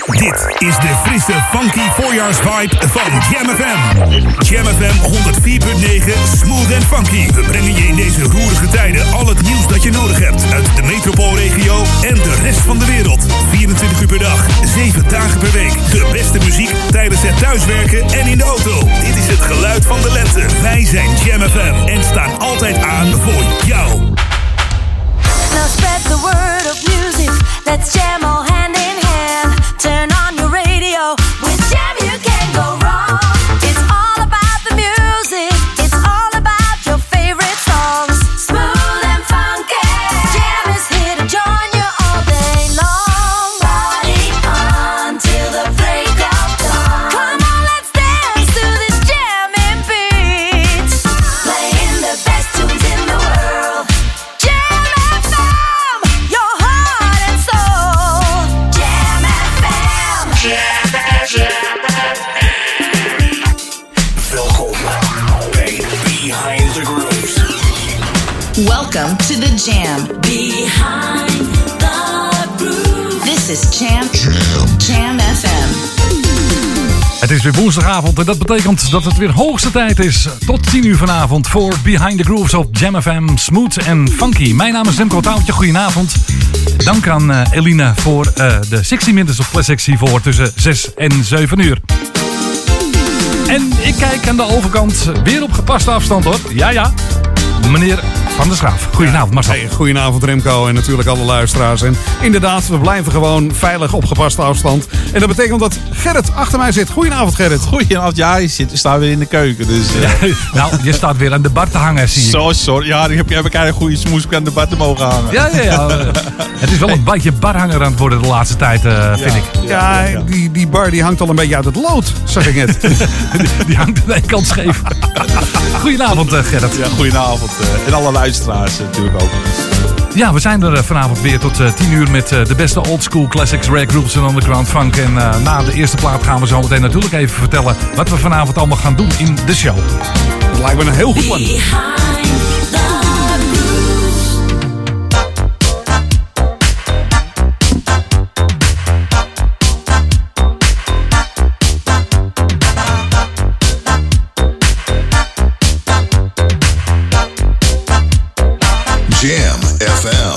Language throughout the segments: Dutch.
Dit is de frisse, funky voorjaarsvibe van Jam FM. Jam FM 104.9, smooth en funky. We brengen je in deze roerige tijden al het nieuws dat je nodig hebt. Uit de metropoolregio en de rest van de wereld. 24 uur per dag, 7 dagen per week. De beste muziek tijdens het thuiswerken en in de auto. Dit is het geluid van de lente. Wij zijn Jam FM en staan altijd aan voor jou. Now spread the word of music. Let's jam all hand in hand. Turn on your radio. With Jam you can't go wrong. It's all about the music. It's all about your favorite songs. Smooth and funky. Jam is here to join you all day long. Party on till the break of dawn. Come on, let's dance to this jamming beat. Playing the best tunes in the world. Jam FM, your heart and soul. Jam FM. Welkom bij Behind the Grooves. Welcome to the Jam. Behind the groove. This is Jam FM. Het is weer woensdagavond en dat betekent dat het weer hoogste tijd is. Tot 10 uur vanavond voor Behind the Grooves op Jam FM. Smooth en funky. Mijn naam is Remco Touwtje. Goedenavond. Dank aan Eline voor de 60 Minutes of Classics hiervoor tussen 6 en 7 uur. En ik kijk aan de overkant weer op gepaste afstand hoor. Ja. Meneer Van der Schaaf. Goedenavond Marcel. Hey, goedenavond Remco en natuurlijk alle luisteraars. En inderdaad, we blijven gewoon veilig op gepaste afstand. En dat betekent dat Gerrit achter mij zit. Goedenavond Gerrit. Goedenavond, ja, je staat weer in de keuken. Dus, Nou, je staat weer aan de bar te hangen zie ik. Sorry. Ja, ik heb een kleine goede smoes aan de bar te mogen hangen. Ja. Het is wel een beetje barhanger aan het worden de laatste tijd, vind ik. Ja, die bar die hangt al een beetje uit het lood, zag ik net. Die hangt aan de kant scheef. Goedenavond Gerrit. Ja, goedenavond. En alle luisteraars natuurlijk ook. Ja, we zijn er vanavond weer tot 10 uur met de beste oldschool classics, rare groups en underground funk. En na de eerste plaat gaan we zo meteen natuurlijk even vertellen wat we vanavond allemaal gaan doen in de show. Dat lijkt me een heel goed plan. Jam FM.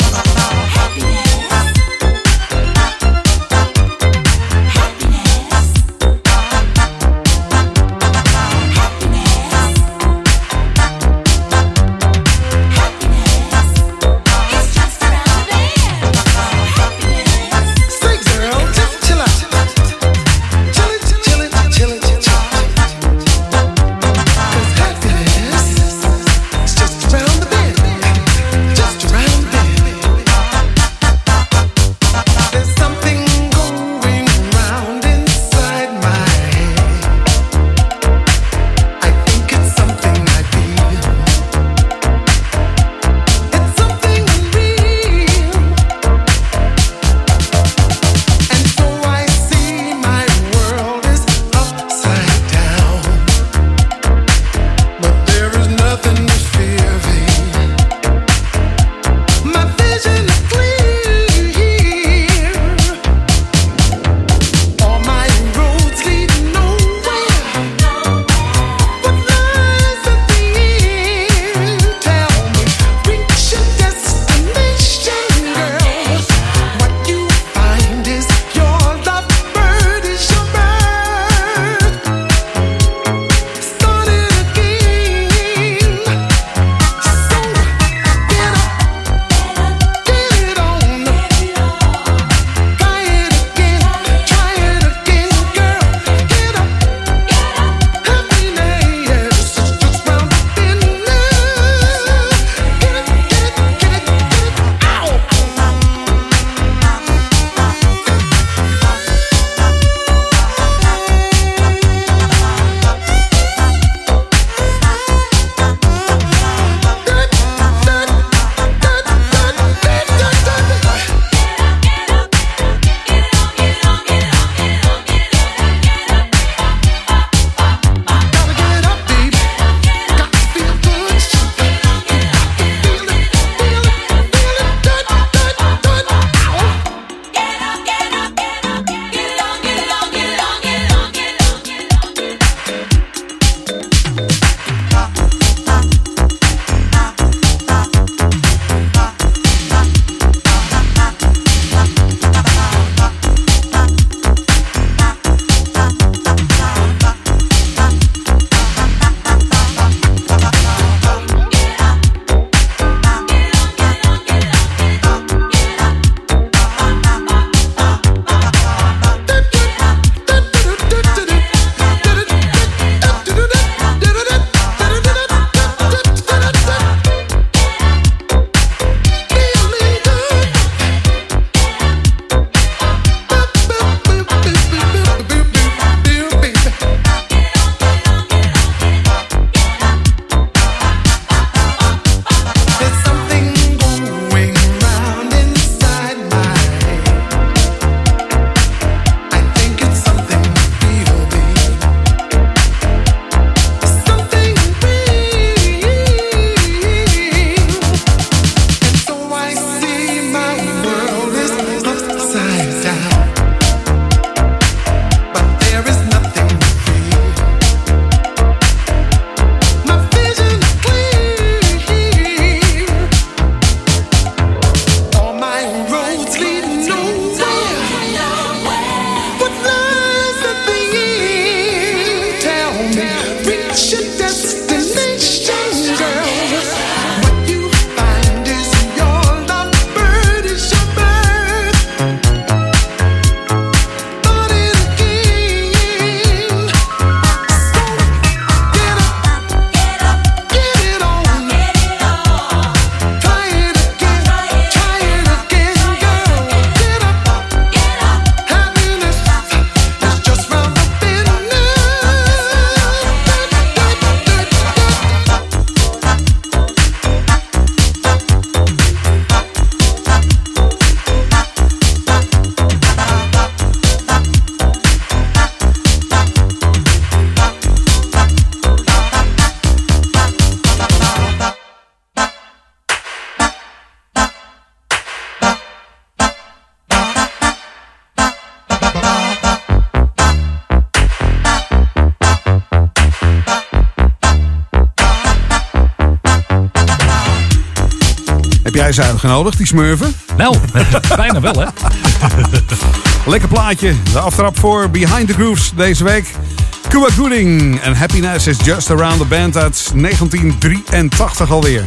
Zijn ze uitgenodigd, die smurfen? Nou, bijna wel, hè? Lekker plaatje. De aftrap voor Behind the Grooves deze week. Cuba Gooding en Happiness is Just Around the Bend uit 1983 alweer.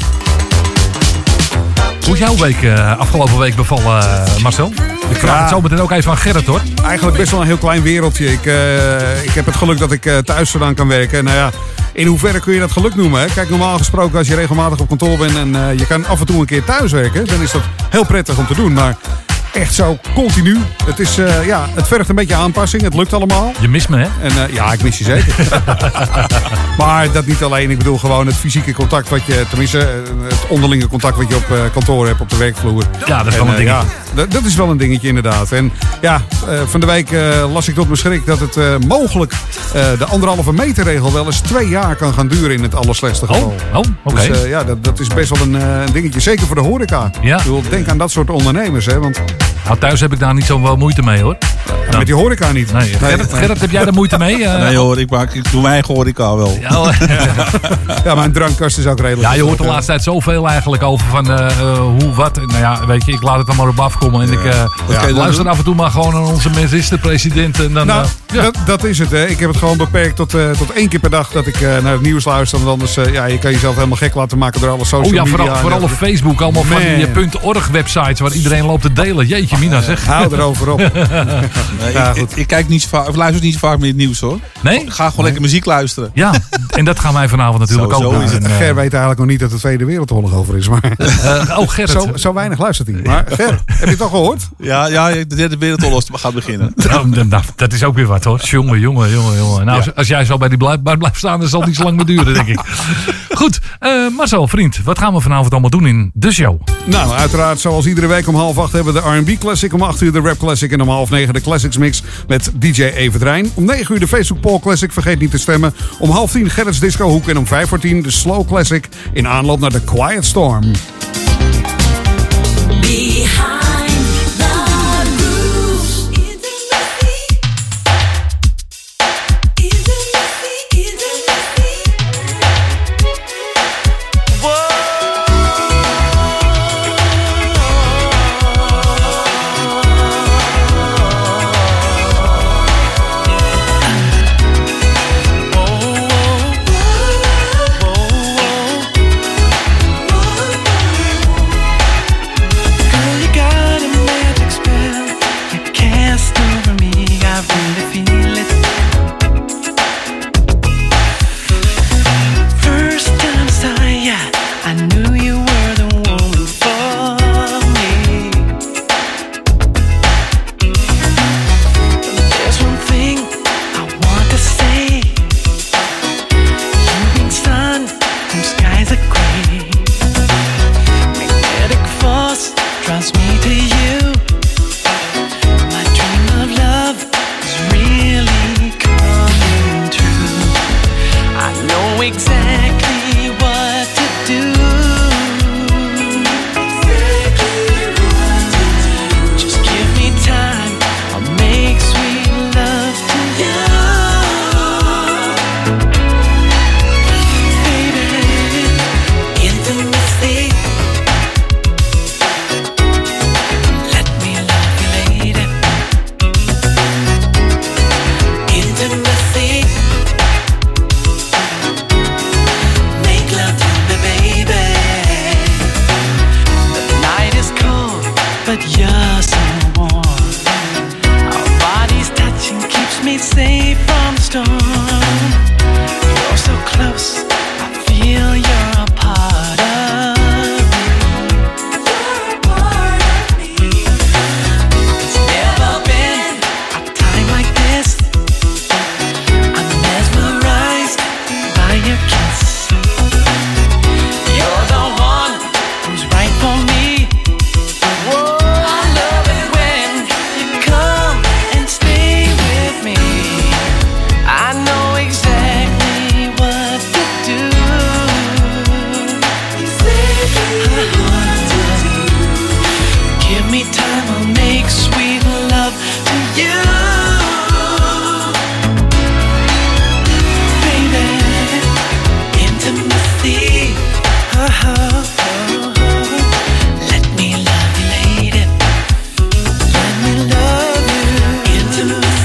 Hoe is jouw week afgelopen week bevallen, Marcel? Ik vraag het zo meteen ook even van Gerrit, hoor. Eigenlijk best wel een heel klein wereldje. Ik heb het geluk dat ik thuis vandaan kan werken. Nou ja, in hoeverre kun je dat geluk noemen? Hè? Kijk, normaal gesproken als je regelmatig op kantoor bent en je kan af en toe een keer thuis werken, dan is dat heel prettig om te doen. Maar echt zo continu. Het is, het vergt een beetje aanpassing. Het lukt allemaal. Je mist me, hè? En ja, ik mis je zeker. Maar dat niet alleen. Ik bedoel gewoon het fysieke contact wat je, tenminste het onderlinge contact wat je op kantoor hebt, op de werkvloer. Ja, dat is wel een dingetje. Ja, dat is wel een dingetje inderdaad. En ja, van de week las ik tot mijn schrik dat het mogelijk de 1,5 meter regel wel eens 2 jaar kan gaan duren in het allerslechtste geval. Oké. Dus ja, dat is best wel een dingetje. Zeker voor de horeca. Ja. Ik bedoel, denk aan dat soort ondernemers. Hè, want Nou, thuis heb ik daar niet zo wel moeite mee, hoor. Nou, met die horeca niet. Nee. Gerrit, heb jij daar moeite mee? Nee hoor, ik doe mijn eigen horeca wel. Ja, mijn drankkast is ook redelijk. Ja, je hoort de laatste tijd zoveel eigenlijk over van hoe, wat. Nou ja, weet je, ik laat het dan maar op afkomen. En ik luister af en toe maar gewoon naar onze minister-president. En dan, dat is het, hè. Ik heb het gewoon beperkt tot 1 keer per dag dat ik naar het nieuws luister. Want anders je kan jezelf helemaal gek laten maken door alle social media. Vooral op Facebook. Allemaal van die .org-websites waar iedereen loopt te delen. Jeetje mina, zeg. Hou erover op. Ik kijk niet zo vaak, of luister niet zo vaak meer het nieuws, hoor. Nee? Ik ga gewoon lekker muziek luisteren. Ja, en dat gaan wij vanavond natuurlijk ook doen. Ger weet eigenlijk nog niet dat de Tweede Wereldoorlog over is. Maar Gerrit. Zo weinig luistert hij. Maar Ger, heb je het al gehoord? Ja, de Derde Wereldoorlog gaat beginnen. Nou, dat is ook weer wat, hoor. Jongen. Nou, als jij zo bij die blijft staan, dan zal het niet zo lang meer duren, denk ik. Goed, Marcel, vriend, wat gaan we vanavond allemaal doen in de show? Nou, uiteraard, zoals iedere week om 7:30 hebben we de R&B Classic. Om 8 uur de Rap Classic en om 8:30 de Classics Mix met DJ Evert Rijn. Om 9 uur de Facebook Poll Classic, vergeet niet te stemmen. Om 9:30 Gerrits Disco Hoek en om 5:10 de Slow Classic in aanloop naar de Quiet Storm. I know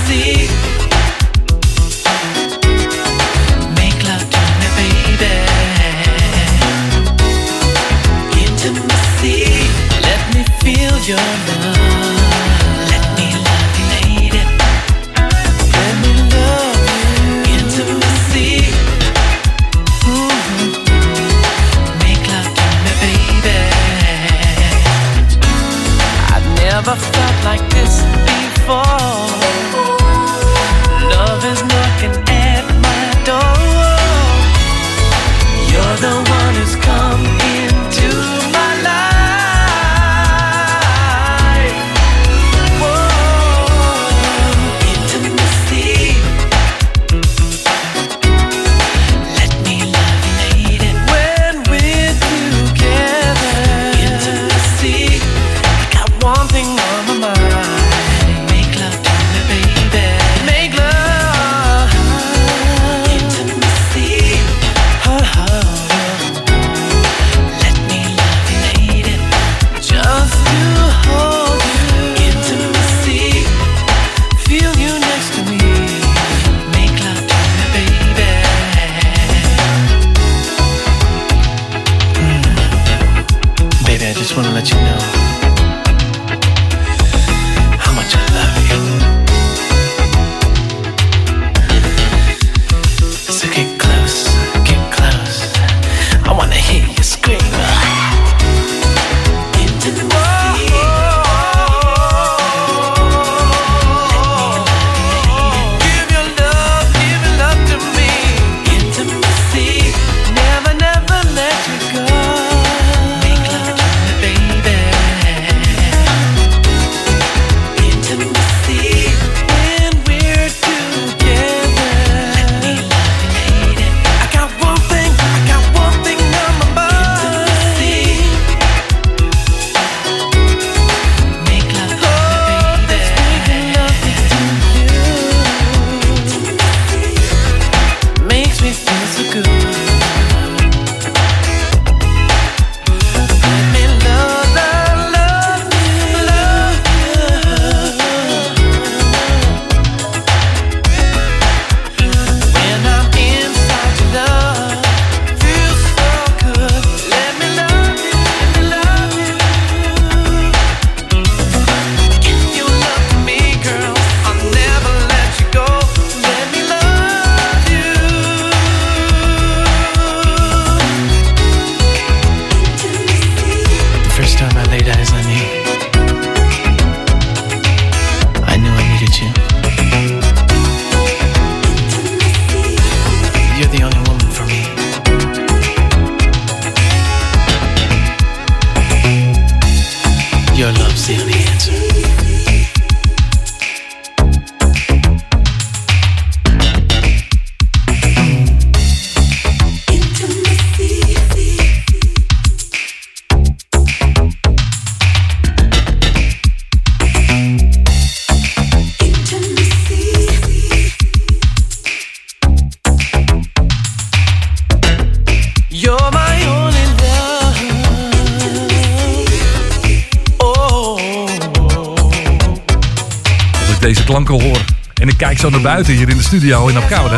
Deze klanken hoor. En ik kijk zo naar buiten hier in de studio in Apkoude.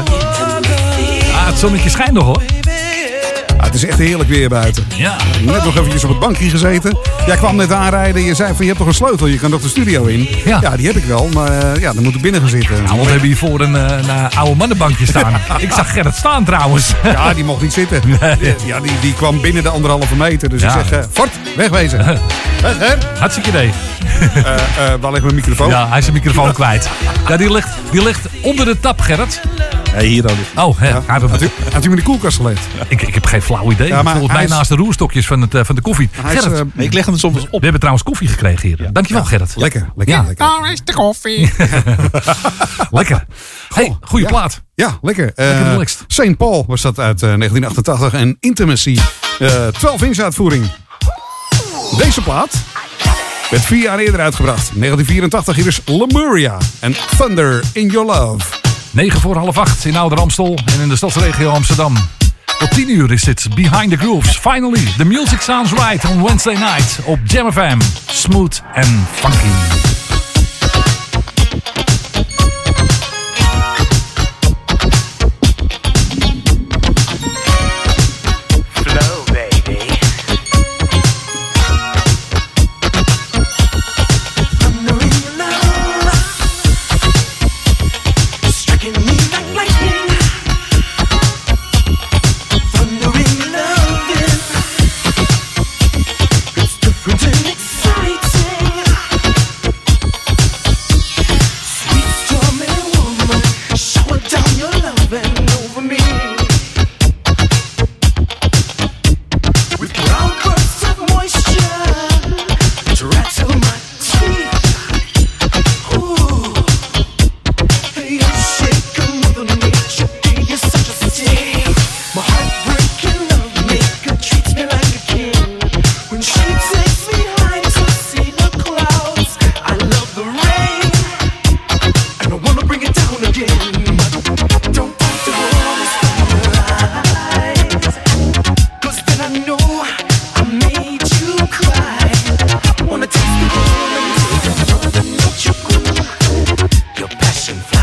Het zonnetje schijnt nog hoor. Het is echt heerlijk weer buiten. Ja. Net nog eventjes op het bankje gezeten. Jij kwam net aanrijden. Je zei van je hebt toch een sleutel. Je kan toch de studio in. Ja, die heb ik wel. Maar dan moet ik binnen gaan zitten. Nou, we hebben hier voor een oude mannenbankje staan. Ik zag Gerrit staan trouwens. Ja, die mocht niet zitten. Ja, die kwam binnen de 1,5 meter. Dus ik zeg, Fort, wegwezen. Weg, hartstikke idee. Waar ligt mijn microfoon? Ja, hij is zijn microfoon kwijt. Ja, die ligt onder de tap, Gerrit. Nee, hier ook. Oh, ja. Had u hem in de koelkast gelegd? Ik heb geen flauw idee. Ja, volgens mij naast de roerstokjes van de koffie. Gerrit. Ik leg hem soms op. We hebben trouwens koffie gekregen hier. Dankjewel, Gerrit. Lekker. Daar is de koffie. Lekker. Hey, goede plaat. Ja, lekker. Relaxed. St. Paul was dat uit 1988. En Intimacy. 12-inch uitvoering. Deze plaat werd 4 jaar eerder uitgebracht. 1984. Hier is Lemuria. En Thunder in Your Love. 7:45 in Ouder Amstel en in de stadsregio Amsterdam. Tot 10 uur is dit Behind the Grooves. Finally, the music sounds right on Wednesday night op Jam FM. Smooth and funky.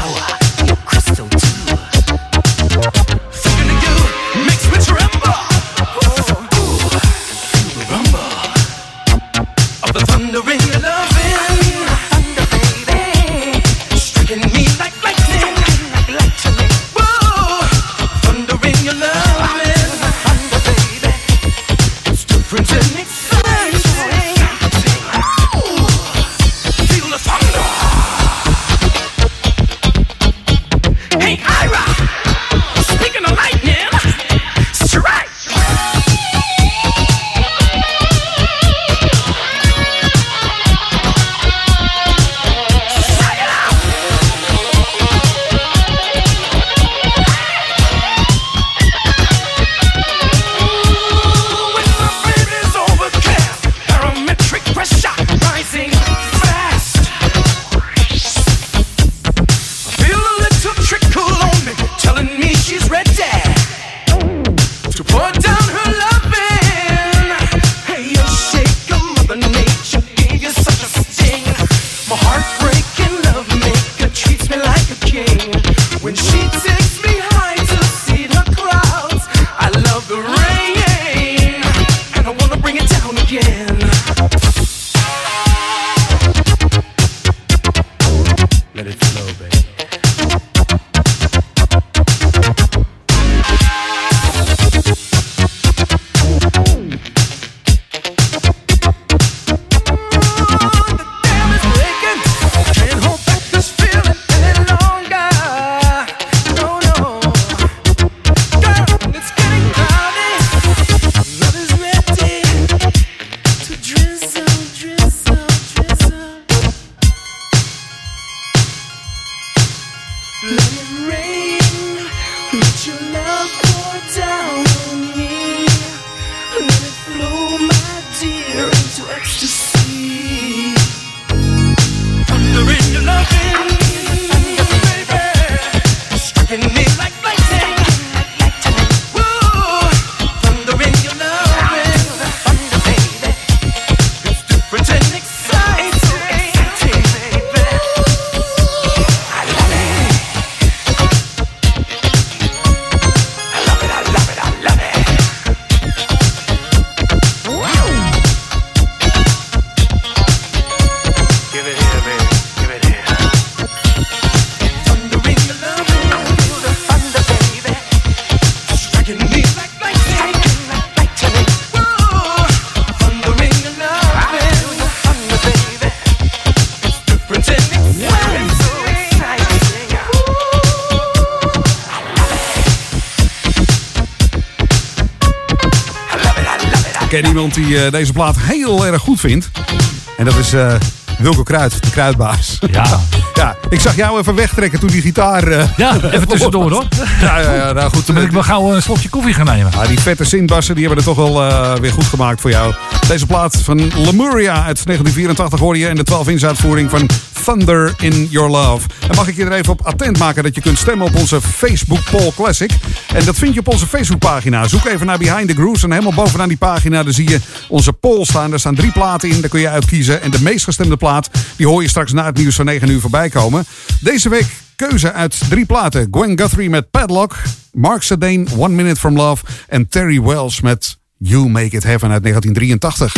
Ik ken iemand die deze plaat heel erg goed vindt. En dat is Wilco Kruid, de kruidbaas. Ja. Ja, ik zag jou even wegtrekken toen die gitaar... Ja, even tussendoor hoor. Ja, nou goed. Toen ben ik wel gauw een slokje koffie gaan nemen. Ja, die vette synbassen die hebben het toch wel weer goed gemaakt voor jou. Deze plaat van Lemuria uit 1984 hoor je in de 12-inch uitvoering van Thunder in Your Love. En mag ik je er even op attent maken dat je kunt stemmen op onze Facebook Poll Classic. En dat vind je op onze Facebookpagina. Zoek even naar Behind the Grooves en helemaal bovenaan die pagina daar zie je onze poll staan. Daar staan 3 platen in, daar kun je uitkiezen. En de meest gestemde plaat, die hoor je straks na het nieuws van 9 uur voorbij komen. Deze week keuze uit 3 platen. Gwen Guthrie met Padlock, Mark Sedane, 1 Minute From Love en Terry Wells met You Make It Heaven uit 1983.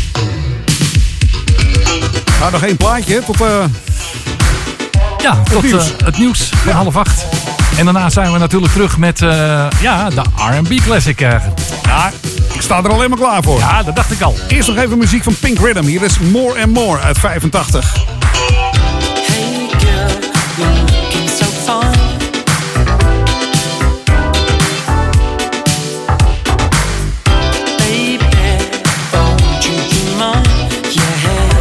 Nou, nog 1 plaatje tot... Ja, tot het nieuws van 7:30. En daarna zijn we natuurlijk terug met de R&B classic. Ja, ik sta er alleen maar klaar voor. Ja, dat dacht ik al. Eerst nog even muziek van Pink Rhythm. Hier is More and More uit 85. Hey girl, you're looking so fine. Baby, won't you be mine? Yeah.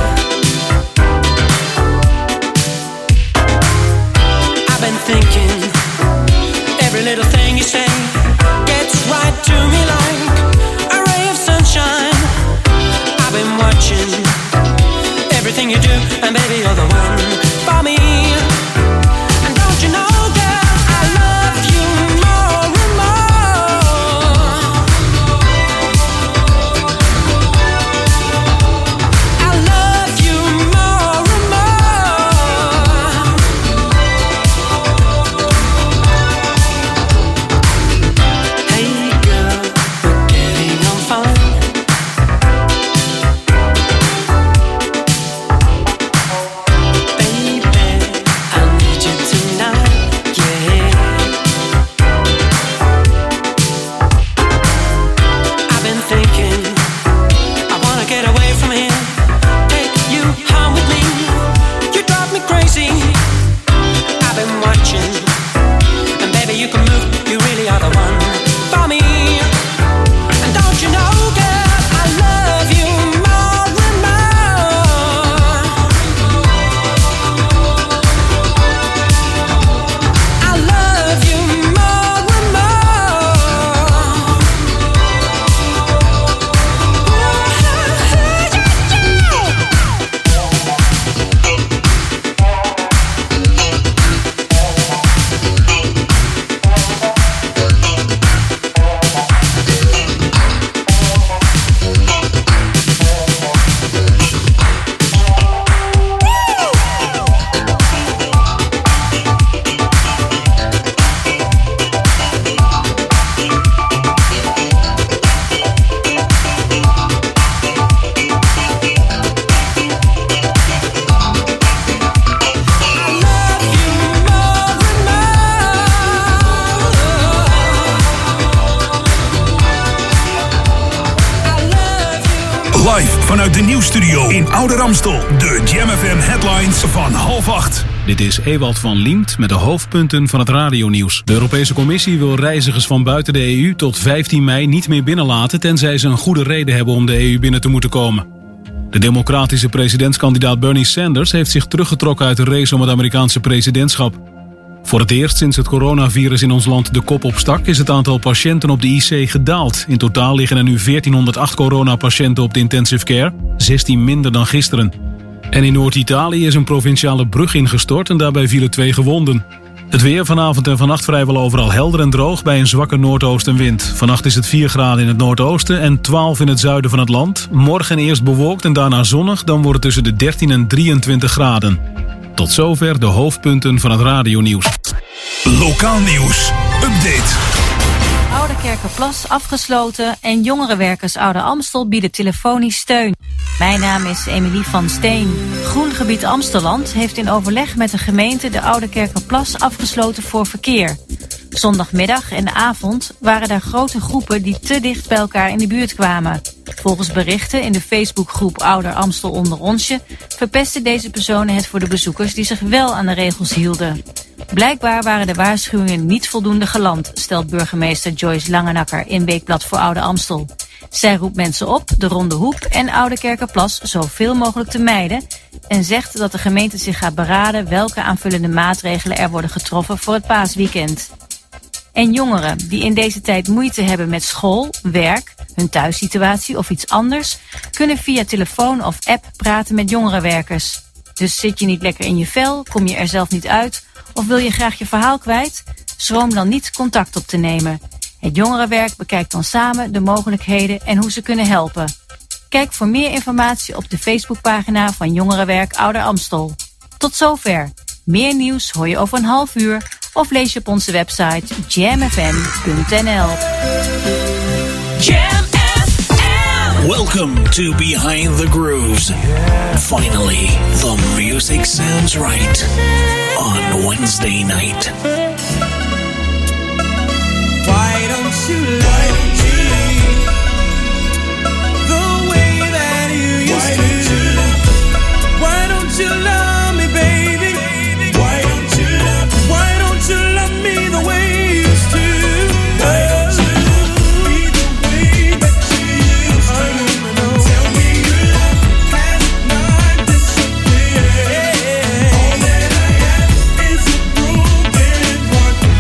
I've been thinking, every little thing you say gets right to me like a ray of sunshine. I've been watching everything you do, and baby, you're the one for me. And don't you know, girl, I love you more and more. I love you more and more. vanuit de nieuwsstudio in Oude Ramstel. De Jam FM headlines van 7:30. Dit is Ewald van Liemt met de hoofdpunten van het radionieuws. De Europese Commissie wil reizigers van buiten de EU tot 15 mei niet meer binnenlaten, tenzij ze een goede reden hebben om de EU binnen te moeten komen. De democratische presidentskandidaat Bernie Sanders heeft zich teruggetrokken uit de race om het Amerikaanse presidentschap. Voor het eerst sinds het coronavirus in ons land de kop opstak is het aantal patiënten op de IC gedaald. In totaal liggen er nu 1408 coronapatiënten op de intensive care, 16 minder dan gisteren. En in Noord-Italië is een provinciale brug ingestort en daarbij vielen 2 gewonden. Het weer vanavond en vannacht vrijwel overal helder en droog bij een zwakke noordoostenwind. Vannacht is het 4 graden in het noordoosten en 12 in het zuiden van het land. Morgen eerst bewolkt en daarna zonnig, dan wordt het tussen de 13 en 23 graden. Tot zover de hoofdpunten van het radionieuws. Lokaal nieuws. Update. Ouderkerkerplas afgesloten en jongerenwerkers Oude Amstel bieden telefonisch steun. Mijn naam is Emilie van Steen. Groengebied Amstelland heeft in overleg met de gemeente de Ouderkerkerplas afgesloten voor verkeer. Zondagmiddag en avond waren er grote groepen die te dicht bij elkaar in de buurt kwamen. Volgens berichten in de Facebookgroep Ouder Amstel onder onsje verpesten deze personen het voor de bezoekers die zich wel aan de regels hielden. Blijkbaar waren de waarschuwingen niet voldoende geland, stelt burgemeester Joyce Langenakker in Weekblad voor Oude Amstel. Zij roept mensen op de Ronde Hoep en Ouderkerkerplas zoveel mogelijk te mijden en zegt dat de gemeente zich gaat beraden welke aanvullende maatregelen er worden getroffen voor het paasweekend. En jongeren die in deze tijd moeite hebben met school, werk, hun thuissituatie of iets anders, kunnen via telefoon of app praten met jongerenwerkers. Dus zit je niet lekker in je vel, kom je er zelf niet uit of wil je graag je verhaal kwijt? Schroom dan niet contact op te nemen. Het jongerenwerk bekijkt dan samen de mogelijkheden en hoe ze kunnen helpen. Kijk voor meer informatie op de Facebookpagina van Jongerenwerk Ouder Amstel. Tot zover. Meer nieuws hoor je over een half uur of lees je op onze website jamfm.nl. Jam FM. Welcome to Behind the Grooves. Finally, the music sounds right on Wednesday night. Why don't you love me the way that you used to? Why don't you love me, baby? Why don't you love me the way you used to? Why don't you love me the way that you used to? Tell me your love has not disappeared. All that I have is a broken heart.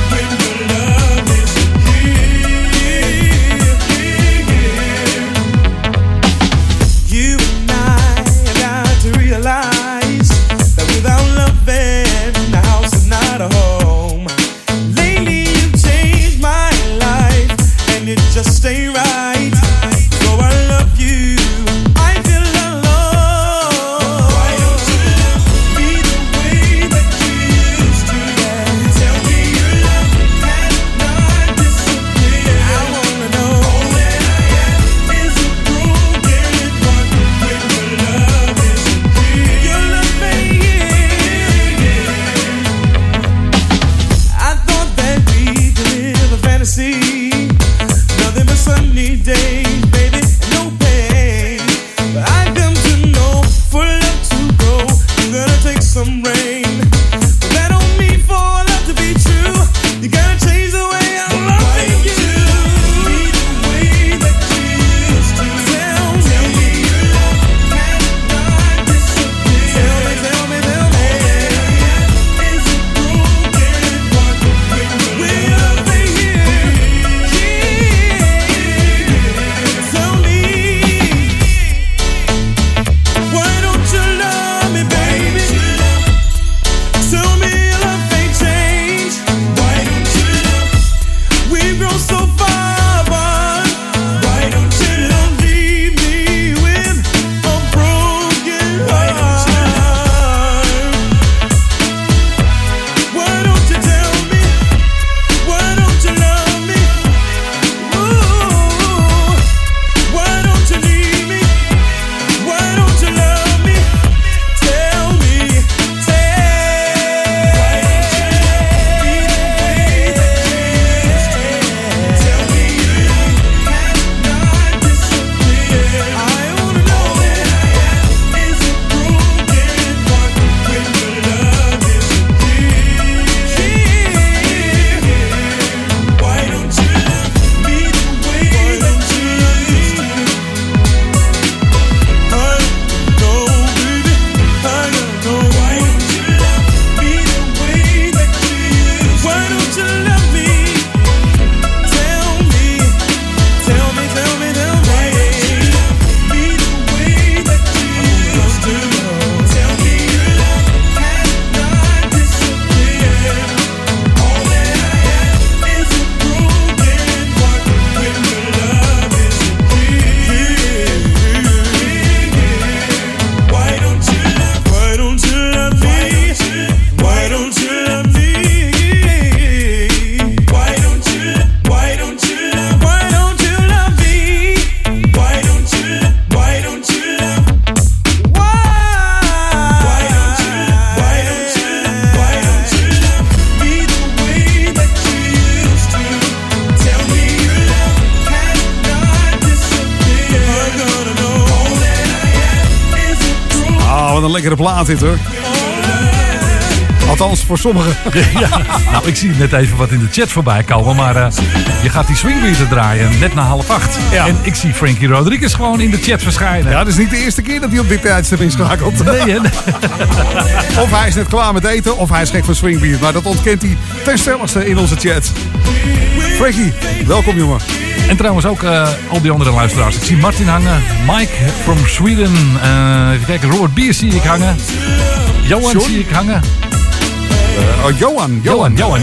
lekkere plaat dit hoor. Althans, voor sommigen. Ja, nou, ik zie net even wat in de chat voorbij komen. Maar je gaat die swingbeater draaien net na 7:30. Ja. En ik zie Frankie Rodriguez gewoon in de chat verschijnen. Ja, dat is niet de eerste keer dat hij op dit tijdstip inschakelt. Nee, hè? Of hij is net klaar met eten, of hij is gek van swingbeat. Maar dat ontkent hij ten stelligste in onze chat. Frankie, welkom jongen. En trouwens ook al die andere luisteraars. Ik zie Martin hangen. Mike from Sweden. Even kijken, Robert Bier zie ik hangen. Johan John? zie ik hangen. Johan. Ja.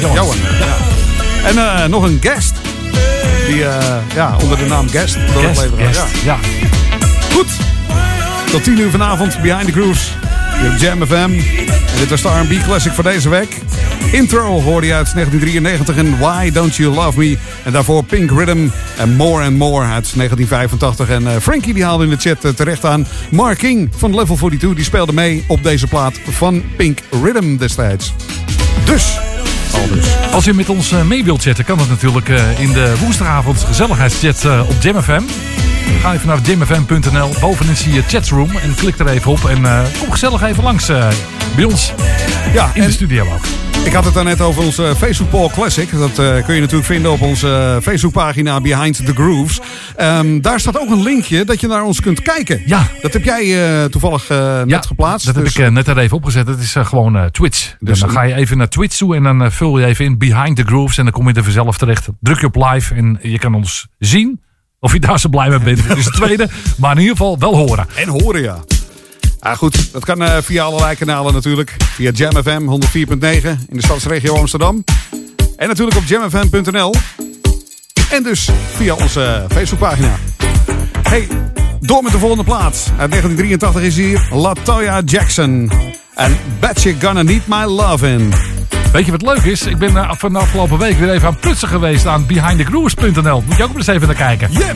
En nog een guest. Die onder de naam Guest. Guest, ja. Goed. Tot 10 uur vanavond, Behind the Grooves. Hier op Jam FM. En dit was de R&B classic voor deze week. Intro hoorde je uit 1993 en Why Don't You Love Me. En daarvoor Pink Rhythm en More and More uit 1985. En Frankie die haalde in de chat terecht aan. Mark King van Level 42 die speelde mee op deze plaat van Pink Rhythm destijds. Dus. Als je met ons mee wilt chatten, kan dat natuurlijk in de woensdagavond gezelligheidschat op Jam FM. Ga even naar jamfm.nl. Bovenin zie je chatroom en klik er even op. En kom gezellig even langs bij ons in de studio ook. Ik had het daarnet over onze Facebook Poll Classic. Dat kun je natuurlijk vinden op onze Facebookpagina Behind the Grooves. Daar staat ook een linkje dat je naar ons kunt kijken. Ja. Dat heb jij toevallig net geplaatst. Dat heb ik net er even opgezet. Dat is gewoon Twitch. Dus dan ga je even naar Twitch toe en dan vul je even in Behind the Grooves. En dan kom je er vanzelf terecht. Druk je op live en je kan ons zien. Of je daar zo blij mee bent, is het tweede. Maar in ieder geval wel horen. En horen, ja. Ah, goed, dat kan via allerlei kanalen natuurlijk. Via Jam FM 104.9 in de stadsregio Amsterdam. En natuurlijk op jamfm.nl. En dus via onze Facebookpagina. Hey, door met de volgende plaat. Uit 1983 is hier LaToya Jackson. En Bet You Gonna Need My Lovin'. Weet je wat leuk is? Ik ben van de afgelopen week weer even aan het prutsen geweest aan behindthegrooves.nl. Moet je ook maar eens even naar kijken. Yep.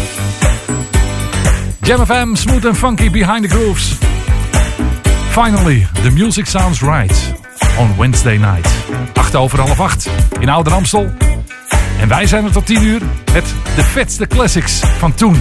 Jam FM, smooth and funky Behind the Grooves. Finally, the music sounds right on Wednesday night. 7:08 in Ouder Amstel. En wij zijn er tot 10 uur met de vetste classics van toen.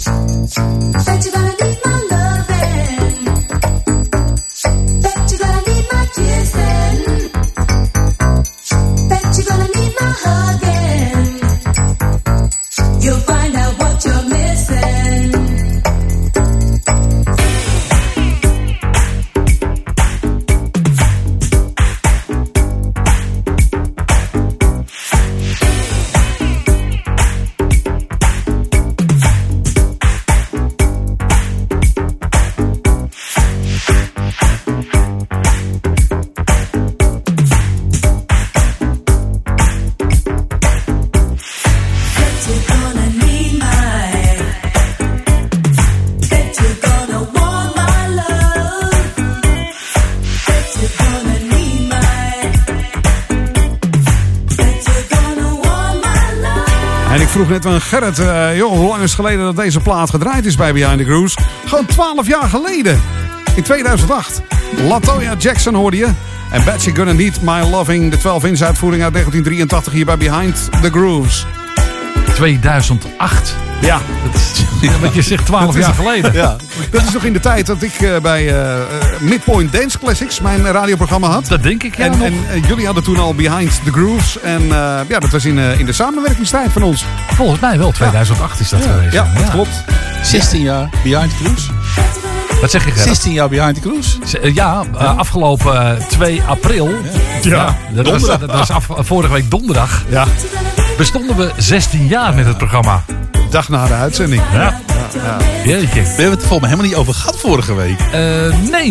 Bet you gonna need my lovin'. Bet you gonna need En ik vroeg net aan Gerrit, hoe lang is het geleden dat deze plaat gedraaid is bij Behind the Grooves? Gewoon 12 jaar geleden. In 2008. LaToya Jackson hoorde je. En Bet You Gonna Need My Loving. De 12-inch uitvoering uit 1983 hier bij Behind the Grooves. 2008. Ja. Dat is wat je zegt 12 jaar geleden. Ja. Dat is nog in de tijd dat ik bij Midpoint Dance Classics mijn radioprogramma had. Dat denk ik, ja. En jullie hadden toen al Behind the Grooves. En dat was in de samenwerkingstijd van ons. Volgens mij wel, 2008 is dat geweest. Ja, dat klopt. 16 jaar Behind the Grooves. Wat zeg je, Gerrit? 16 jaar Behind the Grooves. Ja, afgelopen 2 april. Ja. Dat was vorige week donderdag. Ja. Bestonden we 16 jaar met het programma. Dag na de uitzending. Ja. Jeetje. We hebben het er volgens mij helemaal niet over gehad vorige week. Nee.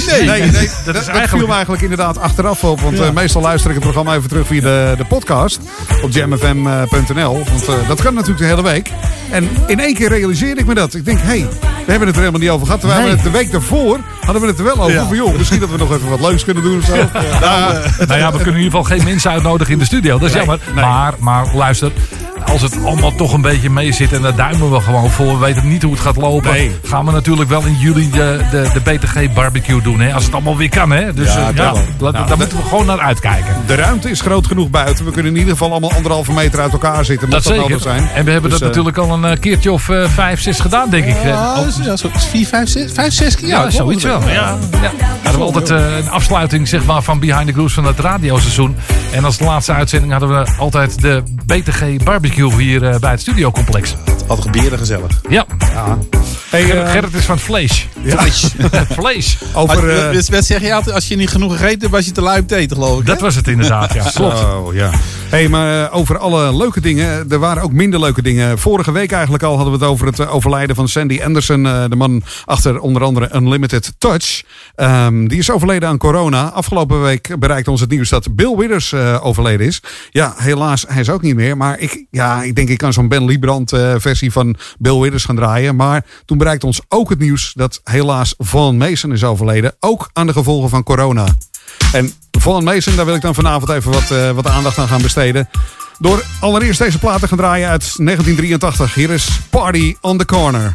Dat viel me eigenlijk inderdaad achteraf op. Want meestal luister ik het programma even terug via de podcast op jamfm.nl. Want dat kan natuurlijk de hele week. En in één keer realiseerde ik me dat. Ik denk, we hebben het er helemaal niet over gehad. Terwijl we het de week daarvoor hadden we het er wel over. Van, joh, misschien dat we nog even wat leuks kunnen doen of zo. We kunnen in ieder geval geen mensen uitnodigen in de studio. Dat is jammer. Nee. Maar luister. Als het allemaal toch een beetje mee zit en daar duimen we gewoon voor. We weten niet hoe het gaat lopen. Nee. Gaan we natuurlijk wel in juli de BTG barbecue doen. Hè? Als het allemaal weer kan. Hè? Dus daar moeten we gewoon naar uitkijken. De ruimte is groot genoeg buiten. We kunnen in ieder geval allemaal 1,5 meter uit elkaar zitten. Dat zeker. Zijn. En we hebben dat natuurlijk al een keertje of 5, 6 gedaan, denk ik. Zo 4, 5, 6 keer. Ja, zoiets wel. Ja. We hadden altijd een afsluiting zeg maar, van Behind the Grooves van het radioseizoen. En als laatste uitzending hadden we altijd de BTG barbecue hier bij het studiocomplex. Wat gebeuren gezellig. Ja. Hey, Gerrit is van het vlees. Ja. Vlees. Wat zeg je altijd? Als je niet genoeg gegeten hebt, was je te lui om te eten, geloof ik. Dat was het inderdaad, ja. Klopt. Ja. Hey, maar over alle leuke dingen, er waren ook minder leuke dingen. Vorige week eigenlijk al hadden we het over het overlijden van Sandy Anderson. De man achter onder andere Unlimited Touch. Die is overleden aan corona. Afgelopen week bereikte ons het nieuws dat Bill Withers overleden is. Ja, helaas, hij is ook niet meer. Maar ik denk ik kan zo'n Ben Liebrand versie van Bill Withers gaan draaien. Maar toen bereikte ons ook het nieuws dat helaas Vaughn Mason is overleden. Ook aan de gevolgen van corona. En Vaughn Mason, daar wil ik dan vanavond even wat aandacht aan gaan besteden. Door allereerst deze plaat te gaan draaien uit 1983. Hier is Party on the Corner.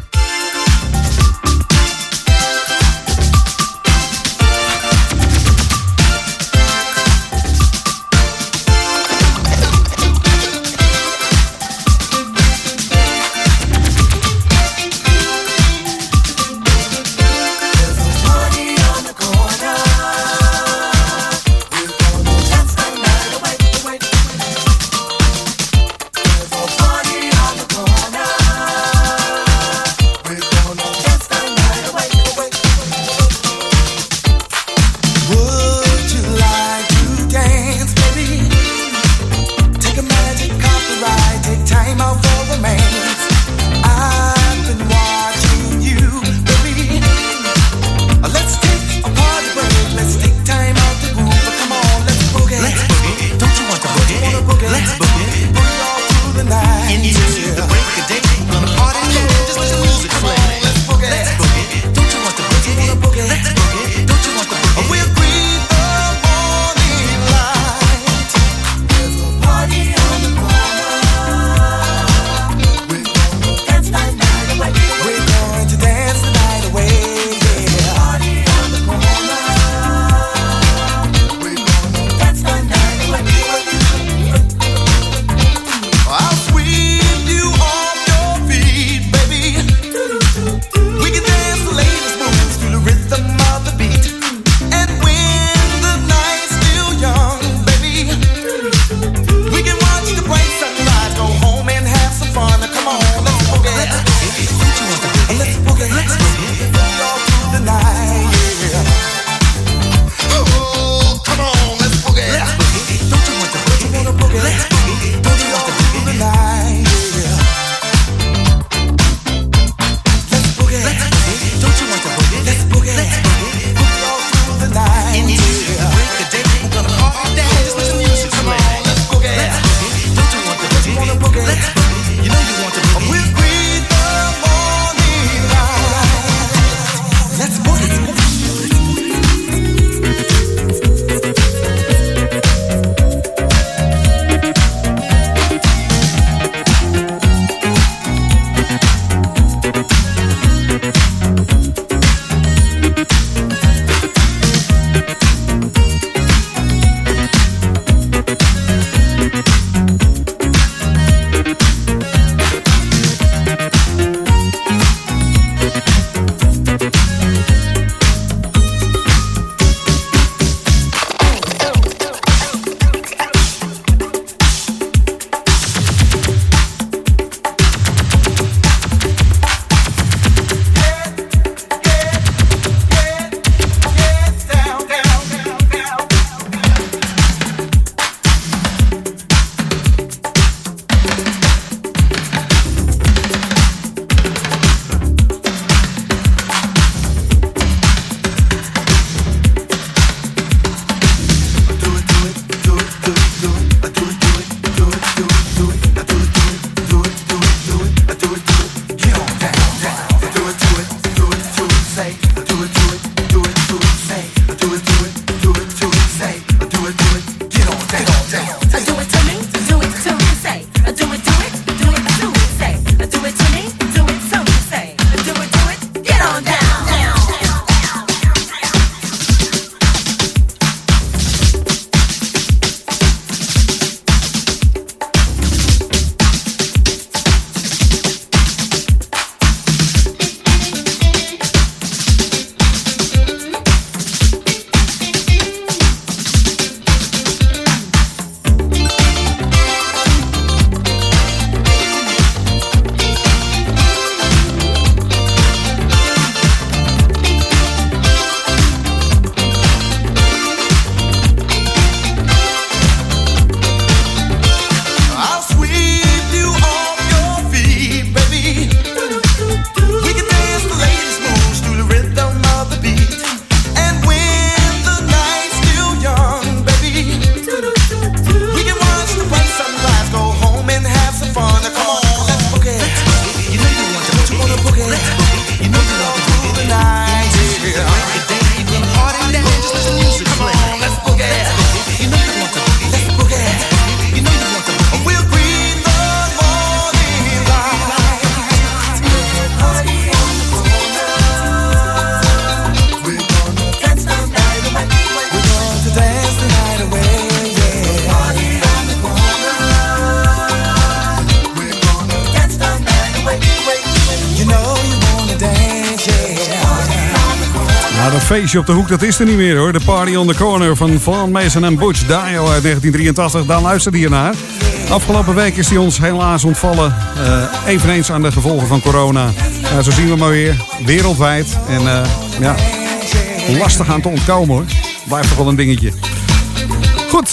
feestje op de hoek, dat is er niet meer hoor. De Party on the Corner van Vaughn Mason en Butch Dio uit 1983. Daar luisterde je naar. Afgelopen week is hij ons helaas ontvallen. Eveneens aan de gevolgen van corona. Zo zien we maar weer. Wereldwijd. En ja, lastig aan te ontkomen hoor. Blijft toch wel een dingetje. Goed.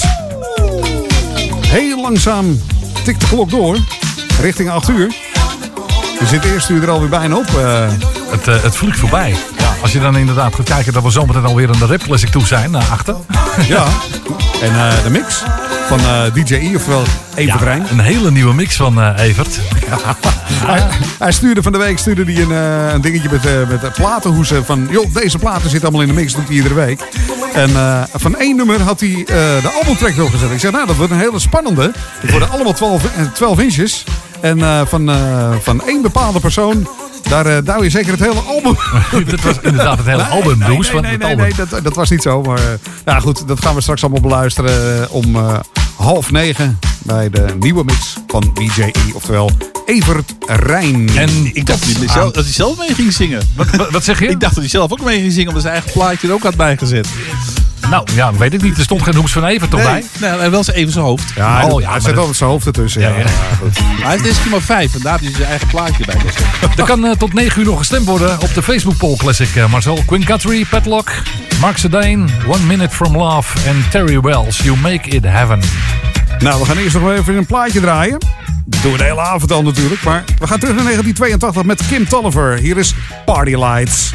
Heel langzaam tikt de klok door. Richting 8 uur. We zitten eerst uur er alweer bijna op. Het vliegt voorbij. Ja, als je dan inderdaad gaat kijken dat we zometeen alweer aan de Rap Classic toe zijn, naar achter. Ja, en de mix van DJ E, oftewel Evert Rijn. Een hele nieuwe mix van Evert. Ja. Hij stuurde van de week een dingetje met platenhoesen van... joh, deze platen zitten allemaal in de mix, doet hij iedere week. En van 1 nummer had hij de albumtrack doorgezet. Ik zeg, nou, dat wordt een hele spannende. Het worden allemaal 12 inches. En van 1 bepaalde persoon... Daar douw je zeker het hele album. Dat was inderdaad het hele album, Bruce. Nee, dat was niet zo. Maar ja, goed, dat gaan we straks allemaal beluisteren om 8:30 bij de nieuwe mix van DJ E, oftewel Evert Rijn. En ik dacht dat hij zelf mee ging zingen. Wat zeg je? Ik dacht dat hij zelf ook mee ging zingen, omdat zijn eigen plaatje er ook had bijgezet. Nou, ja, weet ik niet. Er stond geen hoes van Evert toch bij? Nee, hij wel even zijn hoofd. Ja, hij zet altijd zijn hoofd ertussen. Ja. Goed. Hij is deze keer maar 5 en daar heeft hij zijn eigen plaatje bij gezet. Er kan tot 9 uur nog gestemd worden op de Facebook Poll Classic. Marcel, Quinn Guthrie, Padlock, Mark Sedane, 1 Minute From Love en Terry Wells, You Make It Heaven. Nou, we gaan eerst nog even een plaatje draaien. Door de hele avond al natuurlijk. Maar we gaan terug naar 1982 met Kim Tolliver. Hier is Party Lights.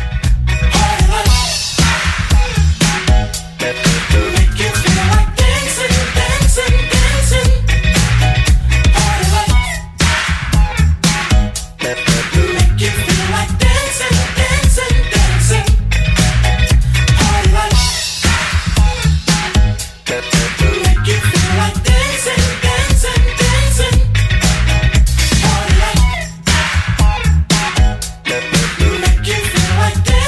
Make you feel like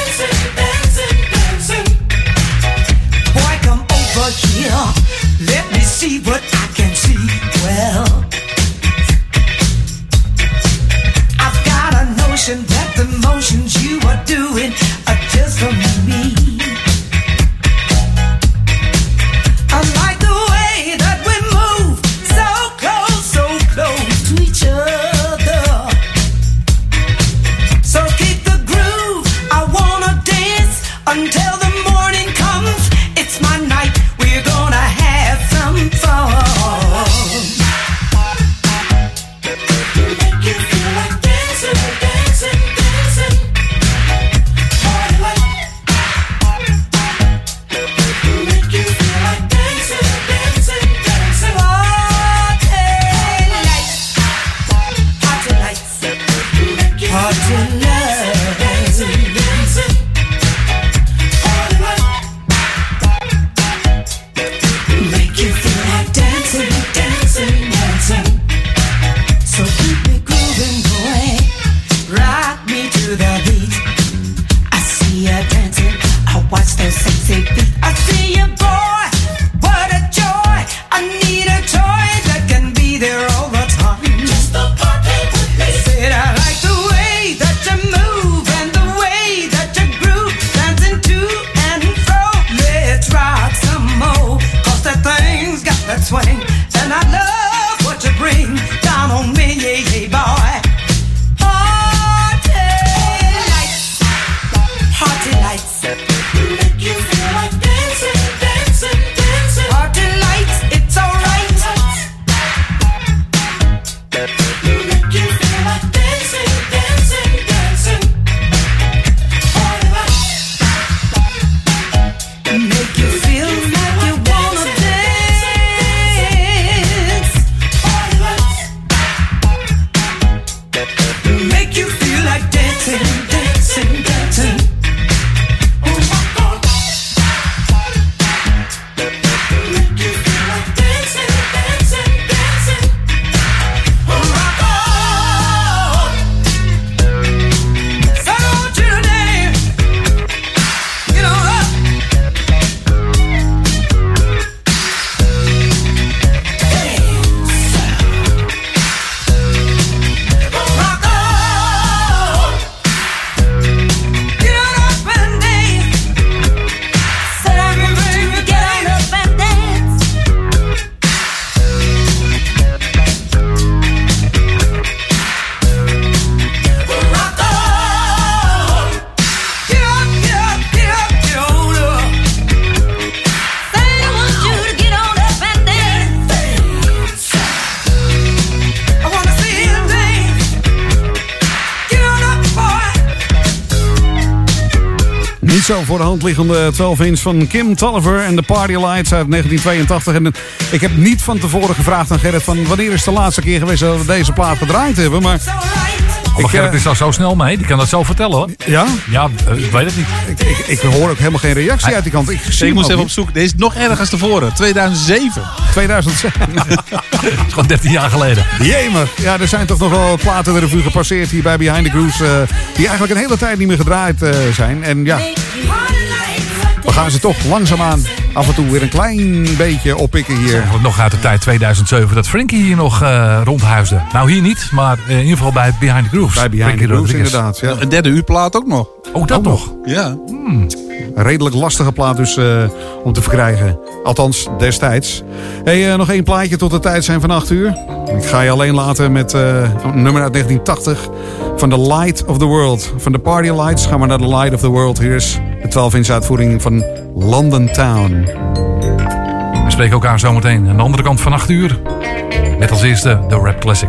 niet zo voor de hand liggende 12-inch van Kim Tolliver en The Party Lights uit 1982. En ik heb niet van tevoren gevraagd aan Gerrit van wanneer is de laatste keer geweest dat we deze plaat gedraaid hebben. Maar Gerrit is daar zo snel mee, die kan dat zo vertellen hoor. Ja? Ja, ik weet het niet. Ik hoor ook helemaal geen reactie uit die kant. Ik moest even op zoek. Deze is nog erger als tevoren. 2007. 2007. Dat is gewoon 13 jaar geleden. Jemig. Ja, er zijn toch nog wel platen de revue gepasseerd hier bij Behind the Grooves. Die eigenlijk een hele tijd niet meer gedraaid zijn. En ja, we gaan ze toch langzaamaan af en toe weer een klein beetje oppikken hier. Nog uit de tijd 2007 dat Frankie hier nog rondhuisde. Nou hier niet, maar in ieder geval bij Behind the Grooves. Bij Behind the Grooves inderdaad. Ja. Een derde uurplaat ook nog. Ook dat nog? Ja. Een redelijk lastige plaat dus om te verkrijgen. Althans, destijds. Hey, nog één plaatje tot de tijd zijn van 8 uur. Ik ga je alleen laten met een nummer uit 1980 van The Light of the World. Van The Party Lights gaan we naar The Light of the World. Hier is de 12-inch uitvoering van London Town. We spreken elkaar zometeen aan de andere kant van 8 uur. Met als eerste de Rap Classic.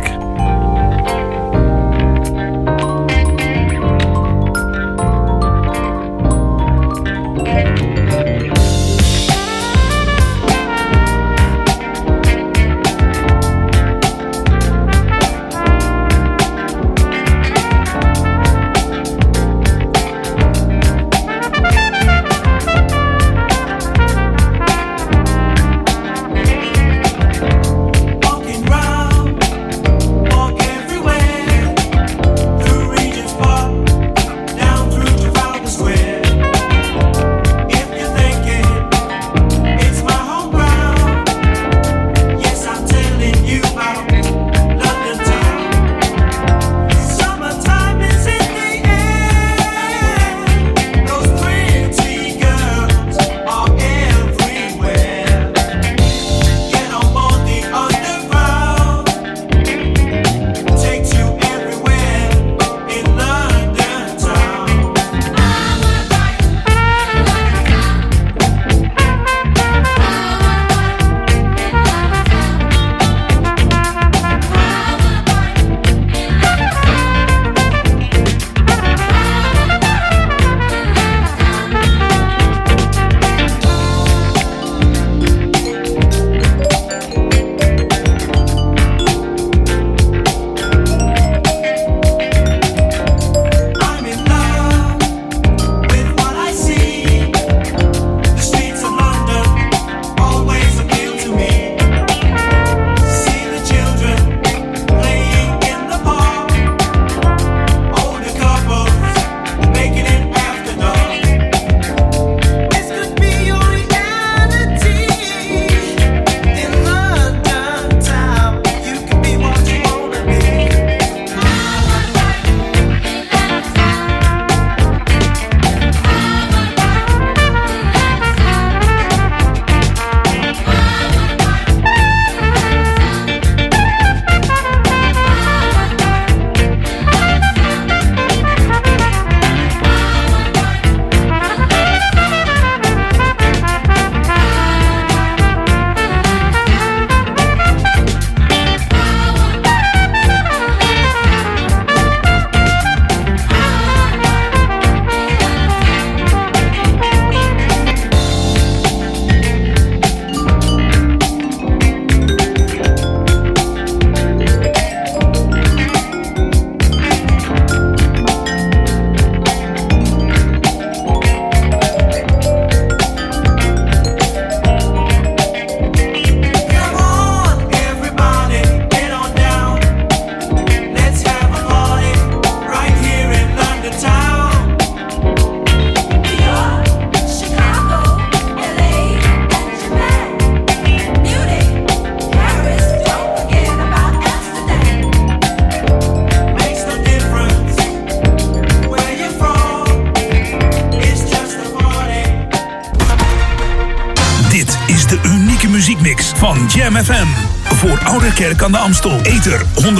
muziekmix van Jam FM. Voor Ouderkerk aan de Amstel. Ether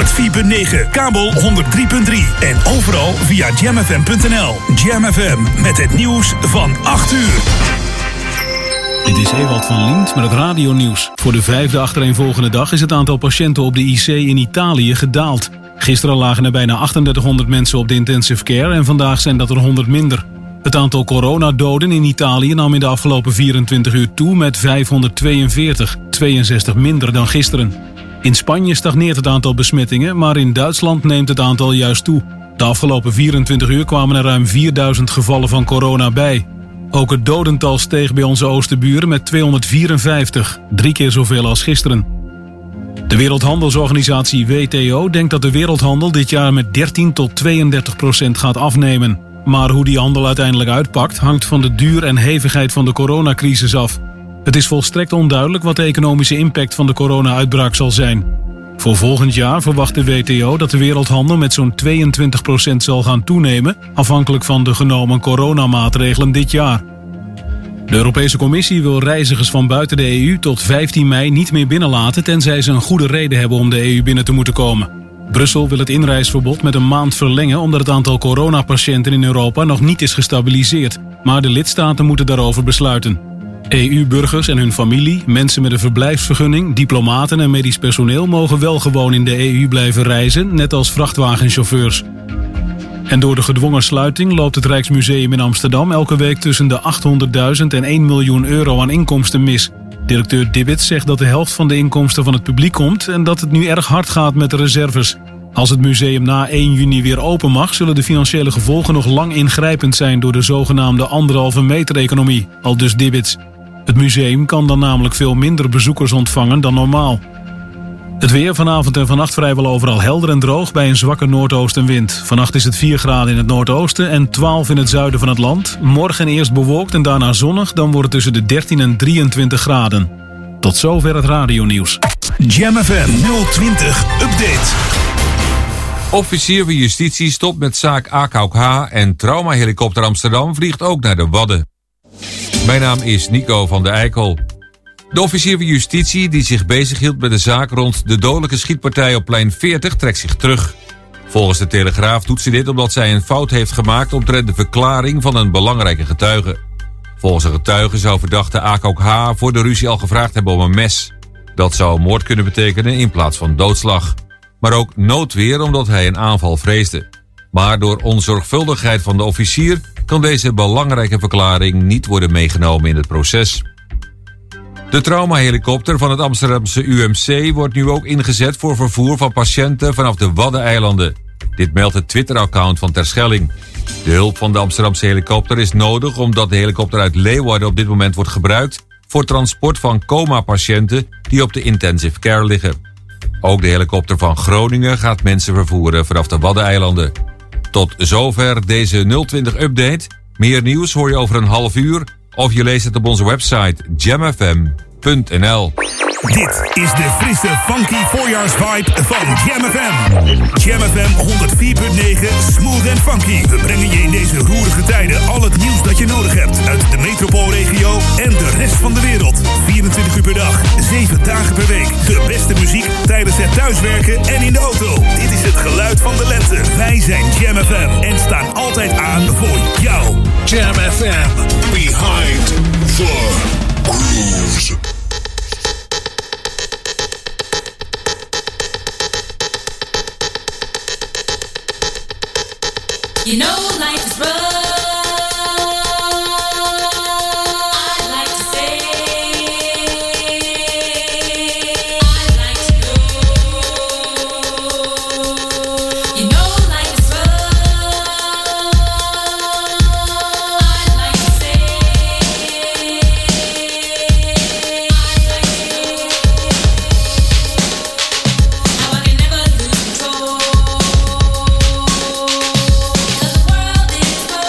104.9, kabel 103.3 en overal via jamfm.nl. Jam FM met het nieuws van 8 uur. Dit is Ewald van Liemt met het radionieuws. Voor de 5e achtereenvolgende dag is het aantal patiënten op de IC in Italië gedaald. Gisteren lagen er bijna 3800 mensen op de intensive care en vandaag zijn dat er 100 minder. Het aantal coronadoden in Italië nam in de afgelopen 24 uur toe met 542, 62 minder dan gisteren. In Spanje stagneert het aantal besmettingen, maar in Duitsland neemt het aantal juist toe. De afgelopen 24 uur kwamen er ruim 4000 gevallen van corona bij. Ook het dodental steeg bij onze oosterburen met 254, 3 keer zoveel als gisteren. De Wereldhandelsorganisatie WTO denkt dat de wereldhandel dit jaar met 13 tot 32% gaat afnemen. Maar hoe die handel uiteindelijk uitpakt hangt van de duur en hevigheid van de coronacrisis af. Het is volstrekt onduidelijk wat de economische impact van de corona-uitbraak zal zijn. Voor volgend jaar verwacht de WTO dat de wereldhandel met zo'n 22% zal gaan toenemen, afhankelijk van de genomen coronamaatregelen dit jaar. De Europese Commissie wil reizigers van buiten de EU tot 15 mei niet meer binnenlaten, tenzij ze een goede reden hebben om de EU binnen te moeten komen. Brussel wil het inreisverbod met een maand verlengen omdat het aantal coronapatiënten in Europa nog niet is gestabiliseerd. Maar de lidstaten moeten daarover besluiten. EU-burgers en hun familie, mensen met een verblijfsvergunning, diplomaten en medisch personeel mogen wel gewoon in de EU blijven reizen, net als vrachtwagenchauffeurs. En door de gedwongen sluiting loopt het Rijksmuseum in Amsterdam elke week tussen de 800.000 en 1 miljoen euro aan inkomsten mis. Directeur Dibbits zegt dat de helft van de inkomsten van het publiek komt en dat het nu erg hard gaat met de reserves. Als het museum na 1 juni weer open mag, zullen de financiële gevolgen nog lang ingrijpend zijn door de zogenaamde 1,5 meter economie, aldus Dibbits. Het museum kan dan namelijk veel minder bezoekers ontvangen dan normaal. Het weer vanavond en vannacht vrijwel overal helder en droog bij een zwakke noordoostenwind. Vannacht is het 4 graden in het noordoosten en 12 in het zuiden van het land. Morgen eerst bewolkt en daarna zonnig, dan wordt het tussen de 13 en 23 graden. Tot zover het radionieuws. Jam FM 020 Update. Officier van Justitie stopt met zaak AKOK en traumahelikopter Amsterdam vliegt ook naar de Wadden. Mijn naam is Nico van der Eikel. De officier van Justitie die zich bezighield met de zaak rond de dodelijke schietpartij op plein 40 trekt zich terug. Volgens de Telegraaf doet ze dit omdat zij een fout heeft gemaakt omtrent de verklaring van een belangrijke getuige. Volgens een getuige zou verdachte AKOK voor de ruzie al gevraagd hebben om een mes. Dat zou moord kunnen betekenen in plaats van doodslag. Maar ook noodweer omdat hij een aanval vreesde. Maar door onzorgvuldigheid van de officier kan deze belangrijke verklaring niet worden meegenomen in het proces. De traumahelikopter van het Amsterdamse UMC wordt nu ook ingezet voor vervoer van patiënten vanaf de Waddeneilanden. Dit meldt het Twitter-account van Terschelling. De hulp van de Amsterdamse helikopter is nodig omdat de helikopter uit Leeuwarden op dit moment wordt gebruikt voor transport van coma-patiënten die op de intensive care liggen. Ook de helikopter van Groningen gaat mensen vervoeren vanaf de Waddeneilanden. Tot zover deze 020-update. Meer nieuws hoor je over een half uur of je leest het op onze website jamfm.nl. Dit is de frisse, funky voorjaarsvibe van Jam FM. Jam FM 104.9, smooth en funky. We brengen je in deze roerige tijden al het nieuws dat je nodig hebt uit de metropoolregio en de rest van de wereld. 24 uur per dag, 7 dagen per week. De beste muziek tijdens het thuiswerken en in de auto. Dit is het geluid van de lente. Wij zijn Jam FM en staan altijd aan voor jou. Jam FM, behind the grooves. You know life is rough. I'd like to say, I'd like to know. You know life is rough. I'd like to say, I'd like to know. How I can never lose control. The world is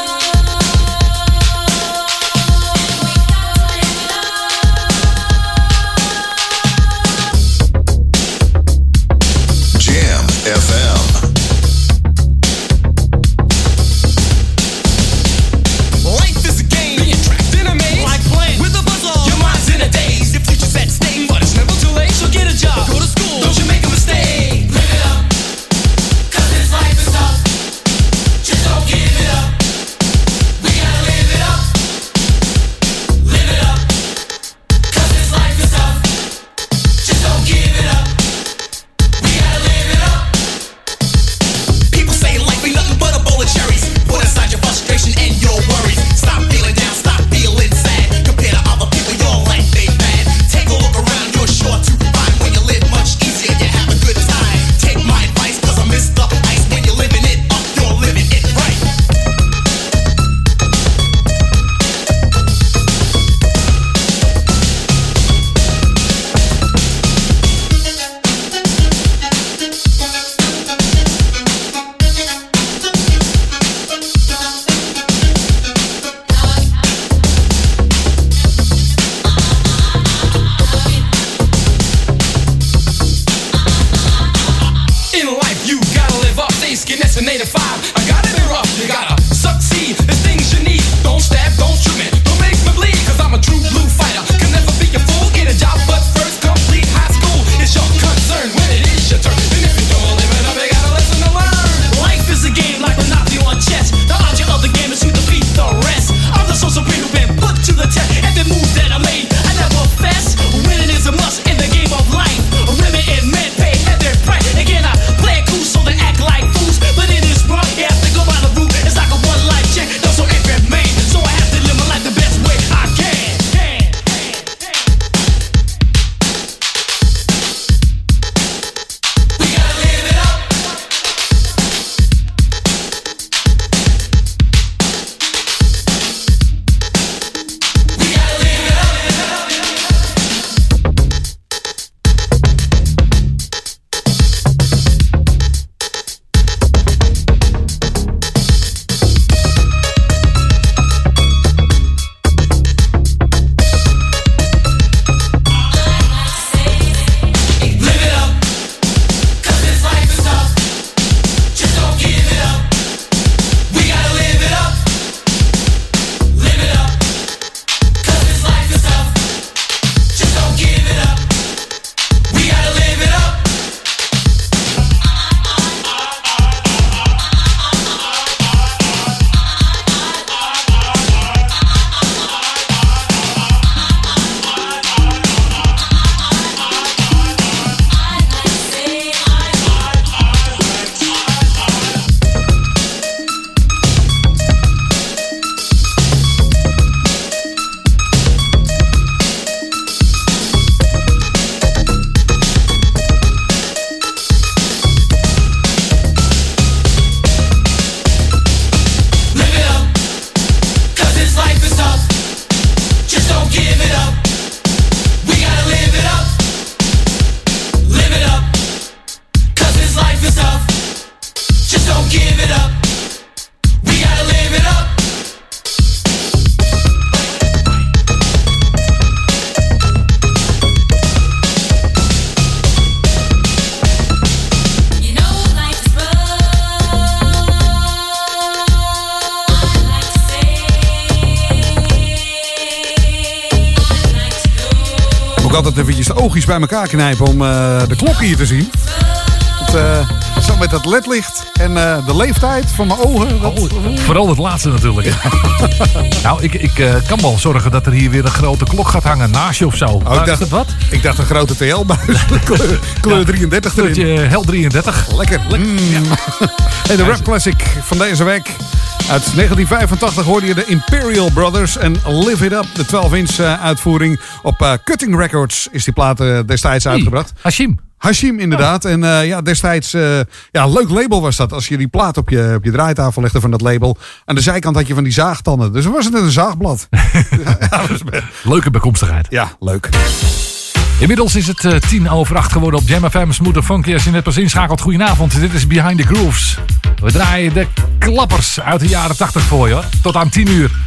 altijd eventjes de oogjes bij elkaar knijpen om de klok hier te zien. Zo met dat ledlicht en de leeftijd van mijn ogen. Vooral het laatste natuurlijk. Nou, ik kan wel zorgen dat er hier weer een grote klok gaat hangen naast je of zo. Oh, is dat wat? Ik dacht een grote TL-buis. kleur 33 erin. Hel 33. Lekker. Ja. Hey, de rap classic van deze week. Uit 1985 hoorde je de Imperial Brothers en Live It Up. De 12-inch uitvoering op Cutting Records is die plaat destijds uitgebracht. Hashim, inderdaad. En destijds, leuk label was dat. Als je die plaat op je draaitafel legde van dat label. Aan de zijkant had je van die zaagtanden. Dus dan was het net een zaagblad. Leuke bijkomstigheid. Ja, leuk. Inmiddels is het 7:50 geworden op Jam FM. Smooth en funky. Als je net pas inschakelt, goedenavond. Dit is Behind the Grooves. We draaien de klappers uit de jaren 80 voor je, hoor. Tot aan 10 uur.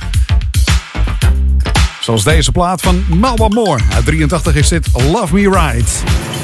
Zoals deze plaat van Melba Moore. Uit 83 is dit Love Me Right.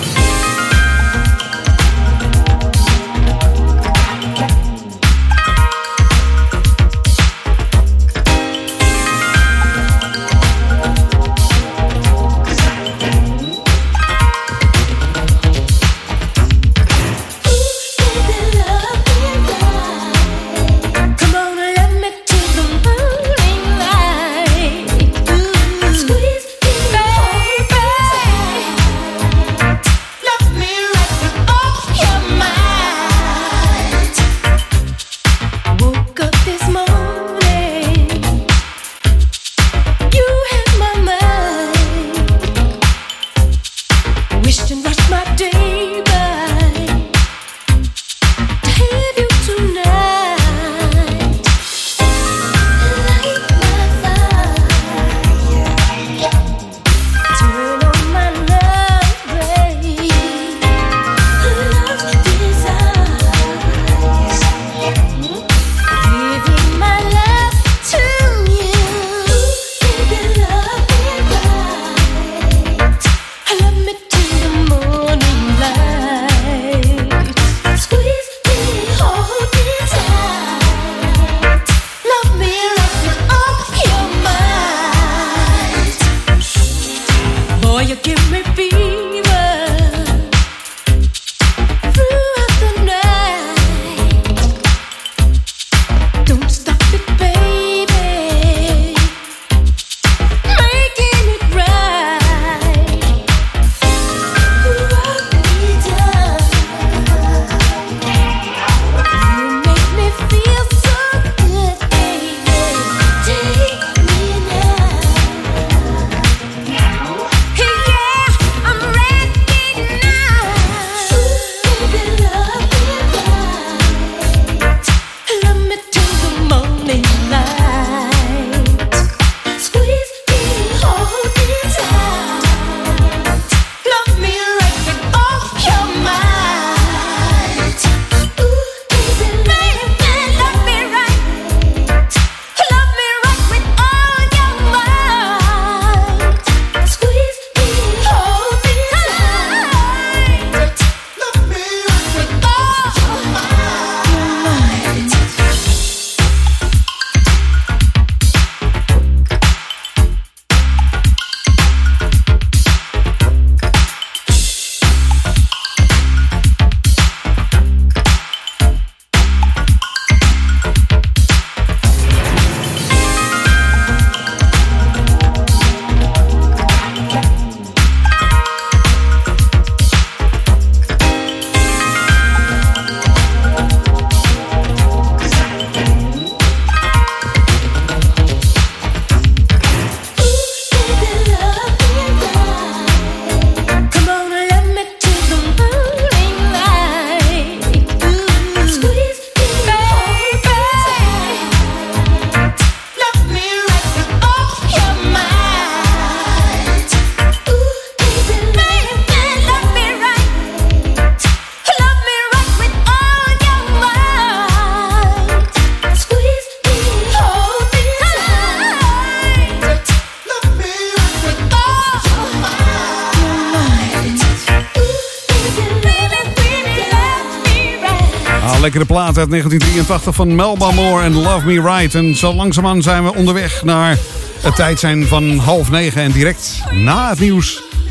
Lekkere plaat uit 1983 van Melba Moore en Love Me Right. En zo langzaamaan zijn we onderweg naar het tijd zijn van 8:30. En direct na het nieuws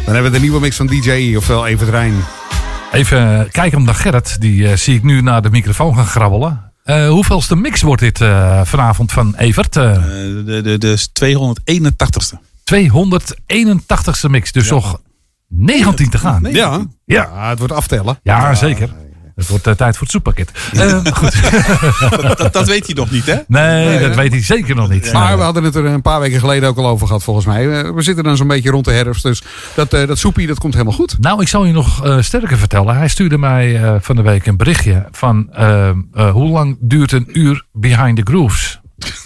Dan hebben we de nieuwe mix van DJ, ofwel Evert Rijn. Even kijken naar Gerrit. Die zie ik nu naar de microfoon gaan grabbelen. Hoeveelste mix wordt dit vanavond van Evert? De 281ste. 281ste mix. Dus nog 19 te gaan. Ja, het wordt aftellen. Ja, zeker. Het wordt tijd voor het soeppakket. Goed. Dat weet hij nog niet, hè? Nee, dat weet hij zeker nog niet. Maar we hadden het er een paar weken geleden ook al over gehad, volgens mij. We zitten dan zo'n beetje rond de herfst. Dus dat soepie, dat komt helemaal goed. Nou, ik zal je nog sterker vertellen. Hij stuurde mij van de week een berichtje van... hoe lang duurt een uur Behind the Grooves?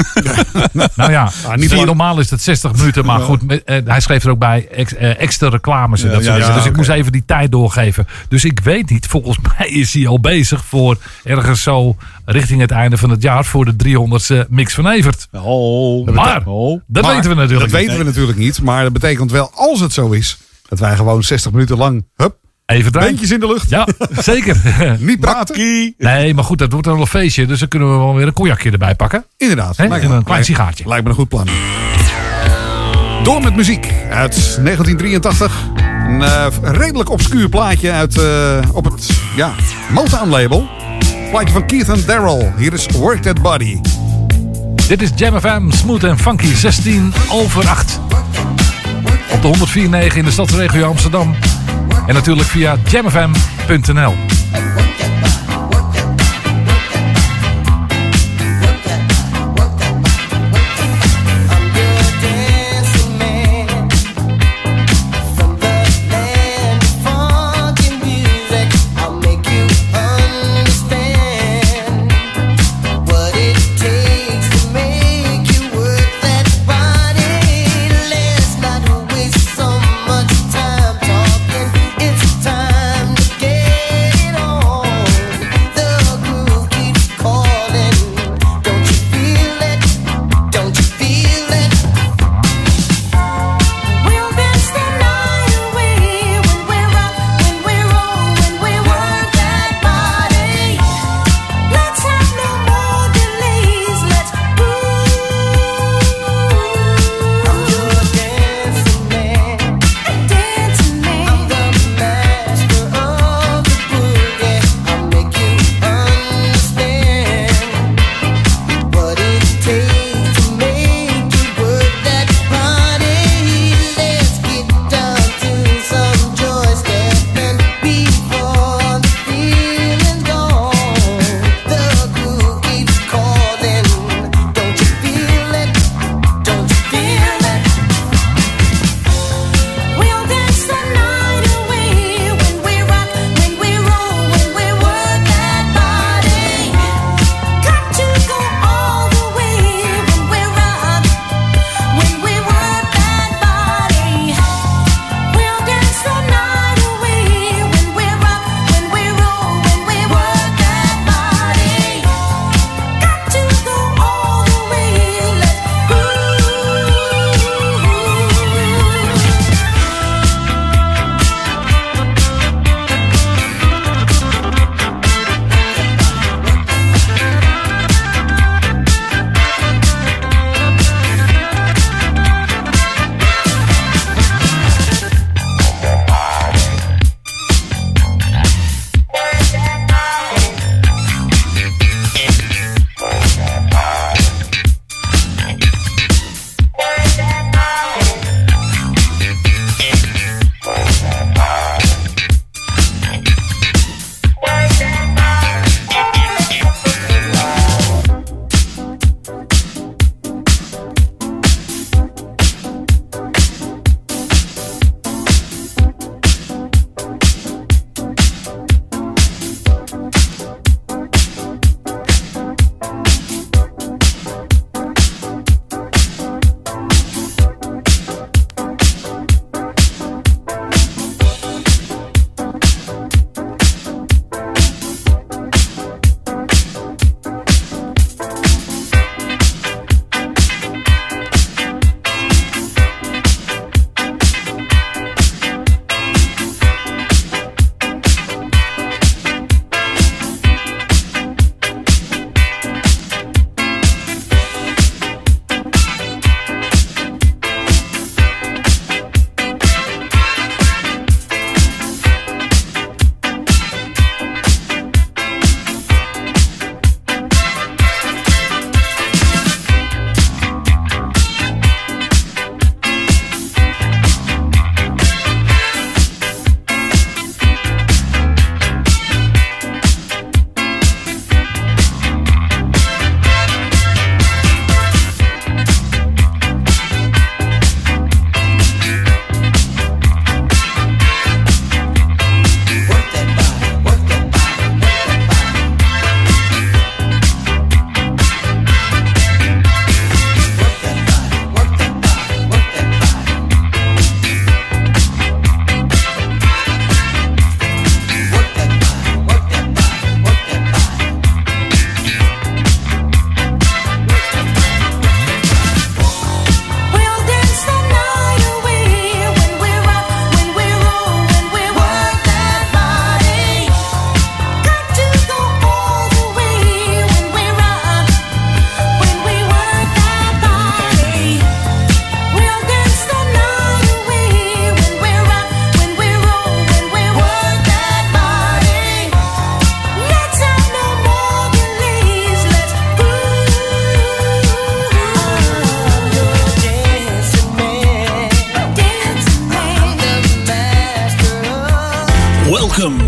Nou ja, niet normaal is het 60 minuten. Maar goed, hij schreef er ook bij extra reclames en dat soort dingen. Dus ik moest even die tijd doorgeven. Dus ik weet niet, volgens mij is hij al bezig voor ergens zo richting het einde van het jaar voor de 300ste mix van Evert. Maar dat weten we natuurlijk niet. Maar dat betekent wel, als het zo is, dat wij gewoon 60 minuten lang, even beentjes in de lucht. Ja, zeker. Niet praten. Nee, maar goed, dat wordt wel een feestje. Dus dan kunnen we wel weer een cognacje erbij pakken. Inderdaad. En een klein sigaartje. Lijkt me een goed plan. Door met muziek uit 1983. Een redelijk obscuur plaatje uit op het Motown label. Plaatje van Keith and Darrell. Hier is Work That Body. Dit is Jam FM, Smooth en Funky, 16:08. Op de 104.9 in de stadsregio Amsterdam. En natuurlijk via jamfm.nl. It's time to get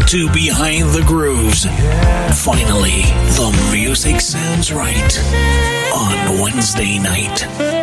to Behind the Grooves. Finally, the music sounds right on Wednesday night.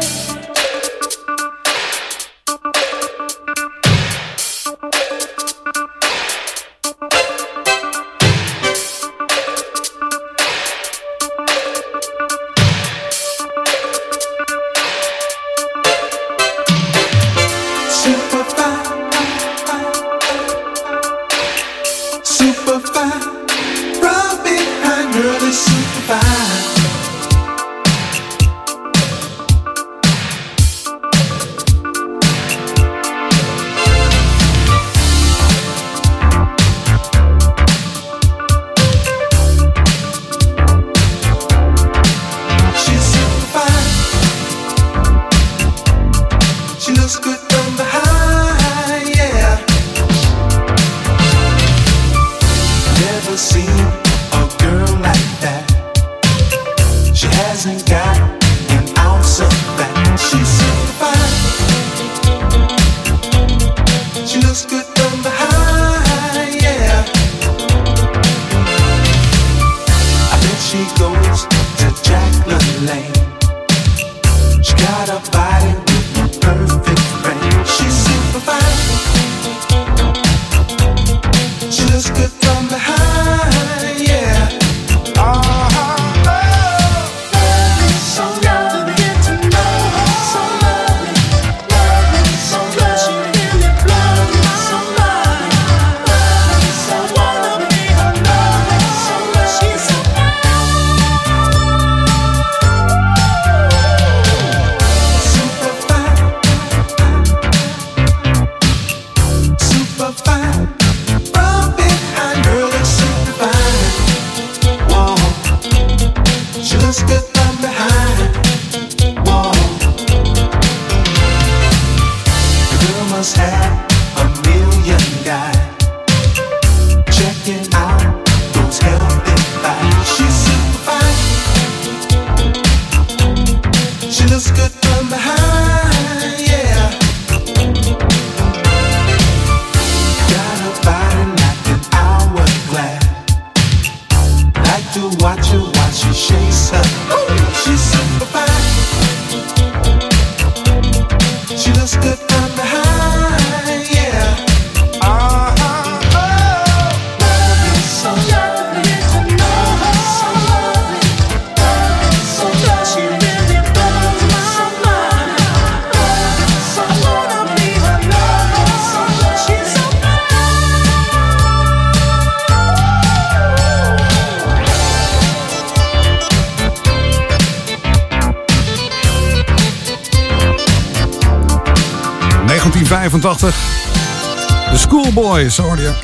De Schoolboys, hoorde je.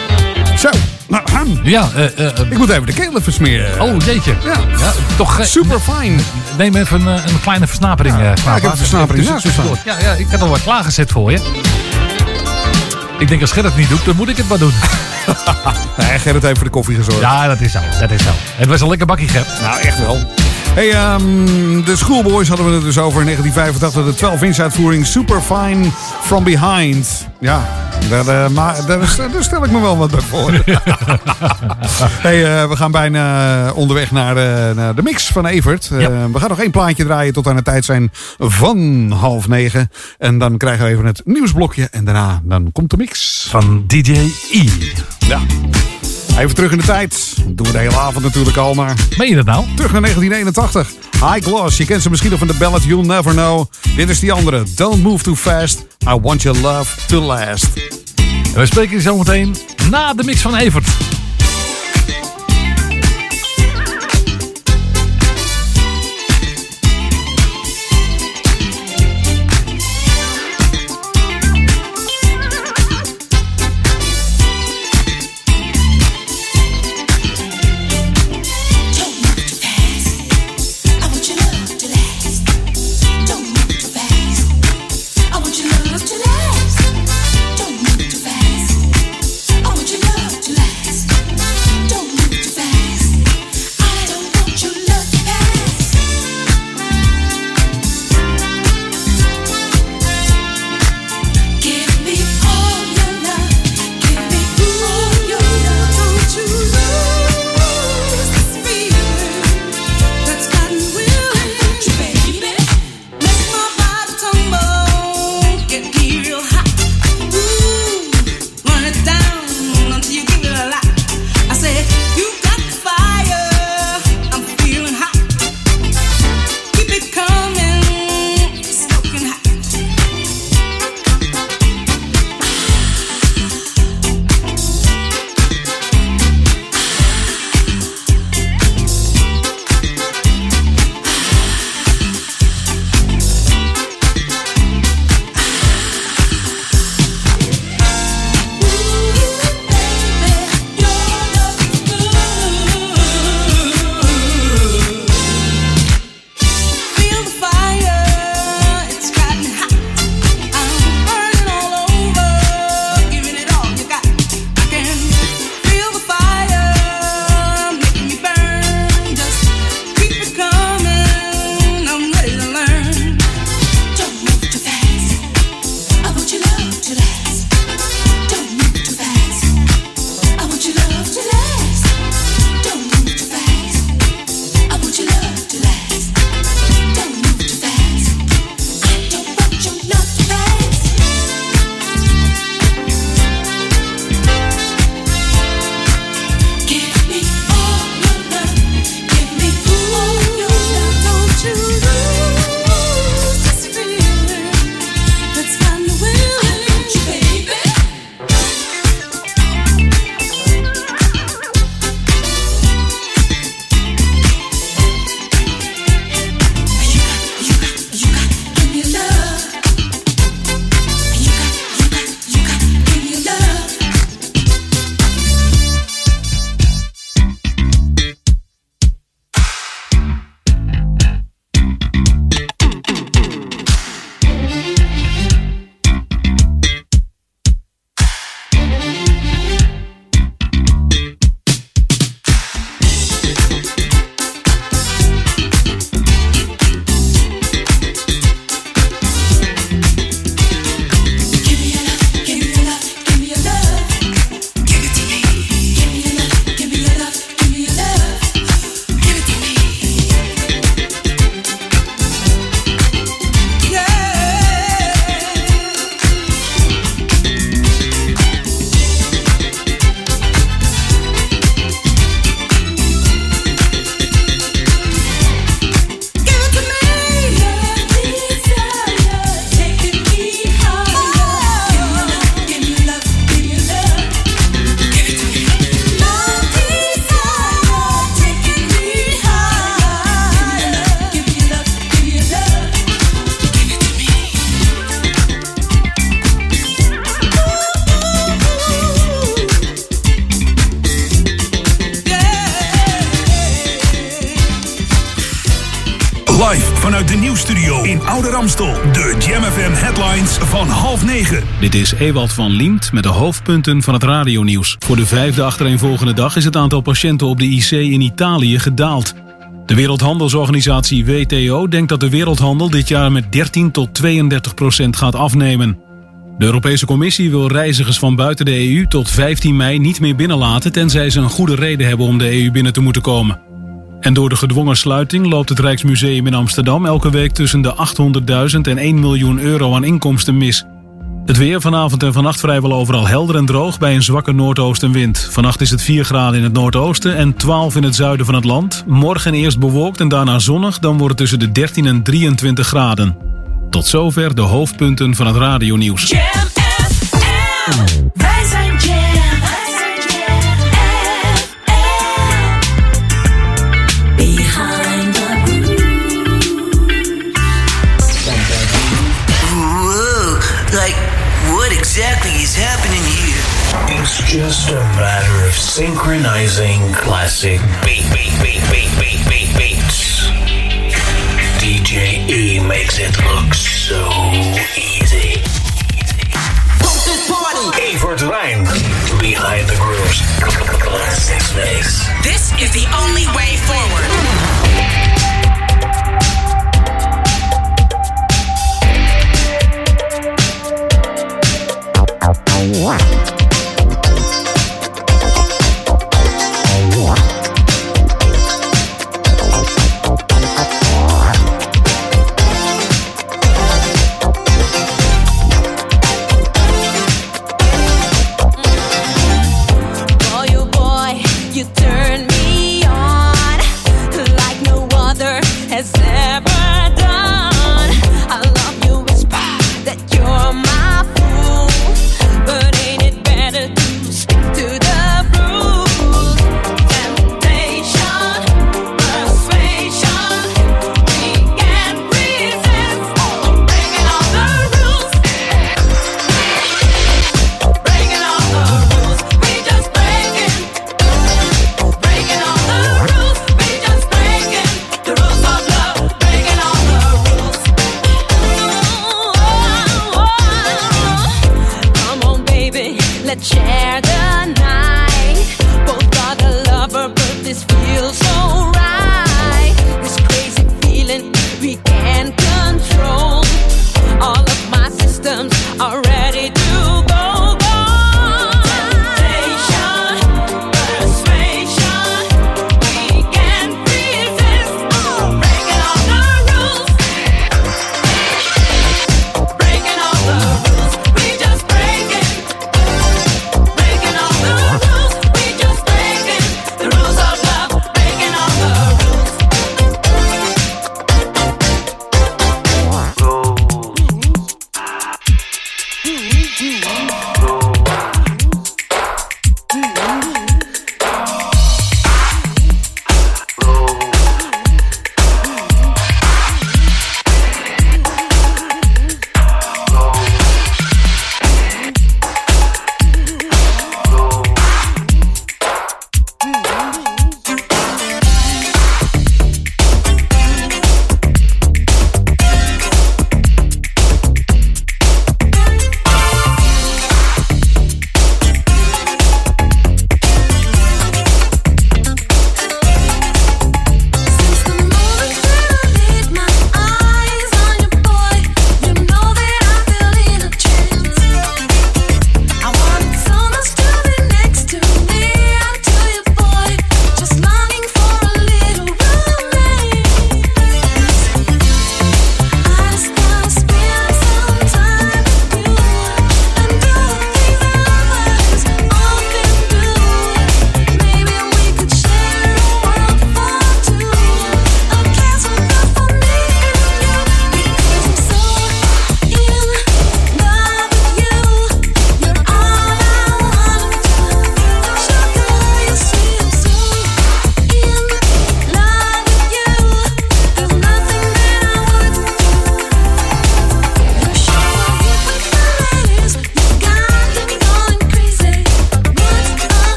Zo, nou, ja, ik moet even de keel even smeren. Oh, jeetje. Ja, toch super fijn. Neem even een kleine versnapering. Ja, ik heb een versnapering. Ja, ik heb al wat klaargezet voor je. Ik denk als Gerrit het niet doet, dan moet ik het maar doen. Nee, Gerrit heeft voor de koffie gezorgd. Ja, dat is zo. Het was een lekker bakkie, Gerrit. Nou, echt wel. Hey, de Schoolboys hadden we het dus over in 1985. De 12-inch uitvoering Super Fine From Behind. Ja, daar stel ik me wel wat bij voor. Hey, we gaan bijna onderweg naar de mix van Evert. We gaan nog één plaatje draaien tot aan de tijd zijn van 8:30. En dan krijgen we even het nieuwsblokje. En daarna dan komt de mix. Van DJ E. Ja. Even terug in de tijd. Dat doen we de hele avond natuurlijk al, maar... Meen je dat nou? Terug naar 1981. High Gloss. Je kent ze misschien nog van de ballad You'll Never Know. Dit is die andere. Don't Move Too Fast. I Want Your Love To Last. En we spreken je zo meteen na de mix van Evert. Last. Live vanuit de nieuwsstudio in Ouder Amstel. De Jam FM headlines van 8:30. Dit is Ewald van Liemt met de hoofdpunten van het radionieuws. Voor de 5e achtereenvolgende dag is het aantal patiënten op de IC in Italië gedaald. De Wereldhandelsorganisatie WTO denkt dat de wereldhandel dit jaar met 13 tot 32% gaat afnemen. De Europese Commissie wil reizigers van buiten de EU tot 15 mei niet meer binnenlaten, tenzij ze een goede reden hebben om de EU binnen te moeten komen. En door de gedwongen sluiting loopt het Rijksmuseum in Amsterdam elke week tussen de 800.000 en 1 miljoen euro aan inkomsten mis. Het weer vanavond en vannacht vrijwel overal helder en droog bij een zwakke noordoostenwind. Vannacht is het 4 graden in het noordoosten en 12 in het zuiden van het land. Morgen eerst bewolkt en daarna zonnig, dan wordt het tussen de 13 en 23 graden. Tot zover de hoofdpunten van het radionieuws. Jam FM. Wij zijn Jam. Behind the Whoa, like what exactly is happening here? It's just a matter of synchronizing classic beats. DJ E makes it look so easy. Pump this party! Evert Rijn, Behind the Grooves, Classics Mix. This is the only way forward. Boy, oh boy, you turn me on.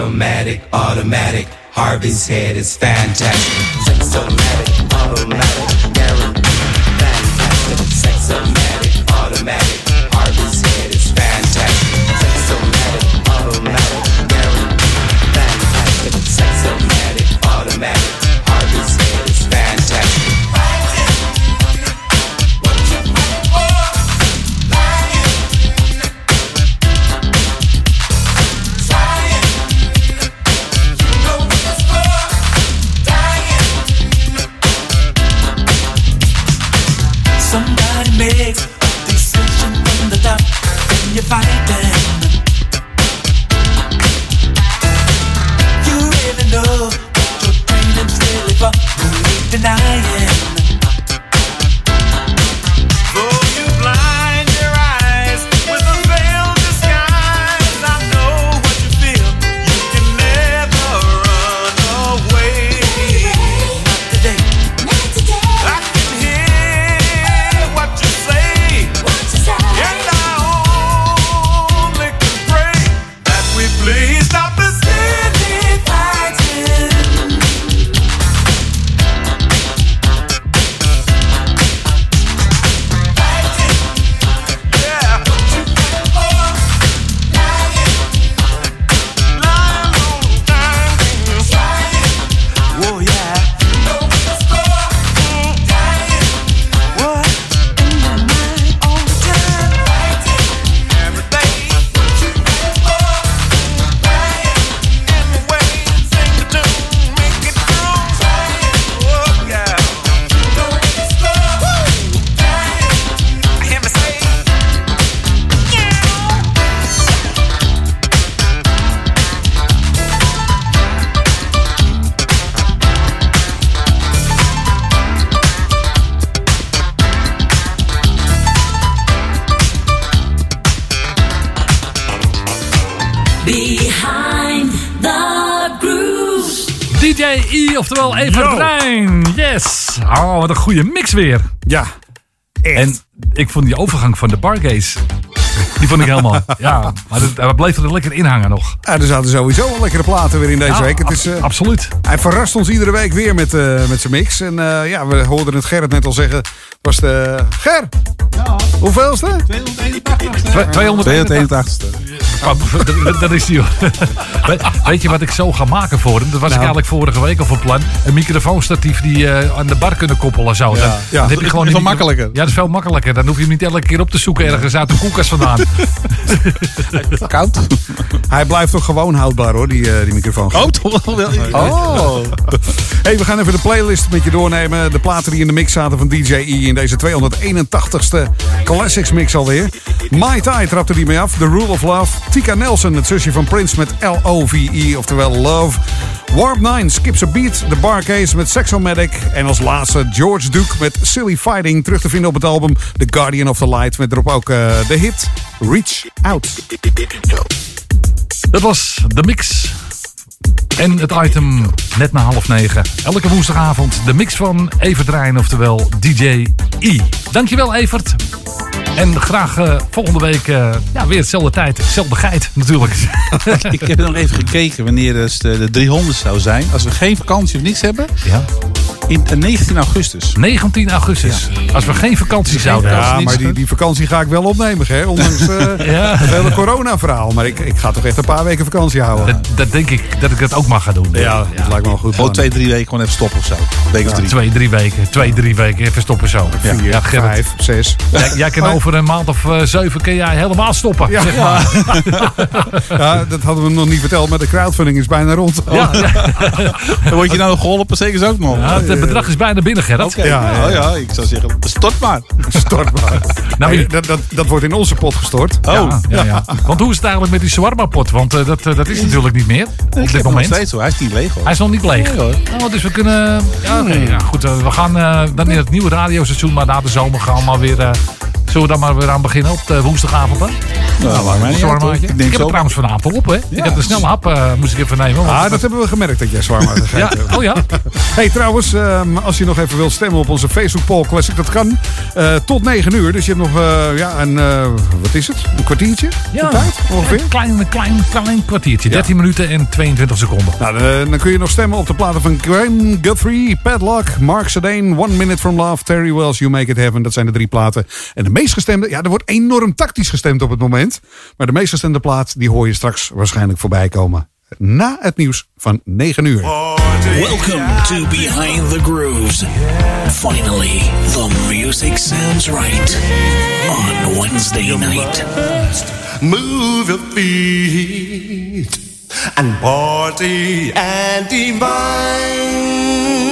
Sexomatic, automatic. Harvey's head is fantastic. Sexomatic, automatic. Guaranteed fantastic. Sexomatic, automatic. Harvey's head is fantastic. Sexomatic, automatic. Guaranteed fantastic. Sexomatic, automatic. Harvey's head is fantastic. Somebody makes a decision from the top, and you fight them. You really know what your training's really for. You ain't denying. Though you blind your eyes with a veiled disguise, I know what you feel. You can never run away. Not today. Not today. I can hear what you say. And I only can pray that we please stop this silly fighting. Yeah. Lying on time. Oh yeah. What? In my mind all the time. Every day. Anyway, sing the tune, make it through. Oh yeah. I hear me say, Behind the grooves. DJ E, oftewel Evert Rijn. Yes. Oh, wat een goede mix weer. Ja, echt. En ik vond die overgang van de Bargaze, die vond ik helemaal... Ja, maar we bleven er lekker in hangen nog. Ja, er zaten sowieso wel lekkere platen weer in deze week. Het is, absoluut. Hij verrast ons iedere week weer met zijn mix. En ja, we hoorden het Gerrit net al zeggen. Was de... Ger! Ja. Hoeveelste? 281ste. Dat is die. Weet je wat ik zo ga maken voor hem? Dat was ik eigenlijk vorige week al van plan. Een microfoonstatief die aan de bar kunnen koppelen. Zo. Ja. Dan heb je gewoon veel makkelijker. Ja, dat is veel makkelijker. Dan hoef je hem niet elke keer op te zoeken ergens uit de koelkast vandaan. Koud. Hij blijft toch gewoon houdbaar hoor, die microfoon. Oh, toch wel. Oh. Hey, we gaan even de playlist met je doornemen. De platen die in de mix zaten van DJ E in deze 281ste Classics mix alweer. Mai Tai trapte die mee af. The Rule of Love. Tika Nelson, het zusje van Prince met L-O-V-E, oftewel Love. Warp 9, Skips a Beat. The Barcase met Sexomatic. En als laatste George Duke met Silly Fighting. Terug te vinden op het album The Guardian of the Light. Met erop ook de hit Reach Out. Dat was de mix. En het item net na 8:30. Elke woensdagavond de mix van Evert Rijn, oftewel DJ E. Dankjewel Evert. En graag volgende week weer hetzelfde tijd, hetzelfde geit natuurlijk. Ik heb nog even gekeken wanneer dus de 300 zou zijn. Als we geen vakantie of niks hebben. Ja. In 19 augustus. 19 augustus. Ja. Als we geen vakantie zouden hebben. Ja, maar die vakantie ga ik wel opnemen, hè? Ondanks het hele corona-verhaal. Maar ik ga toch echt een paar weken vakantie houden. Dat denk ik dat ik dat ook mag gaan doen. Ja, dat lijkt me wel goed. Gewoon 2-3 weken gewoon even stoppen of zo. Week of 3. 2-3 weken even stoppen zo. 4, 5, 6. Jij kan over een maand of 7 kun jij helemaal stoppen. Ja. Zeg maar. Ja, dat hadden we nog niet verteld, maar de crowdfunding is bijna rond. Ja. Dan word je nou geholpen, zeker zo ook nog. Ja, het bedrag is bijna binnen, Gerrit. Okay. Ja, ik zou zeggen, stort maar. Nou, dat wordt in onze pot gestort. Oh. Ja. Want hoe is het eigenlijk met die shawarma-pot? Want dat is natuurlijk niet meer op dit moment. Nog steeds zo. Hij is niet leeg hoor. Hij is nog niet leeg. Nee, dus we kunnen... Ja, goed, we gaan dan in het nieuwe radioseizoen, maar na de zomer gaan we maar weer Zullen we dan maar weer aan beginnen op de woensdagavond, hè? Zwarmaatje. Ik heb het trouwens vanavond al op, hè? Ik heb een snelle hap, moest ik even nemen. Dat hebben we gemerkt dat jij zwarma gegeten hebt. Ja, oh ja. Hey, trouwens, als je nog even wilt stemmen op onze Facebook Poll Classic, dat kan tot 9 uur. Dus je hebt nog wat is het? Een kwartiertje? Ja, tijd, ongeveer? Een klein kwartiertje. 13 minuten en 22 seconden. Nou, dan kun je nog stemmen op de platen van Graham Guthrie, Padlock, Mark Sedane, One Minute From Love, Terry Wells, You Make It Heaven. Dat zijn de 3 platen. En de meest gestemde, er wordt enorm tactisch gestemd op het moment. Maar de meest gestemde plaat, die hoor je straks waarschijnlijk voorbij komen. Na het nieuws van 9 uur. Welcome to Behind the Grooves. Finally, the music sounds right on Wednesday night. Move your feet and party and divine.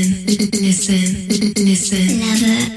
listen, never.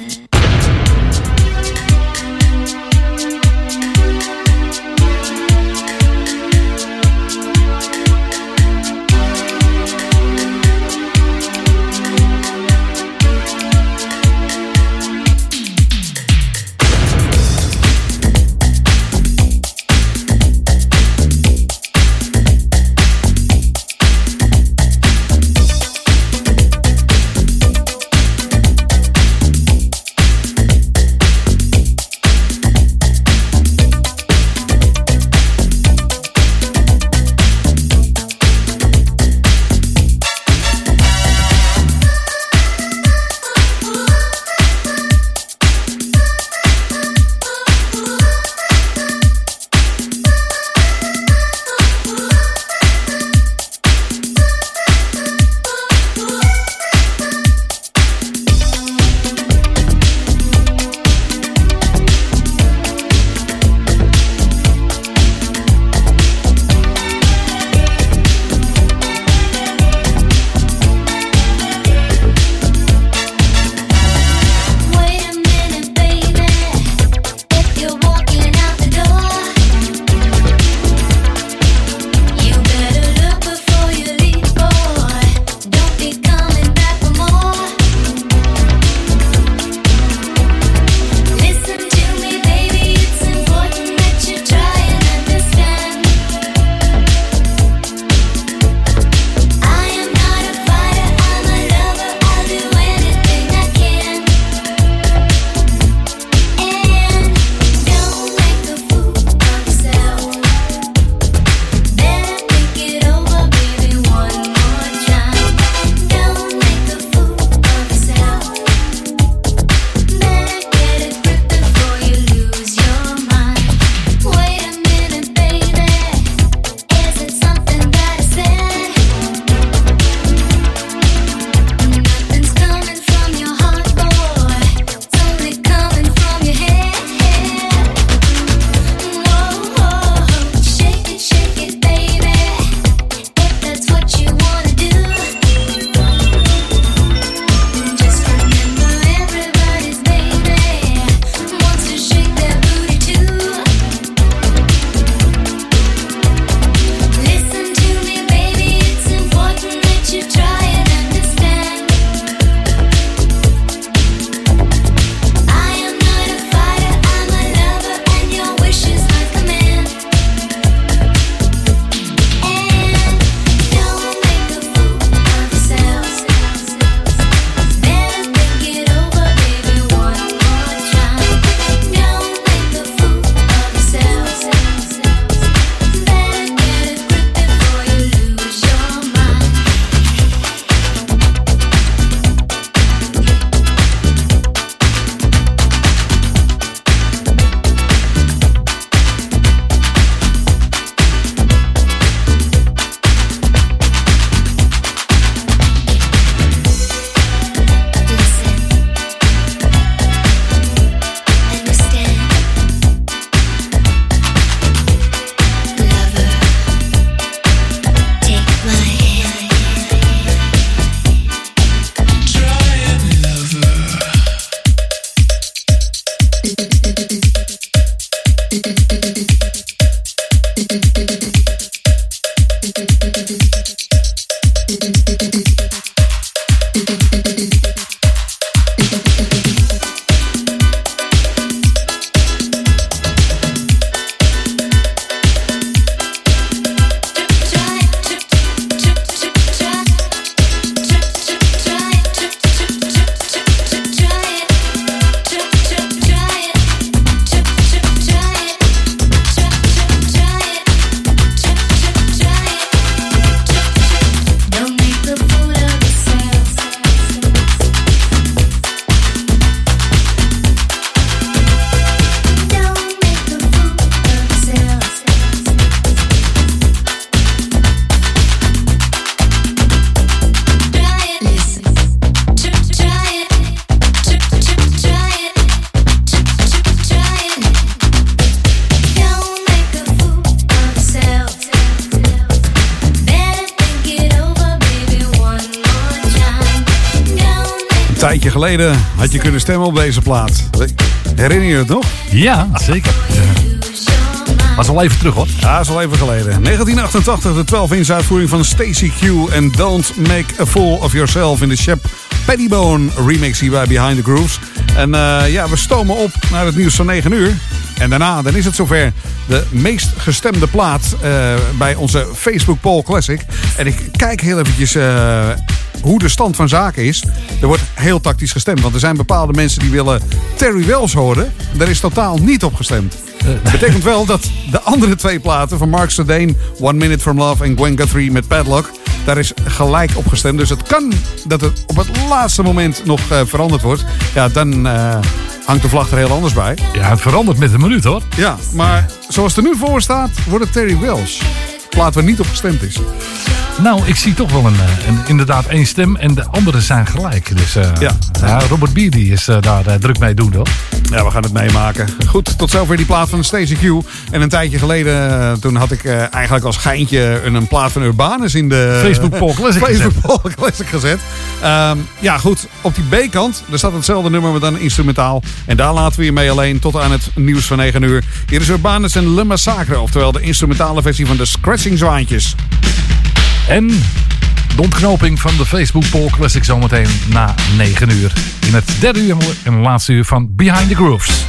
Een tijdje geleden had je kunnen stemmen op deze plaat. Herinner je het nog? Ja, zeker. Was al even terug, hoor. Ja, is al even geleden. 1988, de 12-inch uitvoering van Stacey Q en Don't Make a Fool of Yourself in de Shep Pettibone remix hier bij Behind the Grooves. En we stomen op naar het nieuws van 9 uur. En daarna, dan is het zover, de meest gestemde plaat bij onze Facebook Poll Classic. En ik kijk heel eventjes hoe de stand van zaken is. Er wordt heel tactisch gestemd, want er zijn bepaalde mensen die willen Terry Wells horen. Daar is totaal niet op gestemd. Dat betekent wel dat de andere 2 platen van Mark Sedane, One Minute From Love en Gwen Guthrie met Padlock, daar is gelijk op gestemd. Dus het kan dat het op het laatste moment nog veranderd wordt. Ja, dan hangt de vlag er heel anders bij. Ja, het verandert met een minuut, hoor. Ja, maar zoals het er nu voor staat, wordt het Terry Wells. Plaat waar niet op gestemd is. Nou, ik zie toch wel inderdaad 1 stem en de anderen zijn gelijk. Dus Robert B. die is daar druk mee doen, hoor. Ja, we gaan het meemaken. Goed, tot zover die plaat van Stacey Q. En een tijdje geleden, toen had ik eigenlijk als geintje een plaat van Urbanus in de Facebook Poll Classic gezet. Goed, op die B-kant, daar staat hetzelfde nummer, maar dan instrumentaal. En daar laten we je mee alleen tot aan het nieuws van 9 uur. Hier is Urbanus en Le Massacre, oftewel de instrumentale versie van de Scratching Zwaantjes. En de ontknoping van de Facebook Poll Classic zometeen na 9 uur. In het 3e uur en laatste uur van Behind the Grooves.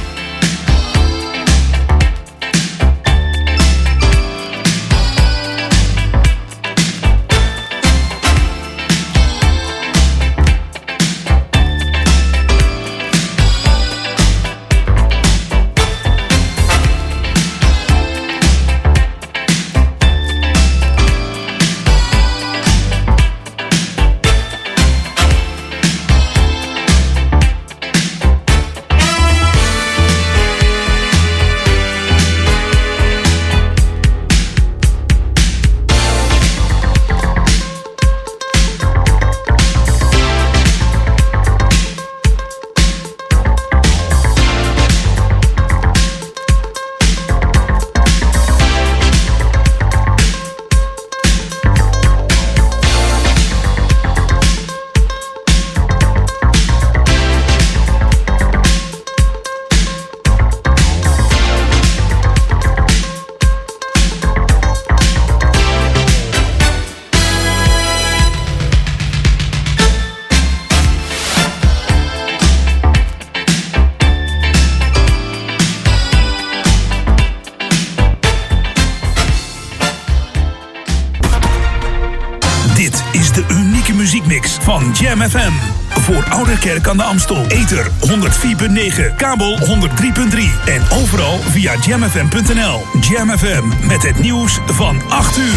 Van Jam FM. Voor Ouderkerk aan de Amstel. Ether 104.9, kabel 103.3 en overal via jamfm.nl. Jam FM met het nieuws van 8 uur.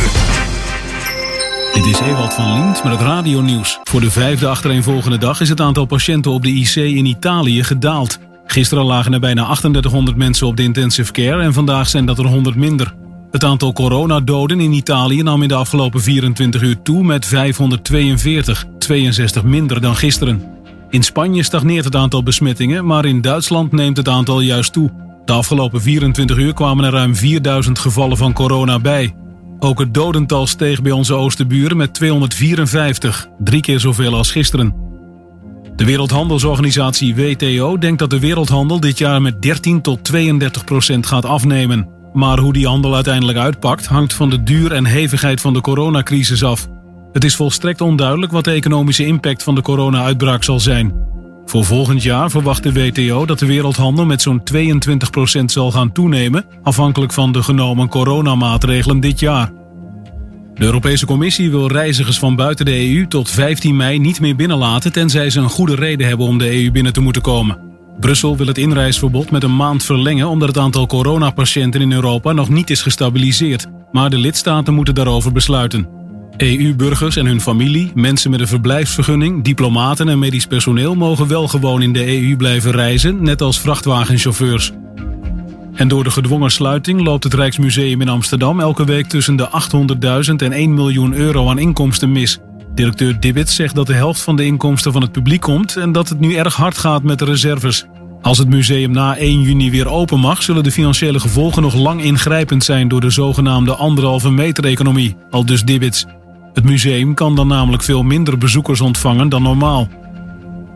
Dit is Ewald van Liemt met het radionieuws. Voor de 5e achtereenvolgende dag is het aantal patiënten op de IC in Italië gedaald. Gisteren lagen er bijna 3800 mensen op de intensive care en vandaag zijn dat er 100 minder. Het aantal coronadoden in Italië nam in de afgelopen 24 uur toe met 542, 62 minder dan gisteren. In Spanje stagneert het aantal besmettingen, maar in Duitsland neemt het aantal juist toe. De afgelopen 24 uur kwamen er ruim 4000 gevallen van corona bij. Ook het dodental steeg bij onze oosterburen met 254, 3 keer zoveel als gisteren. De Wereldhandelsorganisatie WTO denkt dat de wereldhandel dit jaar met 13 tot 32% gaat afnemen. Maar hoe die handel uiteindelijk uitpakt hangt van de duur en hevigheid van de coronacrisis af. Het is volstrekt onduidelijk wat de economische impact van de corona-uitbraak zal zijn. Voor volgend jaar verwacht de WTO dat de wereldhandel met zo'n 22% zal gaan toenemen, afhankelijk van de genomen coronamaatregelen dit jaar. De Europese Commissie wil reizigers van buiten de EU tot 15 mei niet meer binnenlaten, tenzij ze een goede reden hebben om de EU binnen te moeten komen. Brussel wil het inreisverbod met een maand verlengen omdat het aantal coronapatiënten in Europa nog niet is gestabiliseerd. Maar de lidstaten moeten daarover besluiten. EU-burgers en hun familie, mensen met een verblijfsvergunning, diplomaten en medisch personeel mogen wel gewoon in de EU blijven reizen, net als vrachtwagenchauffeurs. En door de gedwongen sluiting loopt het Rijksmuseum in Amsterdam elke week tussen de 800.000 en 1 miljoen euro aan inkomsten mis. Directeur Dibbits zegt dat de helft van de inkomsten van het publiek komt en dat het nu erg hard gaat met de reserves. Als het museum na 1 juni weer open mag, zullen de financiële gevolgen nog lang ingrijpend zijn door de zogenaamde 1,5 meter economie, aldus Dibbits. Het museum kan dan namelijk veel minder bezoekers ontvangen dan normaal.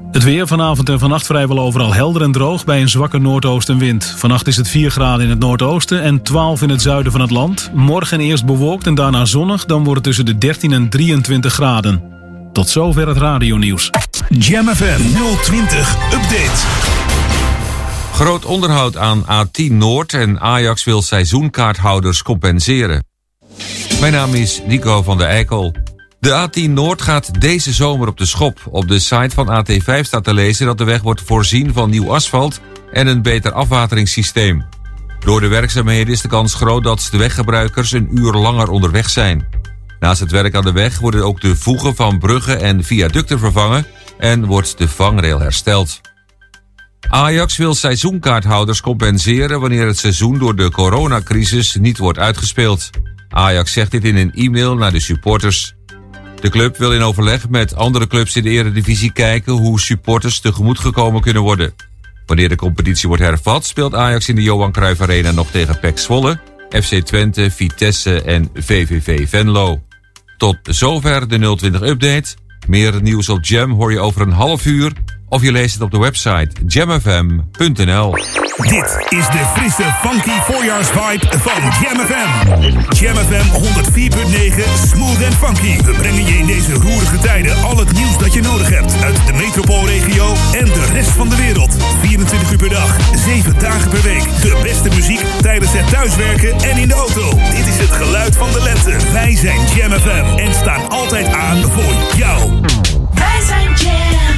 Het weer vanavond en vannacht vrijwel overal helder en droog bij een zwakke noordoostenwind. Vannacht is het 4 graden in het noordoosten en 12 in het zuiden van het land. Morgen eerst bewolkt en daarna zonnig, dan wordt het tussen de 13 en 23 graden. Tot zover het radionieuws. Jam FM 020 Update. Groot onderhoud aan A10 Noord en Ajax wil seizoenkaarthouders compenseren. Mijn naam is Nico van der Eikel. De A10 Noord gaat deze zomer op de schop. Op de site van AT5 staat te lezen dat de weg wordt voorzien van nieuw asfalt en een beter afwateringssysteem. Door de werkzaamheden is de kans groot dat de weggebruikers een uur langer onderweg zijn. Naast het werk aan de weg worden ook de voegen van bruggen en viaducten vervangen en wordt de vangrail hersteld. Ajax wil seizoenkaarthouders compenseren wanneer het seizoen door de coronacrisis niet wordt uitgespeeld. Ajax zegt dit in een e-mail naar de supporters. De club wil in overleg met andere clubs in de Eredivisie kijken hoe supporters tegemoetgekomen kunnen worden. Wanneer de competitie wordt hervat, speelt Ajax in de Johan Cruijff Arena nog tegen PEC Zwolle, FC Twente, Vitesse en VVV Venlo. Tot zover de 020 Update. Meer nieuws op Jam hoor je over een half uur of je leest het op de website jamfm.nl. Dit is de frisse, funky voorjaarsvibe van Jam FM. Jam FM 104.9, smooth en funky. We brengen je in deze roerige tijden al het nieuws dat je nodig hebt uit de metropoolregio en de rest van de wereld. 24 uur per dag, 7 dagen per week. De beste muziek tijdens het thuiswerken en in de auto. Dit is het geluid van de lente. Wij zijn Jam FM en staan altijd aan voor jou. Wij zijn Jam.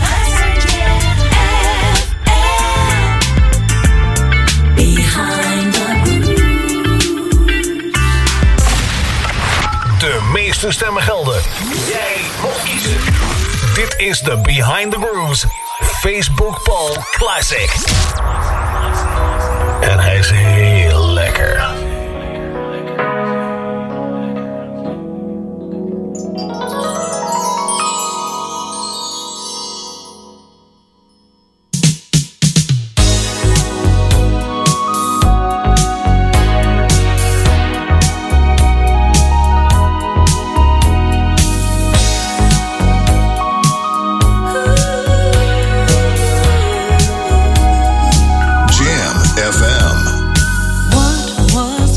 Behind the De meeste stemmen gelden. Jij mag kiezen. Dit is de Behind the Grooves Facebook Poll Classic. En hij is heel lekker. What was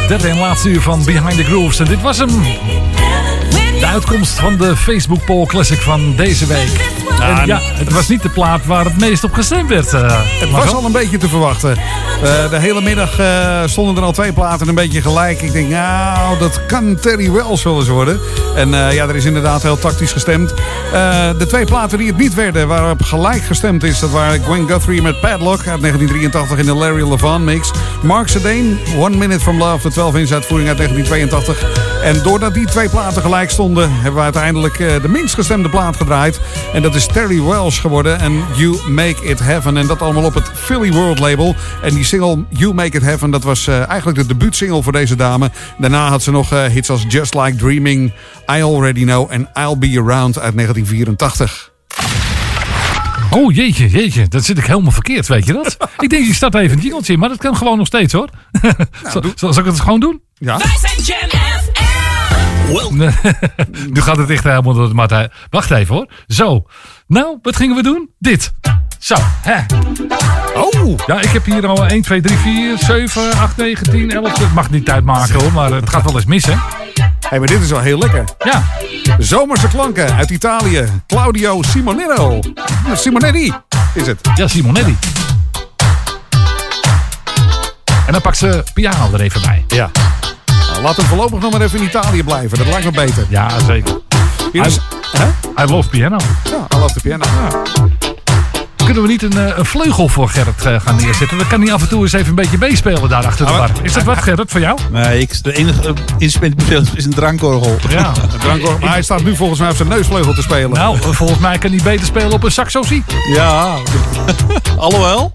derde en laatste uur van Behind the Grooves. En dit was hem. De uitkomst van de Facebook Poll Classic van deze week. En ja, het was niet de plaat waar het meest op gestemd werd. Het was al een beetje te verwachten. De hele middag stonden er al 2 platen een beetje gelijk. Ik denk, nou, dat kan Terry Wells wel eens worden. En er is inderdaad heel tactisch gestemd. De 2 platen die het niet werden, waarop gelijk gestemd is, dat waren Gwen Guthrie met Padlock uit 1983 in de Larry Levan mix. Mark Sedain, 1 Minute From Love, de 12-inch uitvoering uit 1982. En doordat die 2 platen gelijk stonden, hebben we uiteindelijk de minst gestemde plaat gedraaid. En dat is Terry Wells geworden en You Make It Heaven. En dat allemaal op het Philly World label. En die single You Make It Heaven, dat was eigenlijk de debuutsingle voor deze dame. Daarna had ze nog hits als Just Like Dreaming, I Already Know en I'll Be Around uit 1984. Oh jeetje, dat zit ik helemaal verkeerd, weet je dat? Ik denk, je start even een jingeltje in, maar dat kan gewoon nog steeds hoor. Zal ik het gewoon doen? Ja. Wij zijn Jam FM. Nu gaat het echt helemaal door de mat. Wacht even hoor. Zo. Nou, wat gingen we doen? Dit. Zo. Hè. Oh. Ja, ik heb hier al 1, 2, 3, 4, 7, 8, 9, 10, 11. Het mag niet uitmaken hoor, maar het gaat wel eens mis hè. Hé, maar dit is wel heel lekker. Ja. Zomerse klanken uit Italië. Claudio Simonetti is het. Ja, Simonetti. En dan pakt ze piano er even bij. Ja. Nou, laat hem voorlopig nog maar even in Italië blijven. Dat lijkt me beter. Ja, zeker. I love piano. Ja, I love the piano. Ja. Kunnen we niet een vleugel voor Gerrit gaan neerzetten? Dan kan hij af en toe eens even een beetje meespelen daar achter de bar. Is dat wat, Gerrit, voor jou? Nee, de enige instrument is een drankorgel. Ja, een drankorgel. Maar hij staat nu volgens mij op zijn neusvleugel te spelen. Nou, volgens mij kan hij beter spelen op een saxofoon. Ja, alhoewel.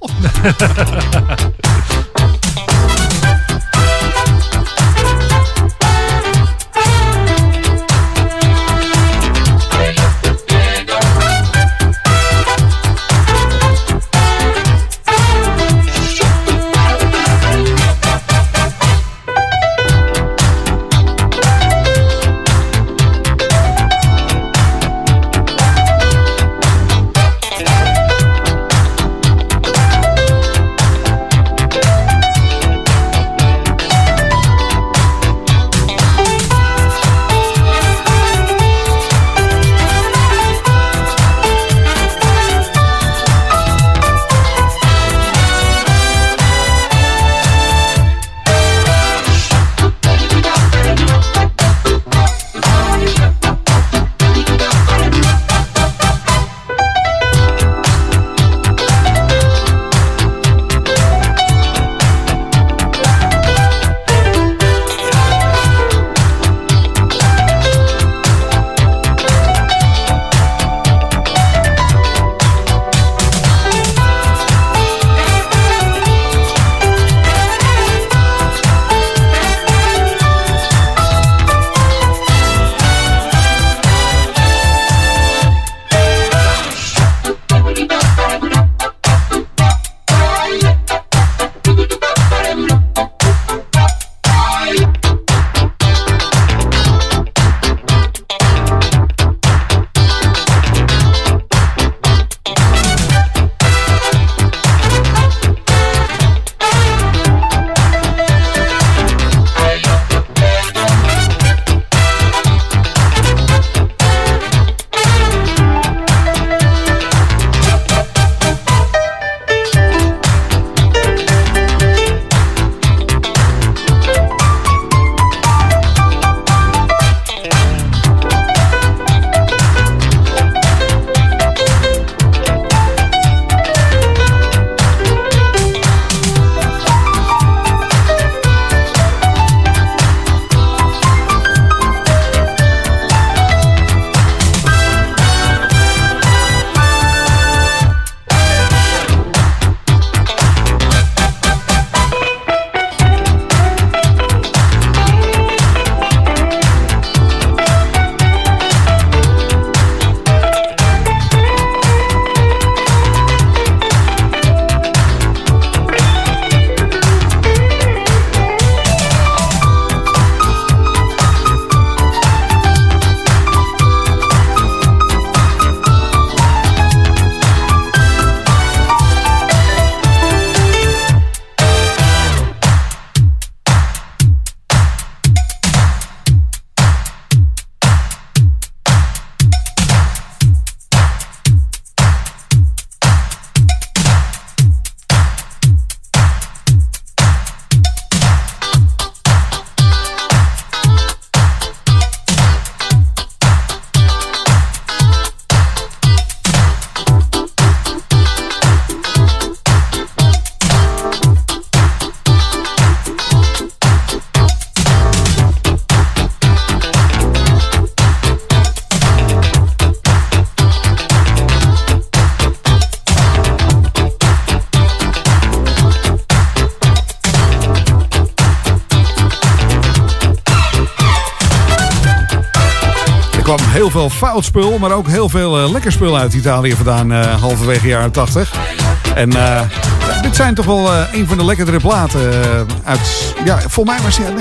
heel veel fout spul, maar ook heel veel lekker spul uit Italië vandaan, halverwege jaren 80. En dit zijn toch wel een van de lekkerdere platen uit, ja, volgens mij was hij uit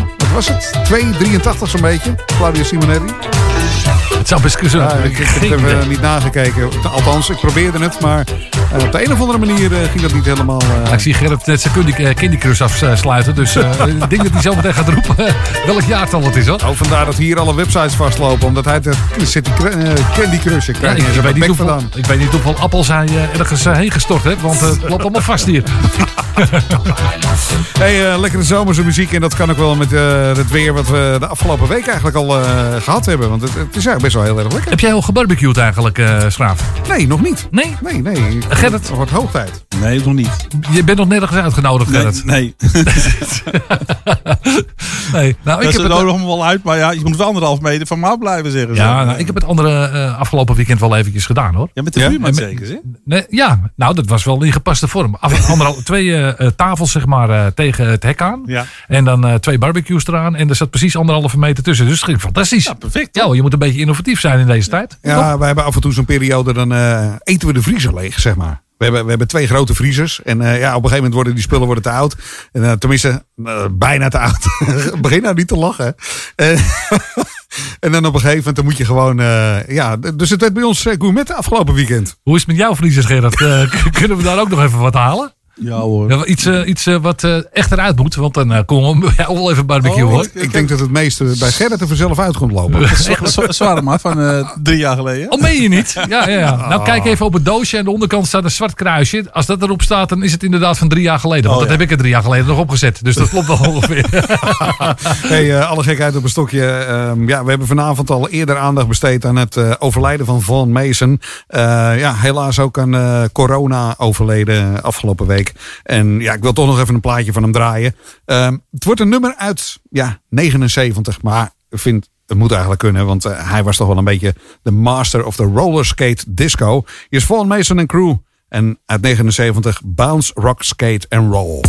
283 zo'n beetje, Claudio Simonetti. Het zou best kunnen. Ja, ik heb het even niet nagekeken. Althans, ik probeerde het, maar op de een of andere manier ging dat niet helemaal... Ik zie Gerrit net zijn Candy Crush afsluiten. Dus ik denk dat hij zo meteen gaat roepen welk jaartal het is, hoor. Oh, vandaar dat hier alle websites vastlopen. Omdat hij zit die Candy Crush. Ik weet niet hoeveel appels hij ergens heen gestort heeft. Want het loopt allemaal vast hier. Hey, lekkere zomerse muziek. En dat kan ook wel met het weer wat we de afgelopen week eigenlijk al gehad hebben. Want het is eigenlijk best wel heel erg lekker. Heb jij al gebarbecued eigenlijk, Schraaf? Nee, nog niet. Nee? Nee. Gerrit? Het wordt hoog tijd. Nee, nog niet. Je bent nog nergens uitgenodigd, Gerrit? Nee. Nee. Nou, ik heb het nodig wel uit, maar ja, je moet wel 1,5 meter van me af blijven zeggen. Ja, nou, ik heb het andere afgelopen weekend wel eventjes gedaan, hoor. Ja, met de buurman zeker, hè? Nee, ja, nou, dat was wel in gepaste vorm. 2 tafels, zeg maar, tegen het hek aan. Ja. En dan 2 barbecues eraan. En er zat precies 1,5 meter tussen. Dus het ging fantastisch. Ja, perfect. Ja, je moet een beetje innovatief zijn in deze tijd. Ja, wij hebben af en toe zo'n periode, dan eten we de vriezer leeg, zeg maar. We hebben 2 grote vriezers. En op een gegeven moment worden die spullen te oud. En, tenminste, bijna te oud. Begin nou niet te lachen. En dan op een gegeven moment dan moet je gewoon... dus het werd bij ons gourmet afgelopen weekend. Hoe is het met jouw vriezers, Gerard? Kunnen we daar ook nog even wat halen? Ja hoor. Ja, iets wat echt eruit moet. Want dan komen we wel even barbecue, hoor. Ik denk dat het meeste bij Gerrit er vanzelf uit komt lopen. Zwaar maar van 3 jaar geleden. Oh, meen je niet? Ja. Nou, kijk even op het doosje. En aan de onderkant staat een zwart kruisje. Als dat erop staat, dan is het inderdaad van 3 jaar geleden. Want dat heb ik er 3 jaar geleden nog opgezet. Dus dat klopt wel ongeveer. Hey, alle gekheid op een stokje. We hebben vanavond al eerder aandacht besteed aan het overlijden van Vaughan Mason. Helaas ook aan corona overleden afgelopen week. En ja, ik wil toch nog even een plaatje van hem draaien. Het wordt een nummer uit 79, maar ik vind het moet eigenlijk kunnen, want hij was toch wel een beetje de master of the roller skate disco. Hier is Vaughan Mason en Crew en uit 79 Bounce, Rock, Skate and Roll.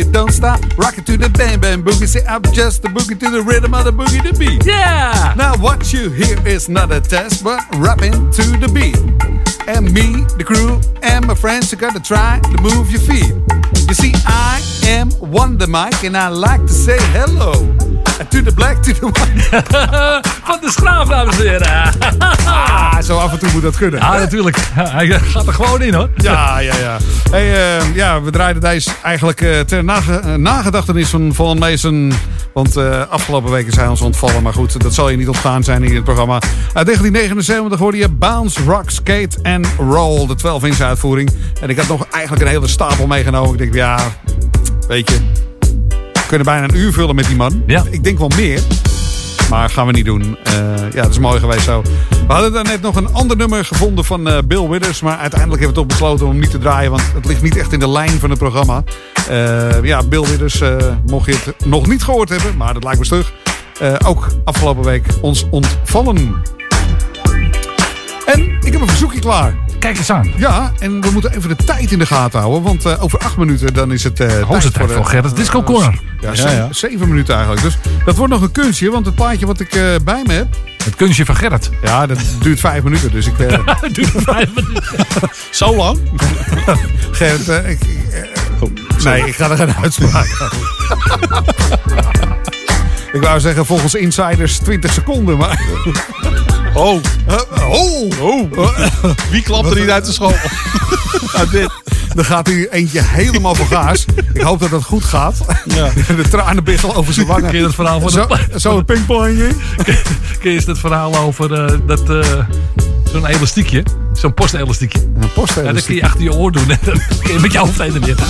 you don't stop. Rock it to the bang bang boogie. Say I'm just a boogie to the rhythm of the boogie to beat. Yeah! Now what you hear is not a test, but rapping to the beat. And me, the crew, and my friends are gonna try to move your feet. You see, I am Wonder Mike, and I like to say hello to the black, to the white. Van de Schraaf, dames en heren. Zo af en toe moet dat kunnen. Ja, natuurlijk. Hij gaat er gewoon in, hoor. Ja. Hey, we draaiden deze eigenlijk ter nagedachtenis van Van Mason. Want afgelopen weken zijn ons ontvallen. Maar goed, dat zal je niet ontgaan zijn in het programma. Uit 1979 hoorde je Bounce, Rock, Skate en Roll. De 12-inch uitvoering. En ik had nog eigenlijk een hele stapel meegenomen. Ik denk, ja, weet je, we kunnen bijna een uur vullen met die man. Ja. Ik denk wel meer. Maar gaan we niet doen. Ja, dat is mooi geweest zo. We hadden daarnet nog een ander nummer gevonden van Bill Withers. Maar uiteindelijk hebben we toch besloten om hem niet te draaien. Want het ligt niet echt in de lijn van het programma. Ja, Bill Withers, mocht je het nog niet gehoord hebben. Maar dat lijkt me stug. Ook afgelopen week ons ontvallen. En ik heb een verzoekje klaar. Kijk eens aan. Ja, en we moeten even de tijd in de gaten houden. Want over 8 minuten dan is het tijd voor Gerrit's Disco Corner. Ja, 7 minuten eigenlijk. Dus dat wordt nog een kunstje. Want het plaatje wat ik bij me heb... Het kunstje van Gerrit. Ja, dat duurt 5 minuten. Dus ik... Het duurt 5 minuten. Zo lang? Gerrit, nee, ik ga er geen uitspraak aan. Ik wou zeggen, volgens insiders 20 seconden, maar... Oh. Wie klapt er niet uit de school? Dit. Dan gaat hier eentje helemaal voor gaas. Ik hoop dat dat goed gaat. Ja. De tranenbissel over zijn wangen. Ken je dat verhaal van Zo'n pingpongje? Ken je het verhaal over zo'n elastiekje? Zo'n postelastiekje. Een postelastiekje? Ja, dat kun je achter je oor doen. En dan kun je met je hoofd heen en weer.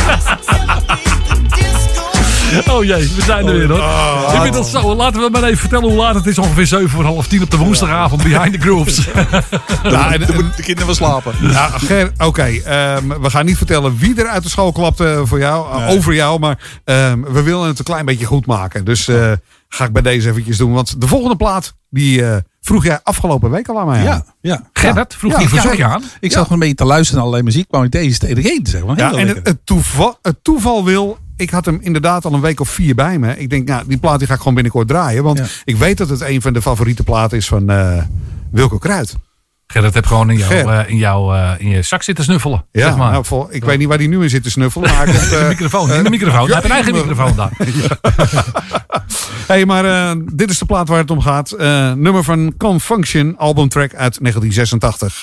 Oh jee, we zijn er weer hoor. Ik vind dat zo. Laten we maar even vertellen hoe laat het is. Ongeveer 7:30 op de woensdagavond. Behind the Grooves. Ja, en de kinderen wel slapen. Ja, Oké, we gaan niet vertellen wie er uit de school klapte voor jou, over jou. Maar we willen het een klein beetje goed maken. Dus ga ik bij deze eventjes doen. Want de volgende plaat, die vroeg jij afgelopen week al aan mij. Ja. Gerrit, vroeg die verzoek je aan? Ik zat gewoon een beetje te luisteren naar allerlei muziek. Kwam ik deze tegen te zeggen. Ja, en het toeval wil... Ik had hem inderdaad al een week of 4 bij me. Ik denk, nou, die plaat die ga ik gewoon binnenkort draaien. Want ik weet dat het een van de favoriete platen is van Wilco Kruid. Gerrit heeft gewoon in je zak zitten snuffelen. Ja, zeg maar. Nou, ik weet niet waar die nu in zit te snuffelen. Maar de microfoon. In de microfoon. Hij heeft een eigen microfoon daar. Hey, maar dit is de plaat waar het om gaat. Nummer van Confunction, albumtrack uit 1986.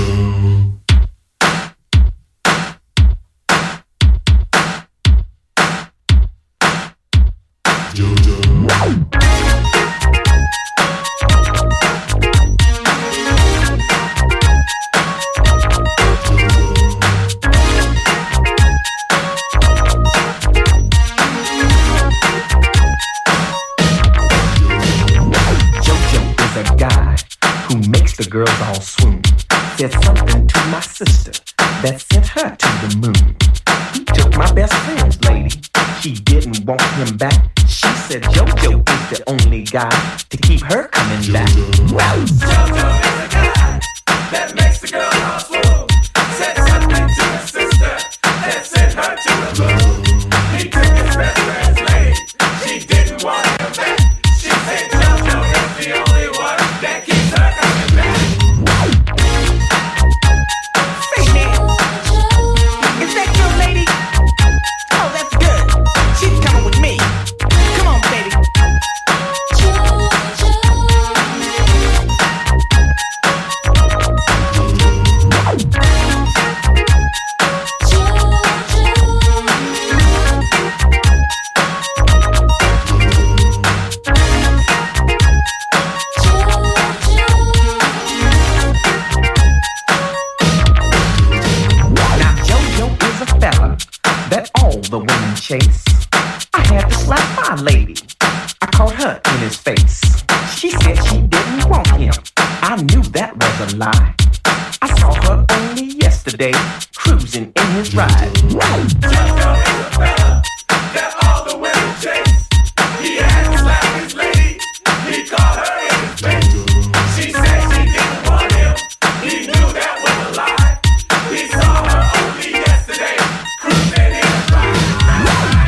The girls all swoon. Said something to my sister that sent her to the moon. He took my best friend's lady. She didn't want him back. She said JoJo is the only guy to keep her coming back. Well, JoJo is the guy that makes the girls all swoon. Said something to my sister that sent her to the moon. He took his best friend's lady. She didn't want him back. She said JoJo is the only one that keeps her coming back. The women chase. I had to slap my lady. I caught her in his face. She said she didn't want him. I knew that was a lie. I saw her only yesterday, cruising in his ride. JoJo is a fella that all the women chase. He had to slap his lady. He caught her in his face. She said she didn't want him. He knew that was a lie. He saw her only yesterday, cruising in his ride.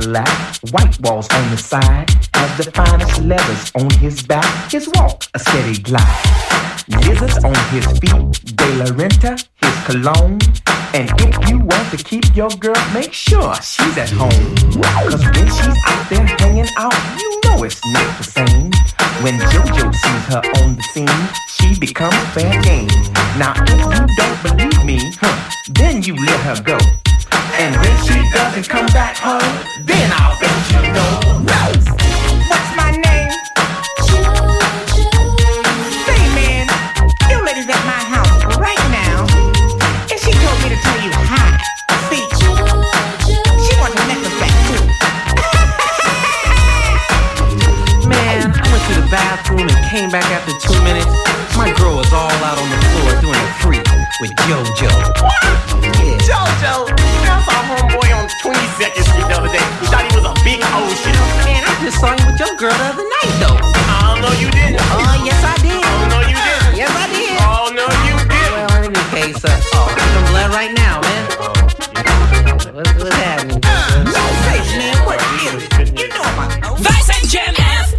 Cadillac, white walls on the side, has the finest leathers on his back. His walk, a steady glide. Lizards on his feet, De La Renta, his cologne. And if you want to keep your girl, make sure she's at home. Cause when she's out there hanging out, you know it's not the same. When JoJo sees her on the scene, she becomes fair game. Now if you don't believe me, then you let her go. And when she doesn't come back home, then I'll bet you know. What's my name? Say man, your lady's at my house right now, and she told me to tell you hi. See, she wants to necklace back too. Man, I went to the bathroom and came back after 2 minutes. My girl was all out on the floor doing a freak with JoJo. What? Yeah. JoJo? I saw homeboy on 22nd Street the other day. He thought he was a big ocean. Man, I just saw him with your girl the other night, though. Oh, no, you didn't. Oh, yes, I did. Oh, no, you didn't. Yes, I did. Oh, no, you didn't. Well, in any case, I'm glad right now, man. What's happening? Say, man, what is it? You know my Vice and Jam FM.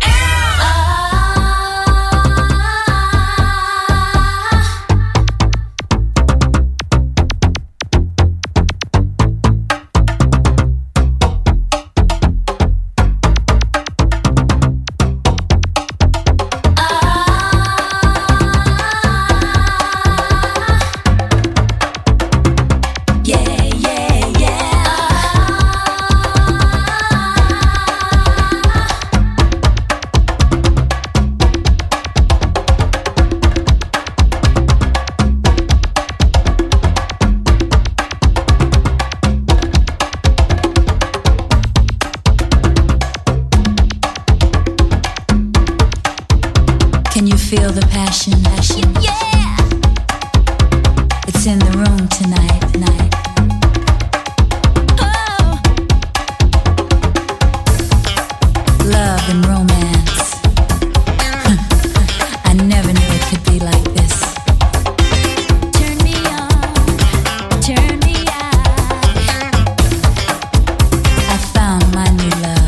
Feel the passion, yeah. It's in the room tonight. Oh. Love and romance. I never knew it could be like this. Turn me on, turn me out. I found my new love.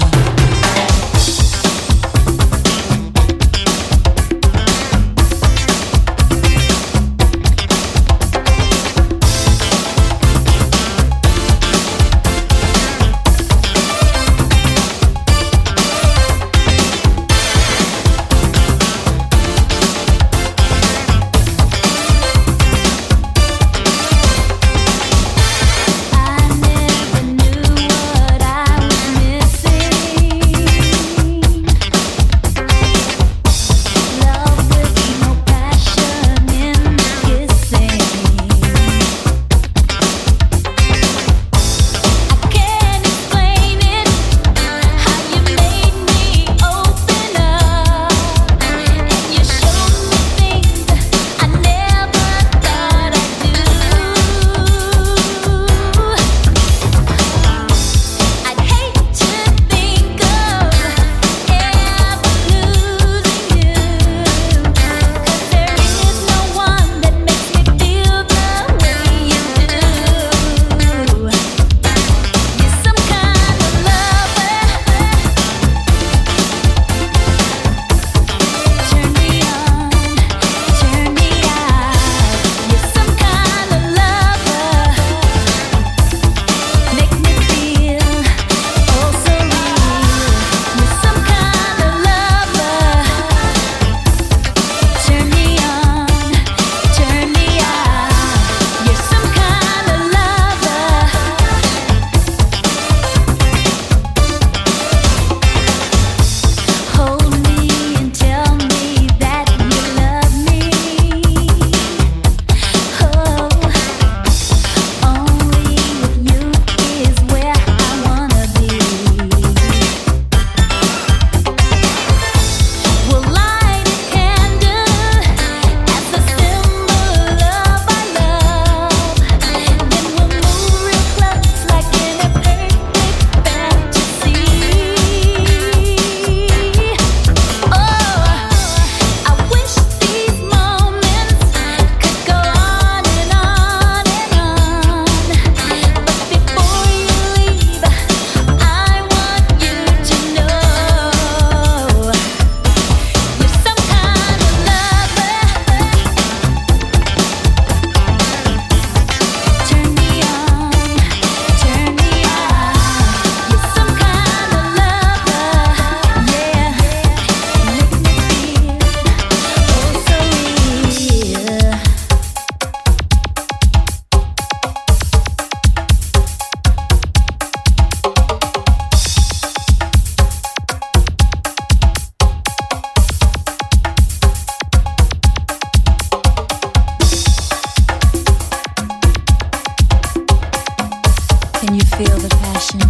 feel the passion.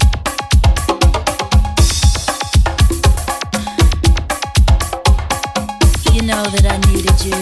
You know that I needed you.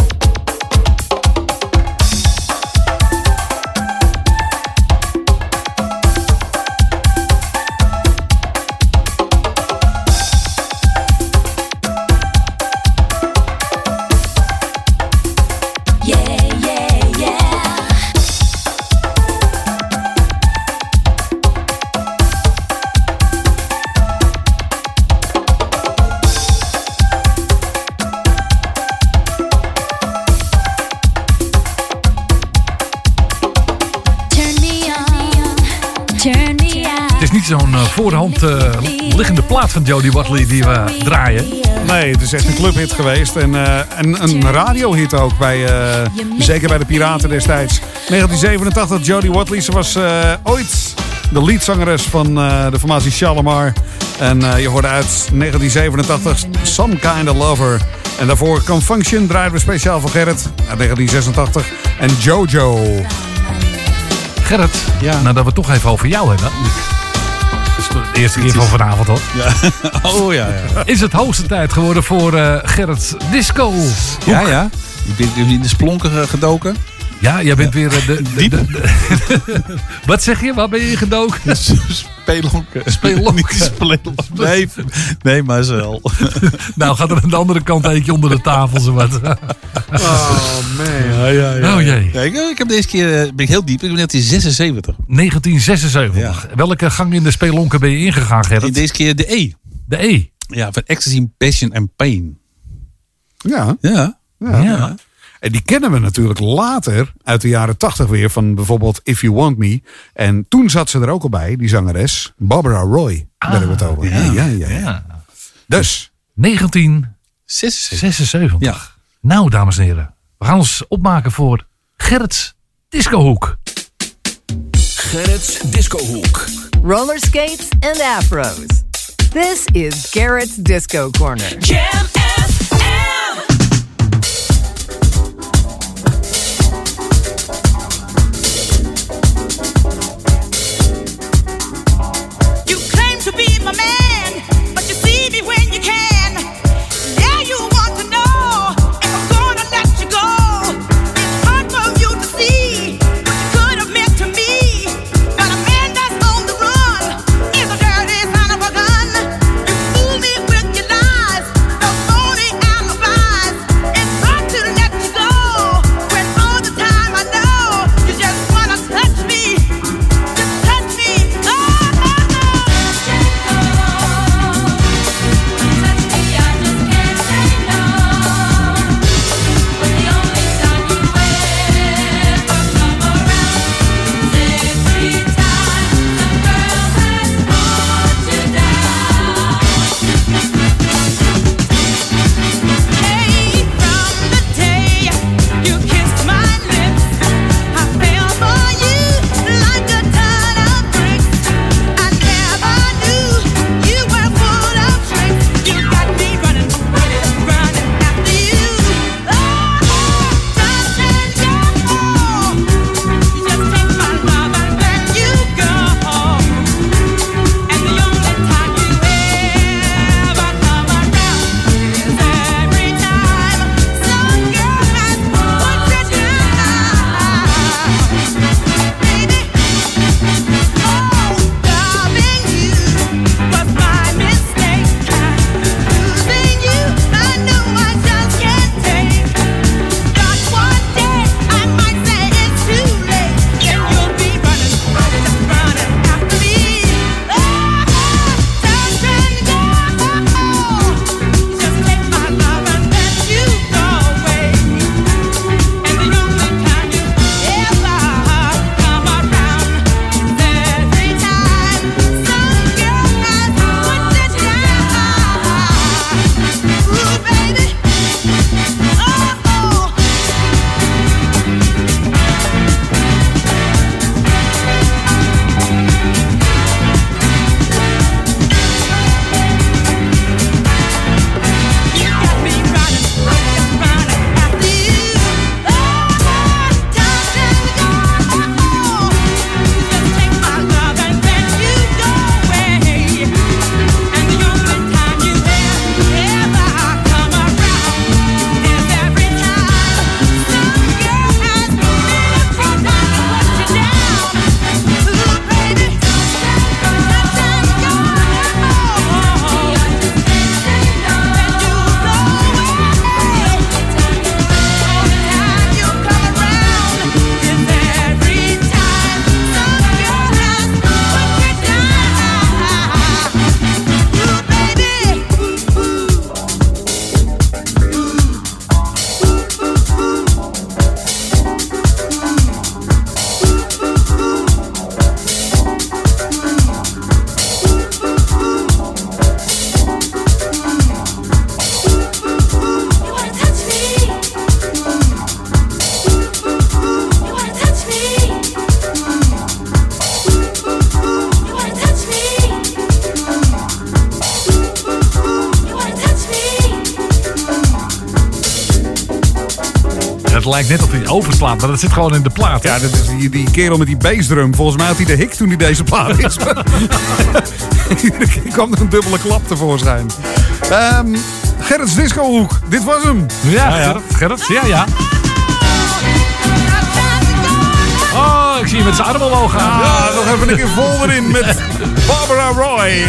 Zo'n voor de hand liggende plaat van Jody Watley die we draaien. Nee, het is echt een clubhit geweest. En een radiohit ook, zeker bij de Piraten destijds. 1987, Jody Watley. Ze was ooit de leadzangeres van de formatie Shalimar. En je hoorde uit 1987 Some Kind of Lover. En daarvoor Come Function draaiden we speciaal voor Gerrit uit 1986. En Jojo. Gerrit, nou dat we het toch even over jou hebben. De eerste keer van vanavond, hoor. Ja. Oh ja. Is het hoogste tijd geworden voor Gerrit Disco? Ja. Je bent nu in de splonken gedoken. Ja, jij bent weer Wat zeg je? Waar ben je gedoken? Spelonken. Spelonken. Nee, maar wel. Nou, gaat er aan de andere kant eentje onder de tafel. Zo wat. Oh, man. Ja. Oh jee. Ja, ik heb deze keer ben ik heel diep. Ik ben 1976. 1976. Ja. Welke gang in de spelonken ben je ingegaan, Gerrit? Deze keer de E. De E? Ja, van Ecstasy, Passion and Pain. Ja. En die kennen we natuurlijk later uit de jaren 80 weer van bijvoorbeeld If You Want Me. En toen zat ze er ook al bij, die zangeres. Barbara Roy. Daar hebben we het over. Ja. Dus. 1976. Ja. Nou, dames en heren. We gaan ons opmaken voor Gerrit's Discohoek. Gerrit's Discohoek. Roller skates and afros. This is Garrett's Disco Corner. Jam FM. You claim to be my man, but you see me when you can. Now you want to know if I'm gonna let you go. It's hard for you to see what you could have meant to me. But a man that's on the run is a dirty son of a gun. You fool me with your lies. The lijkt net of hij overslaat, maar dat zit gewoon in de plaat. Ja, dat is die kerel met die bassdrum. Volgens mij had hij de hik toen hij deze plaat is. Iedere keer kwam er een dubbele klap tevoorschijn. Gerrits Discohoek, dit was hem. Ja. Gerrit, ja. Oh, ik zie je met zijn armen omhoog gaan. Ja, nog even een keer vol erin met Barbara Roy.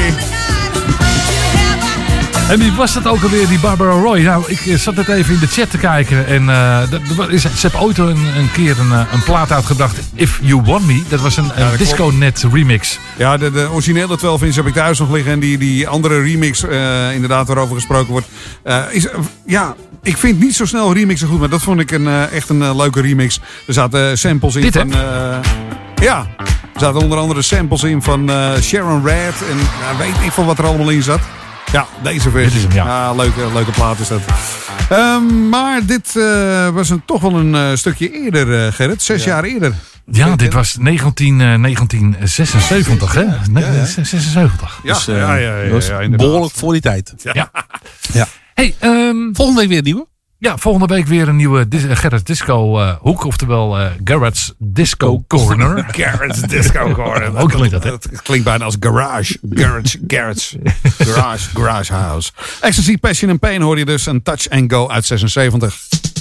En wie was dat ook alweer, die Barbara Roy? Nou, ik zat net even in de chat te kijken. En ze hebben ooit een keer een plaat uitgebracht, If You Want Me. Dat was een Disco-net remix. Ja, de originele 12-inch heb ik thuis nog liggen. En die andere remix, inderdaad, waarover gesproken wordt. Ik vind niet zo snel remixen goed. Maar dat vond ik echt een leuke remix. Er zaten samples in Dit, van... er zaten onder andere samples in van Sharon Red. En weet ik van wat er allemaal in zat. Ja, deze versie. Dit is hem, ja. Leuke plaat is dat. Maar dit was toch wel een stukje eerder, Gerrit. 6 jaar eerder. Ja, dit was 1976, hè? 76. Ja, Dus, inderdaad. Behoorlijk voor die tijd. Ja. Hey, volgende week weer een nieuwe. Ja, volgende week weer een nieuwe Gerrits Disco hoek. Oftewel Garrett's Disco Corner. Garrett's Disco Corner. Ook klinkt dat, hè? Het klinkt bijna als garage. Garrett's Garage House. Ecstasy, Passion and Pain hoor je dus. Een Touch and Go uit 76.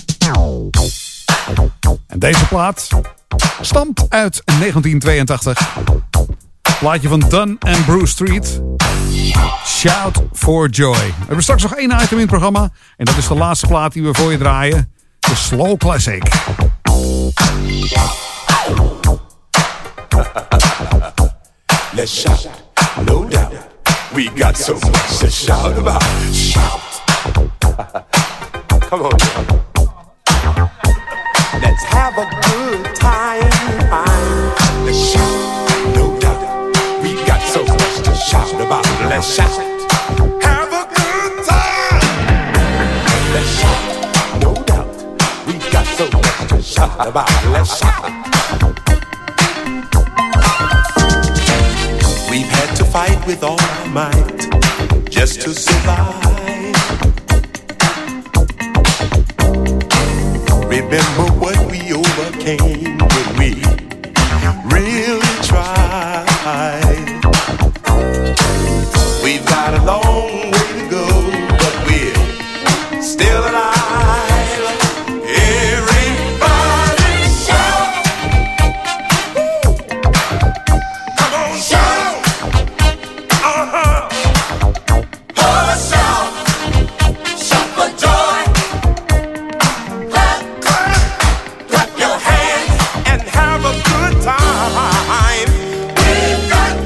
En deze plaat stamt uit 1982. Plaatje van Dunn and Bruce Street. Shout for Joy. We hebben straks nog 1 item in het programma. En dat is de laatste plaat die we voor je draaien. De Slow Classic. Let's shout, no doubt. We got so much to shout about. Shout. Come on. Let's have a good time. Let's shout, no doubt. We got so much to shout about. Let's shout. Have a good time. Let's shout, no doubt. We got so much to shout about. Let's shout. We've had to fight with all our might just to survive. Remember what we overcame when we really tried. We've got a long way to go, but we're still alive. Everybody shout! Come on, shout! Oh, shout! Shout for joy! Clap, clap, clap your hands and have a good time. We've got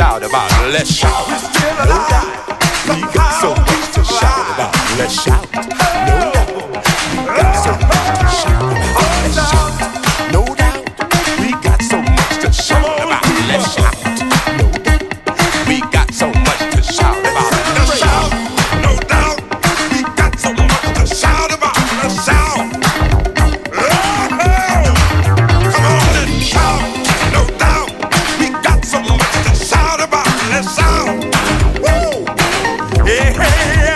shout about. Let's shout. No doubt. We got so much to shout about. Let's shout. No doubt. We got so much to shout about. Let's shout. No doubt. We got so much to shout about. Let's shout. No doubt. We got so much to shout about. Let's shout. No doubt. We got so much to shout about. Let's shout. Come on and shout. No doubt. We got so much to shout about. Let's shout. Woo! Hey, hey,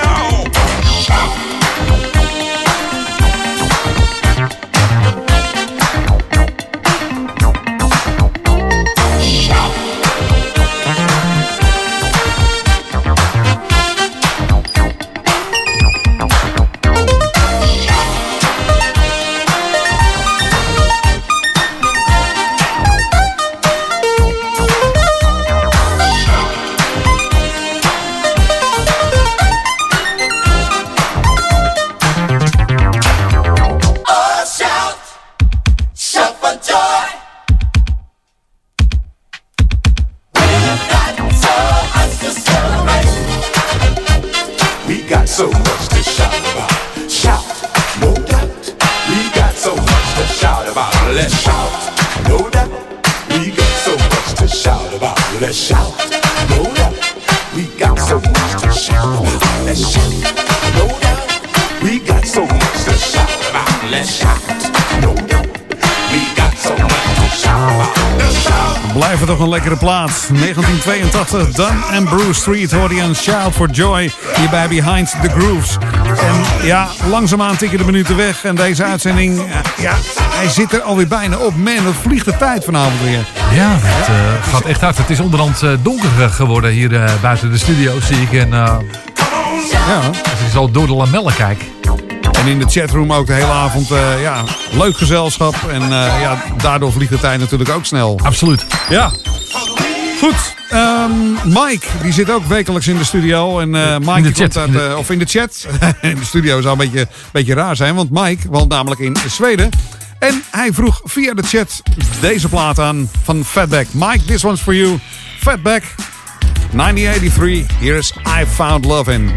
so much to shout about. Shout, no doubt. We got so much to shout about. Let's shout, no doubt. We got so much to shout about. Let's shout, no doubt. We got so much to shout about. Let's shout, no doubt. We got so much to shout about. Let's shout, no doubt. We got so much to shout about. Let's shout. Blijven toch een lekkere plaat. 1982, Dun and Bruce Street, hoorde je een Shout for Joy hierbij Behind the Grooves. En ja, langzaamaan tikken de minuten weg. En deze uitzending, ja, hij zit er alweer bijna op. Man, dat vliegt de tijd vanavond weer. Ja, het gaat echt hard. Het is onderhand donker geworden hier buiten de studio, zie ik. En ja, als ik zo door de lamellen kijk. En in de chatroom ook de hele avond, ja, leuk gezelschap. En ja, daardoor vliegt de tijd natuurlijk ook snel. Absoluut. Ja. Goed. Mike, die zit ook wekelijks in de studio. En Mike in de chat. Komt uit, of in de chat. In de studio zou een beetje raar zijn. Want Mike woont namelijk in Zweden. En hij vroeg via de chat deze plaat aan van Fatback. Mike, this one's for you. Fatback, 1983. Here's I Found Love In.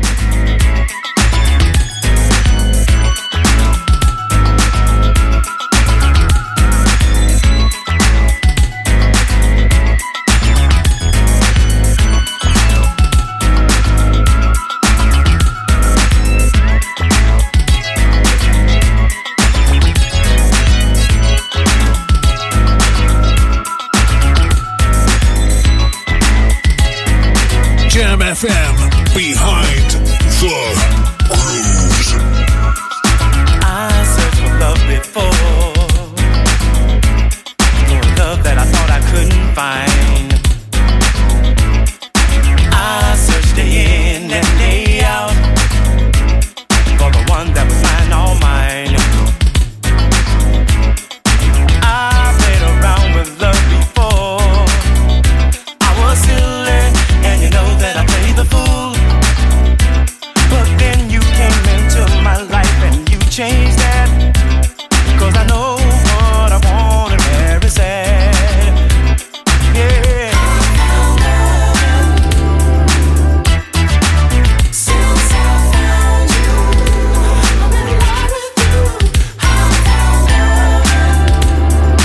Jam FM, behind the grooves. I searched for love before, for love that I thought I couldn't find. I searched day in and day out for the one that was mine, all mine. I played around with love before. I was silly, and you know that I played the fool. But then you came into my life and you changed that. 'Cause I know what I want and where it's at. Yeah. Since I found you, I'm in love with you. I found love.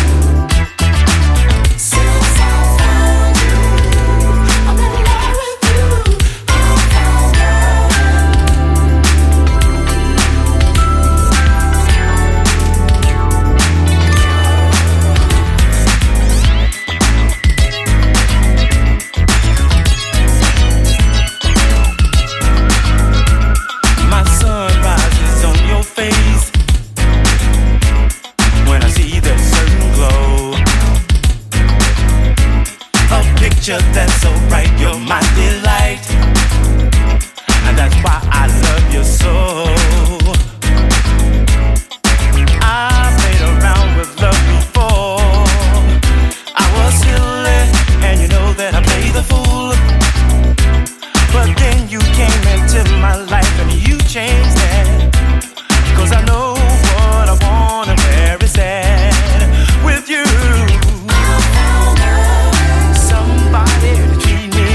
Since I found you, I'm in love with you. I found my sun rises on your face when I see that certain glow. A picture that's so bright, you're my delight, and that's why I love you so. I played around with love before. I was silly, and you know that I played the fool. But then you came into my life and you changed that. 'Cause I know what I want and where it's at with you. Somebody to treat me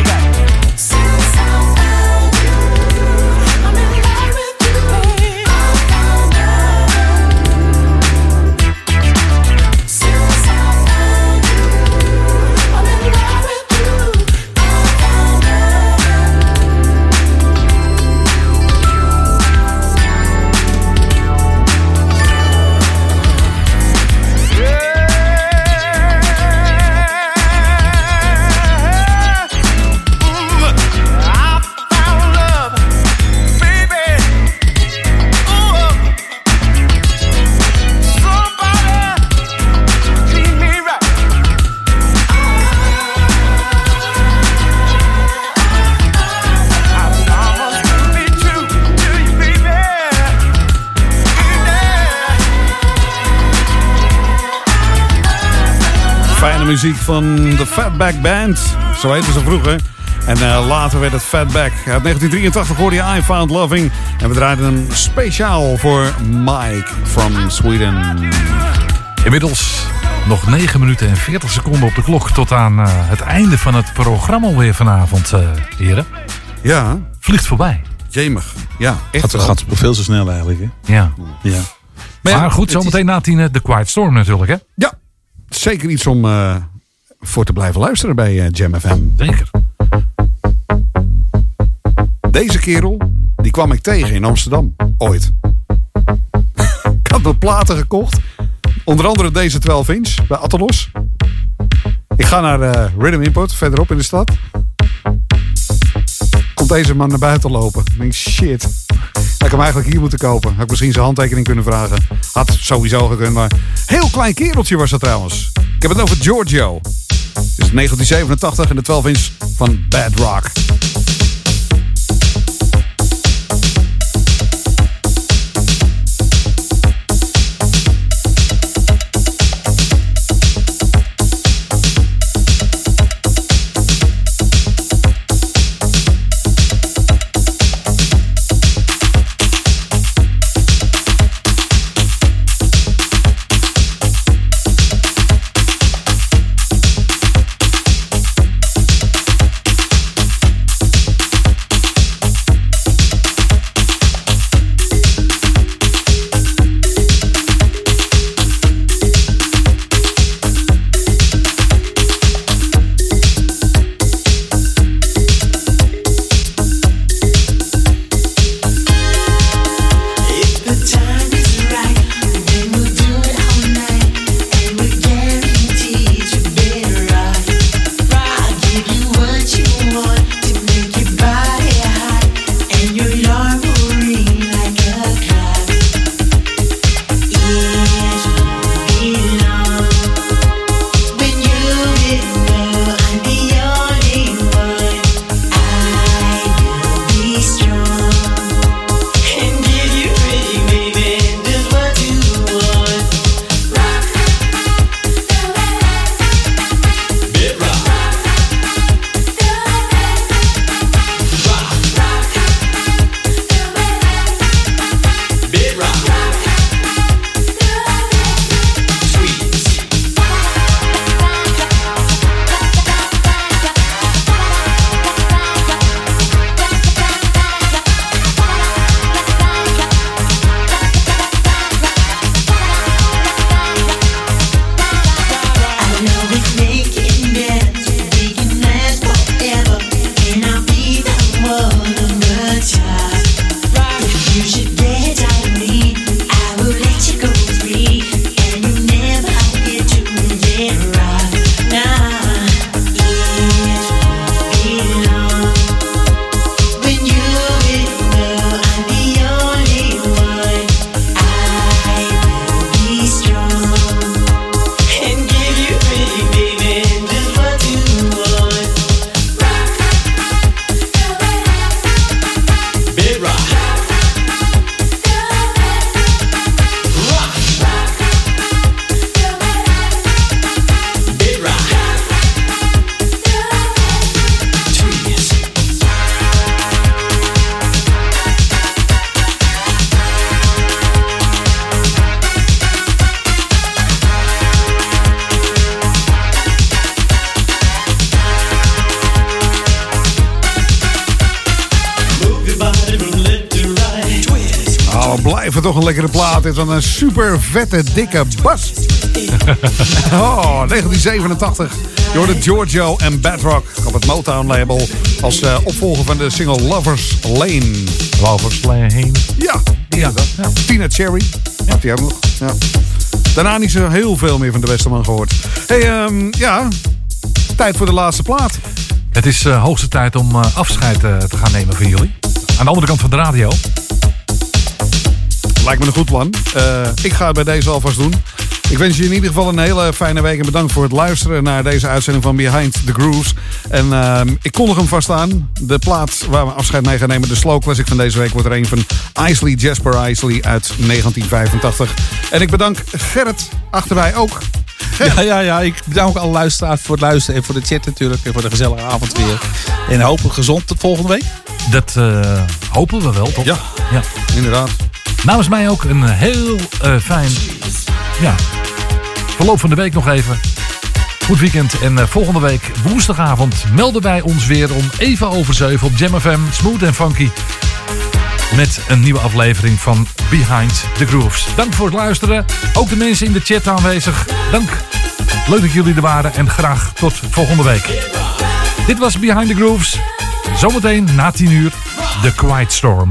muziek van de Fatback Band. Zo heten ze vroeger. En later werd het Fatback. Uit 1983 hoorde je I Found Loving. En we draaiden een speciaal voor Mike from Sweden. Inmiddels nog 9 minuten en 40 seconden op de klok tot aan het einde van het programma weer vanavond, heren. Ja. Vliegt voorbij. Jemig. Ja, echt. Het gaat veel zo snel eigenlijk, hè? Ja. Ja. Maar goed, zometeen na 10 de Quiet Storm natuurlijk, hè? Ja. Zeker iets om voor te blijven luisteren bij Jam FM. Zeker. Deze kerel, die kwam ik tegen in Amsterdam. Ooit. Ik had mijn platen gekocht. Onder andere deze 12 inch bij Atalos. Ik ga naar Rhythm Import, verderop in de stad. Komt deze man naar buiten lopen. Ik denk, shit. Had ik hem eigenlijk hier moeten kopen. Had ik misschien zijn handtekening kunnen vragen. Had sowieso gekund, maar... Heel klein kereltje was dat trouwens. Ik heb het over Giorgio. Het is 1987 en de 12 inch van Bad Rock. Blijft toch een lekkere plaat. Dit is een super vette, dikke bas. 1987. Je hoorde Giorgio en Bad Rock op het Motown label. Als opvolger van de single Lovers Lane. Lovers Lane. Ja. Tina Cherry. Had die ook nog. Ja. Daarna niet zo heel veel meer van de beste man gehoord. Hey, tijd voor de laatste plaat. Het is hoogste tijd om afscheid te gaan nemen van jullie. Aan de andere kant van de radio. Lijkt me een goed plan. Ik ga het bij deze alvast doen. Ik wens je in ieder geval een hele fijne week. En bedankt voor het luisteren naar deze uitzending van Behind the Grooves. En ik kondig hem vast aan. De plaat waar we afscheid mee gaan nemen. De slow classic van deze week wordt er een van Isley, Jasper Isley uit 1985. En ik bedank Gerrit achterbij ook. Ja. Ik bedank alle luisteraars voor het luisteren en voor de chat natuurlijk. En voor de gezellige avond weer. En hopelijk gezond tot volgende week. Dat hopen we wel, toch? Ja, inderdaad. Namens mij ook een heel fijn verloop van de week nog even. Goed weekend. En volgende week woensdagavond melden wij ons weer om even over 7 op Jam FM. Smooth en funky. Met een nieuwe aflevering van Behind the Grooves. Dank voor het luisteren. Ook de mensen in de chat aanwezig. Dank. Leuk dat jullie er waren. En graag tot volgende week. Dit was Behind the Grooves. Zometeen na 10 uur. The Quiet Storm.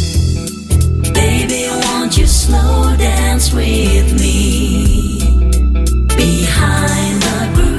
Baby, won't you slow dance with me? Behind the grooves.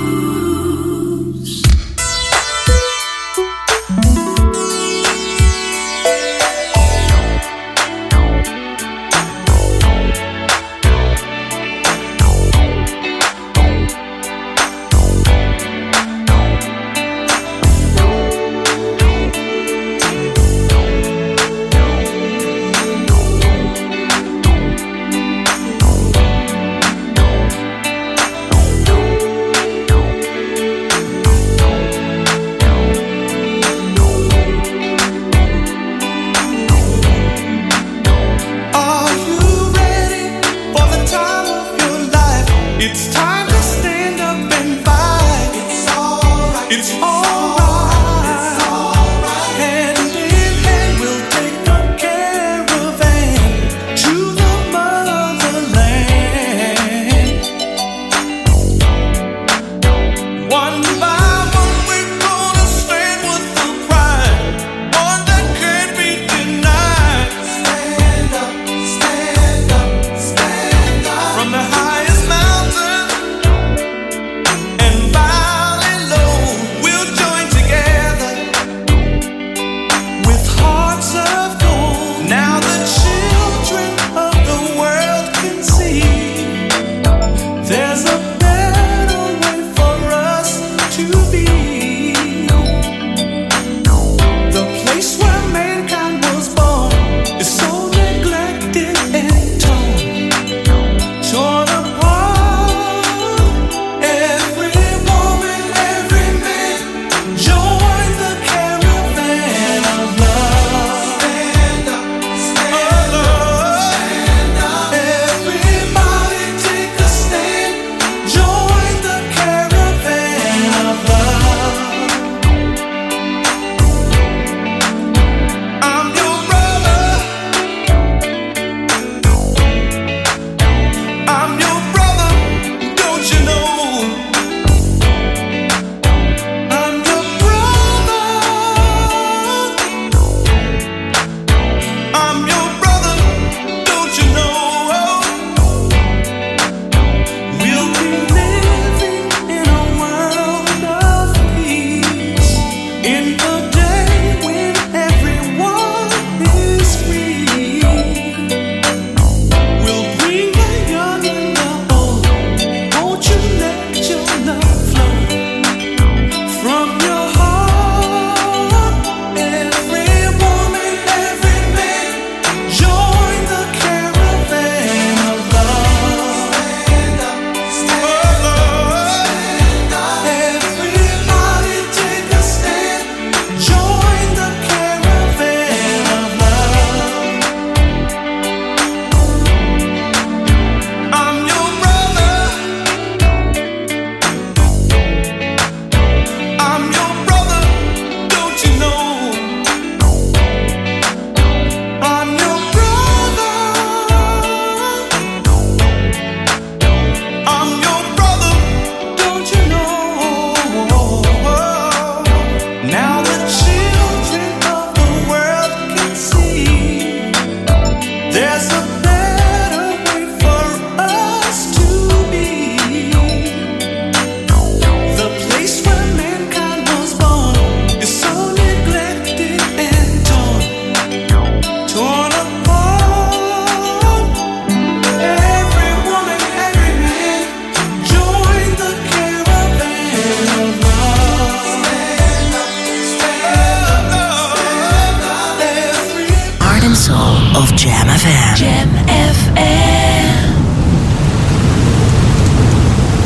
of Jam FM. Jam FM.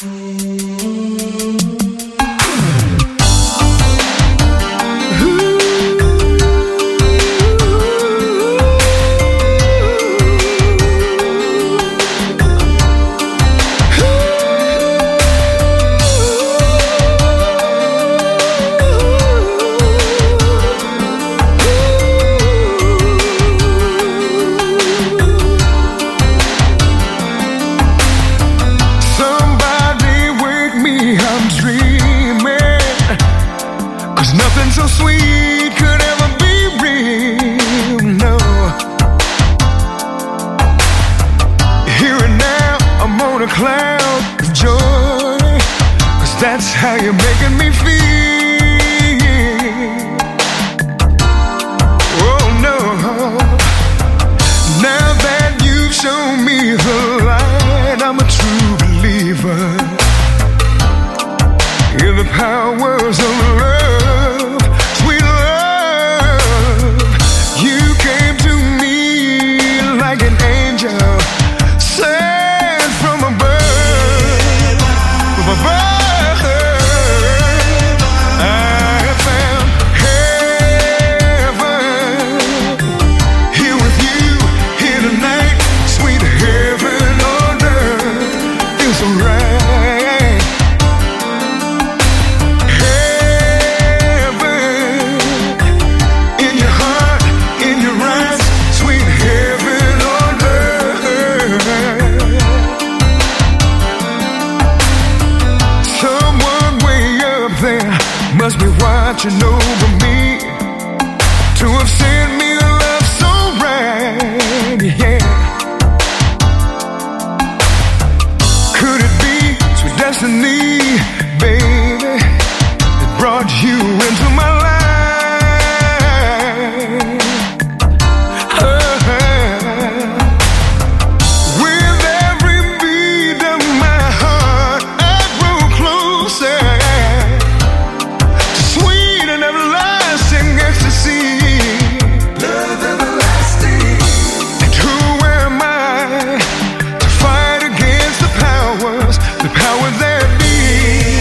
The power that be.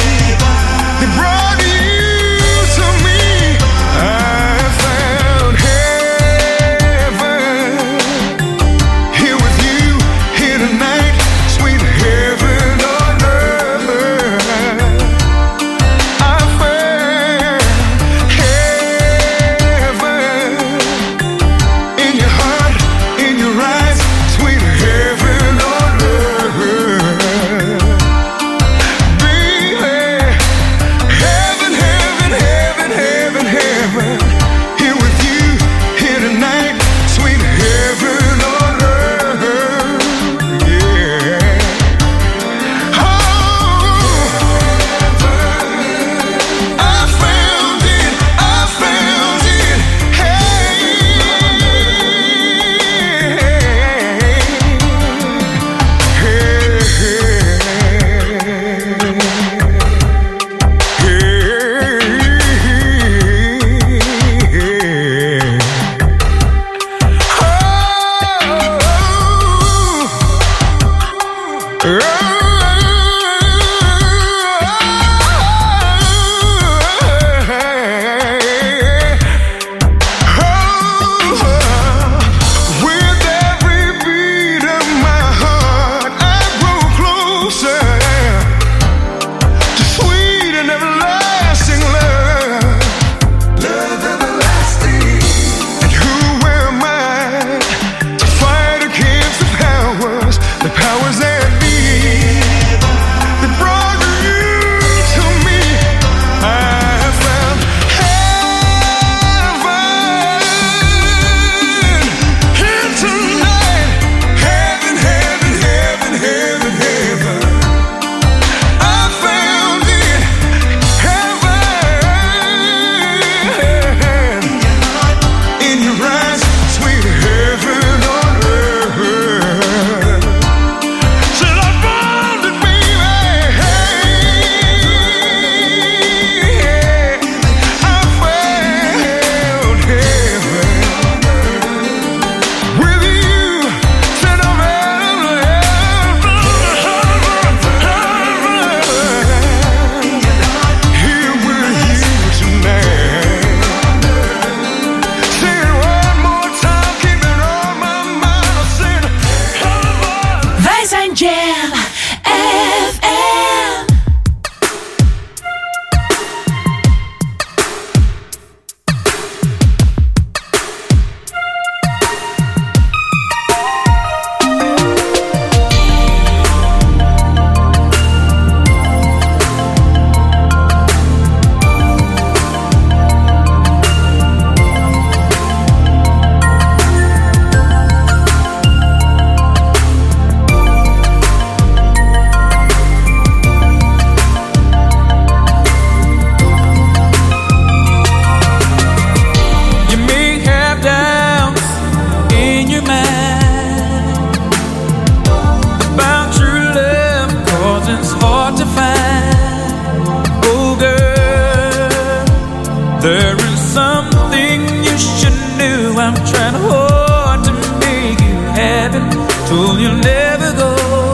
told you'll never go.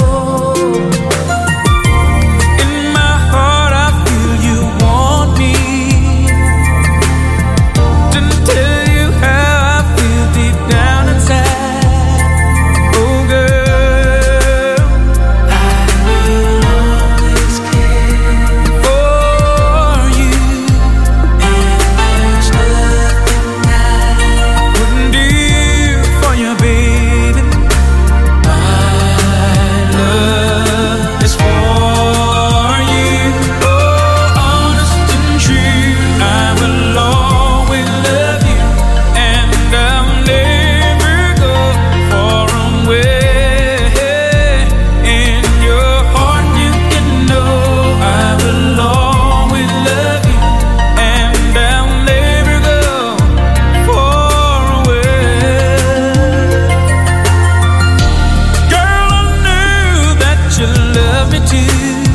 In my heart I feel you want me. Didn't tell you how I feel deep down inside. Oh girl, I will always care for you. And there's nothing I wouldn't do for you, baby. My love is for you. Oh, honest and true, I will always love you, and I'll never go far away. In your heart you can know I will always love you, and I'll never go far away. Girl, I knew that you love me too.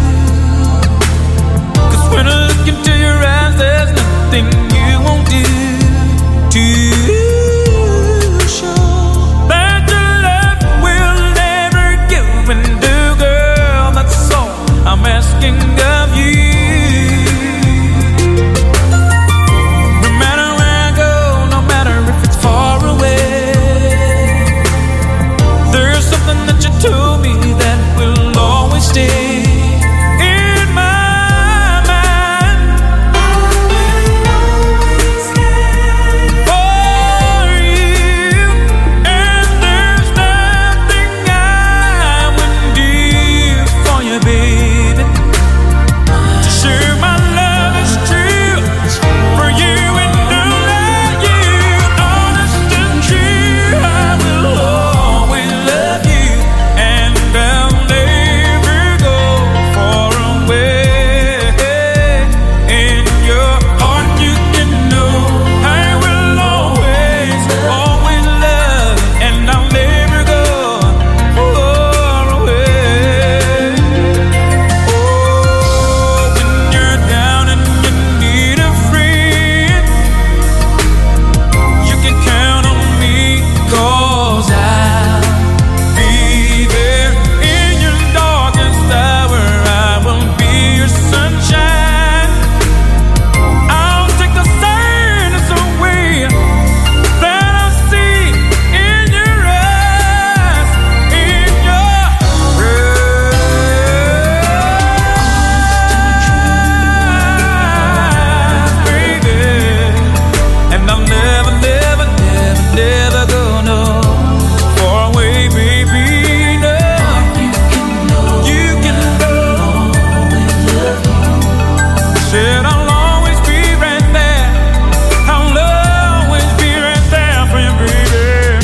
'Cause when I look into your eyes, there's nothing you won't do to show that your love will never give and do, girl. That's all I'm asking of you. No matter where I go, no matter if it's far away, there's something that you told me that will always stay in my mind. For you, and there's nothing I wouldn't do for you, baby. To show my love is true for you and only you. Honest and true, I will always love you, and I'll never go far away. In your heart you can know I will always, always love, and I'll never go far away. Oh, when you're down and you need a friend, you can count on me, 'cause I'll be there. In your darkest hour I will be your sunshine. I'll take the sadness away that I see in your eyes, in your eyes, baby. And I'll never, never, never, never go no far away, baby. No, you can know. Said I'll always be right there. I'll always be right there for you, baby.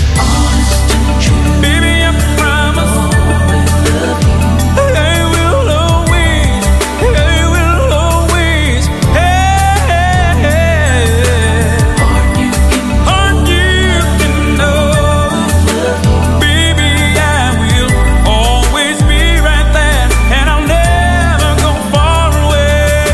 Baby, I promise I will always, I will always. Heart you can know. Baby, I will always be right there, and I'll never go far away.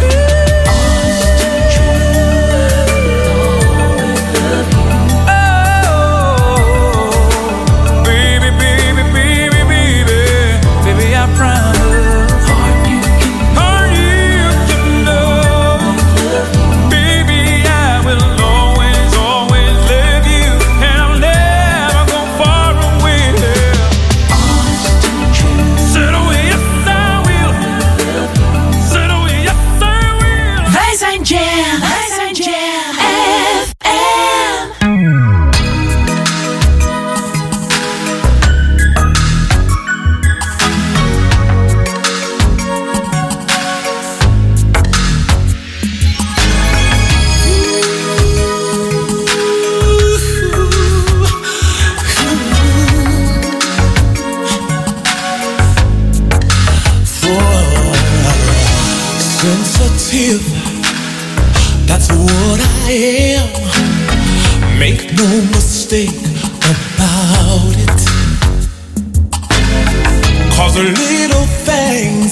Oh, baby, baby, baby, baby, baby, I promise. Heart you can know. Baby, I will always, always love you, and I'll never go far away. Said away, yes I will. Said away, yes I will. Wij zijn Jam. Wij zijn Jam FM. Sensitive, that's what I am. Make no mistake about it. 'Cause the little things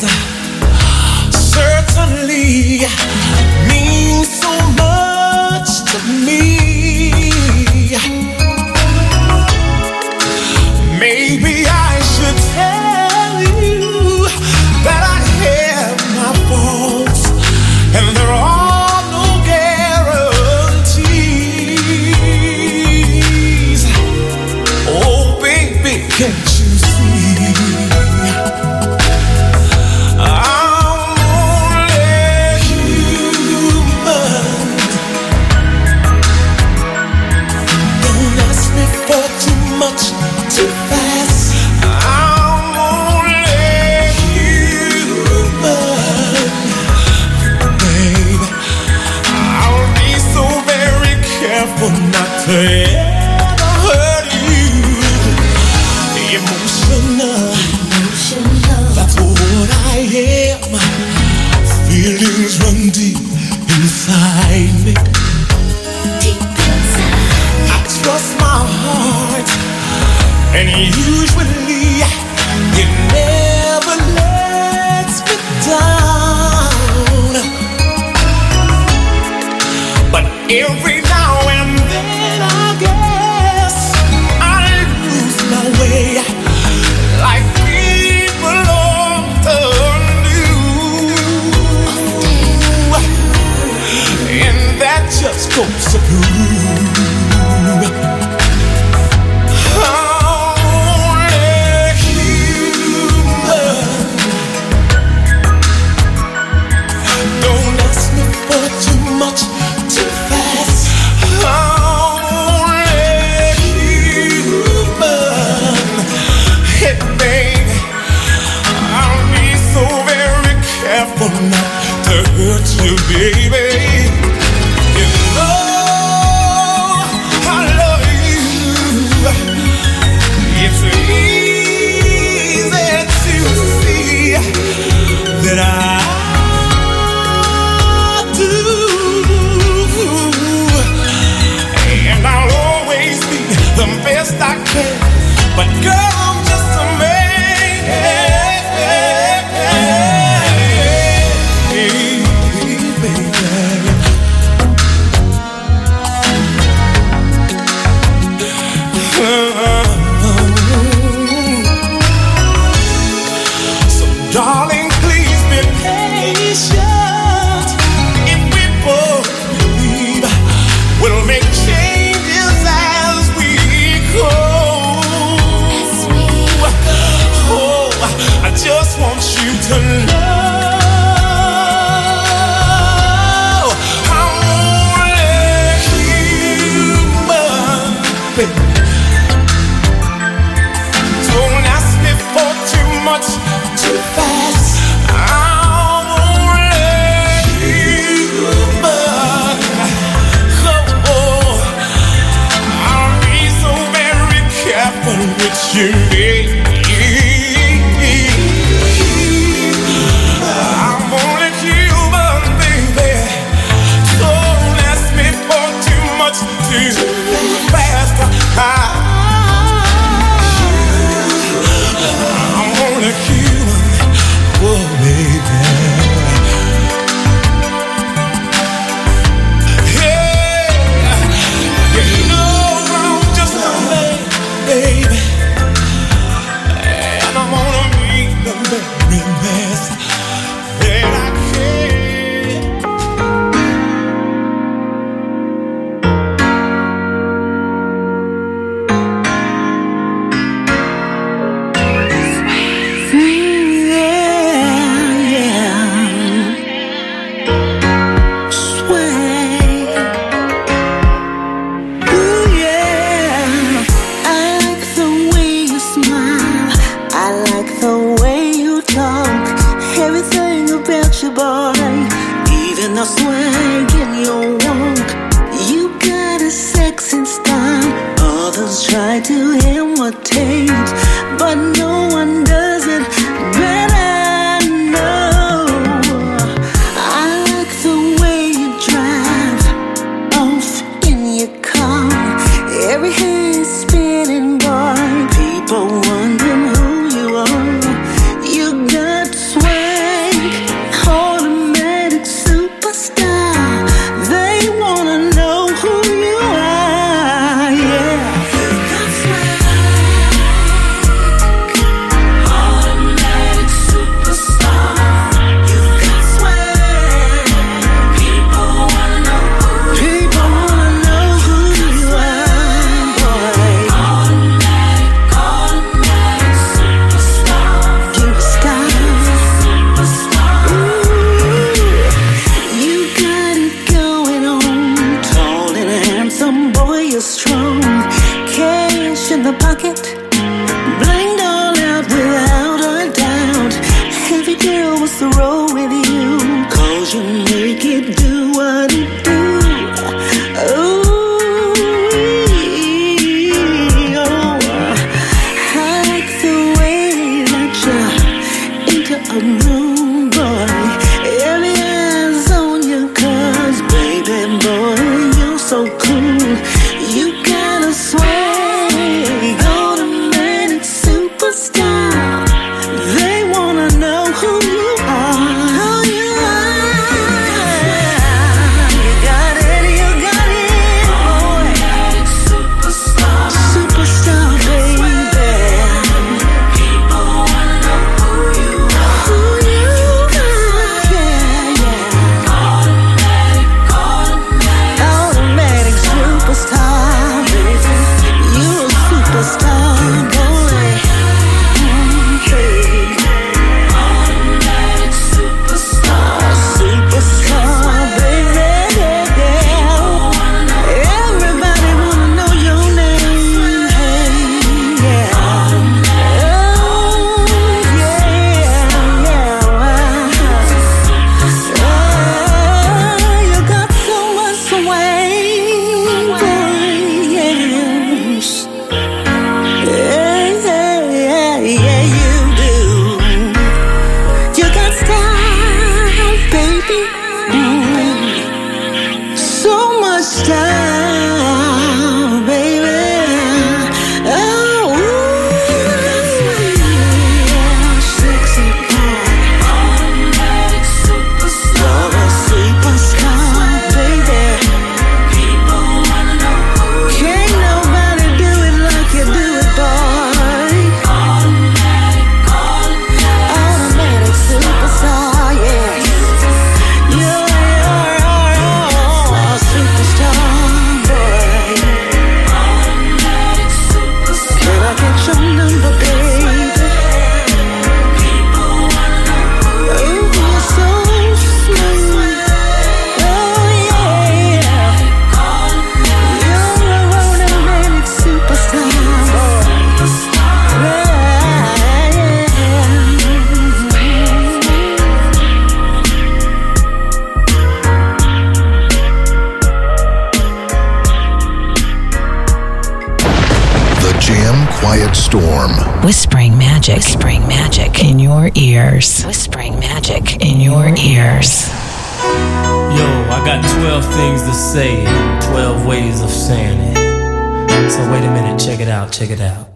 certainly mean so much to me. Maybe I too fast. I won't let you burn. Oh, I'll be so very careful with you, baby. I'm only human, baby. Don't ask me for too much too fast. I'm only human, whoa, baby. Yeah, you know I'm just a man, baby, and I'm gonna be the very best that I can. Swag in your walk, you got a sexy style. Others try to imitate, but no one does it better. No, I like the way you drive off in your car. Every head spinning, boy. People wondering who you are. You got swag, automatic superstar. They wanna know who you are, yeah. You got swag, automatic superstar. You got swag. People wanna know who you are, boy. Automatic superstar. You star. You got it going on. Tall and handsome, boy, you're strong. Cash in the pocket, blinged all out without a doubt. Every girl was to roll with you, 'cause you make it do what it do. Oh, I like the way that you enter a room, boy. Every eye's on you, 'cause baby boy, you're so cool. You got a swag, automatic superstar. They wanna know who you are. one quiet storm. Whispering magic in your ears. Whispering magic in your ears. Yo, I got 12 things to say, 12 ways of saying it. So wait a minute, check it out.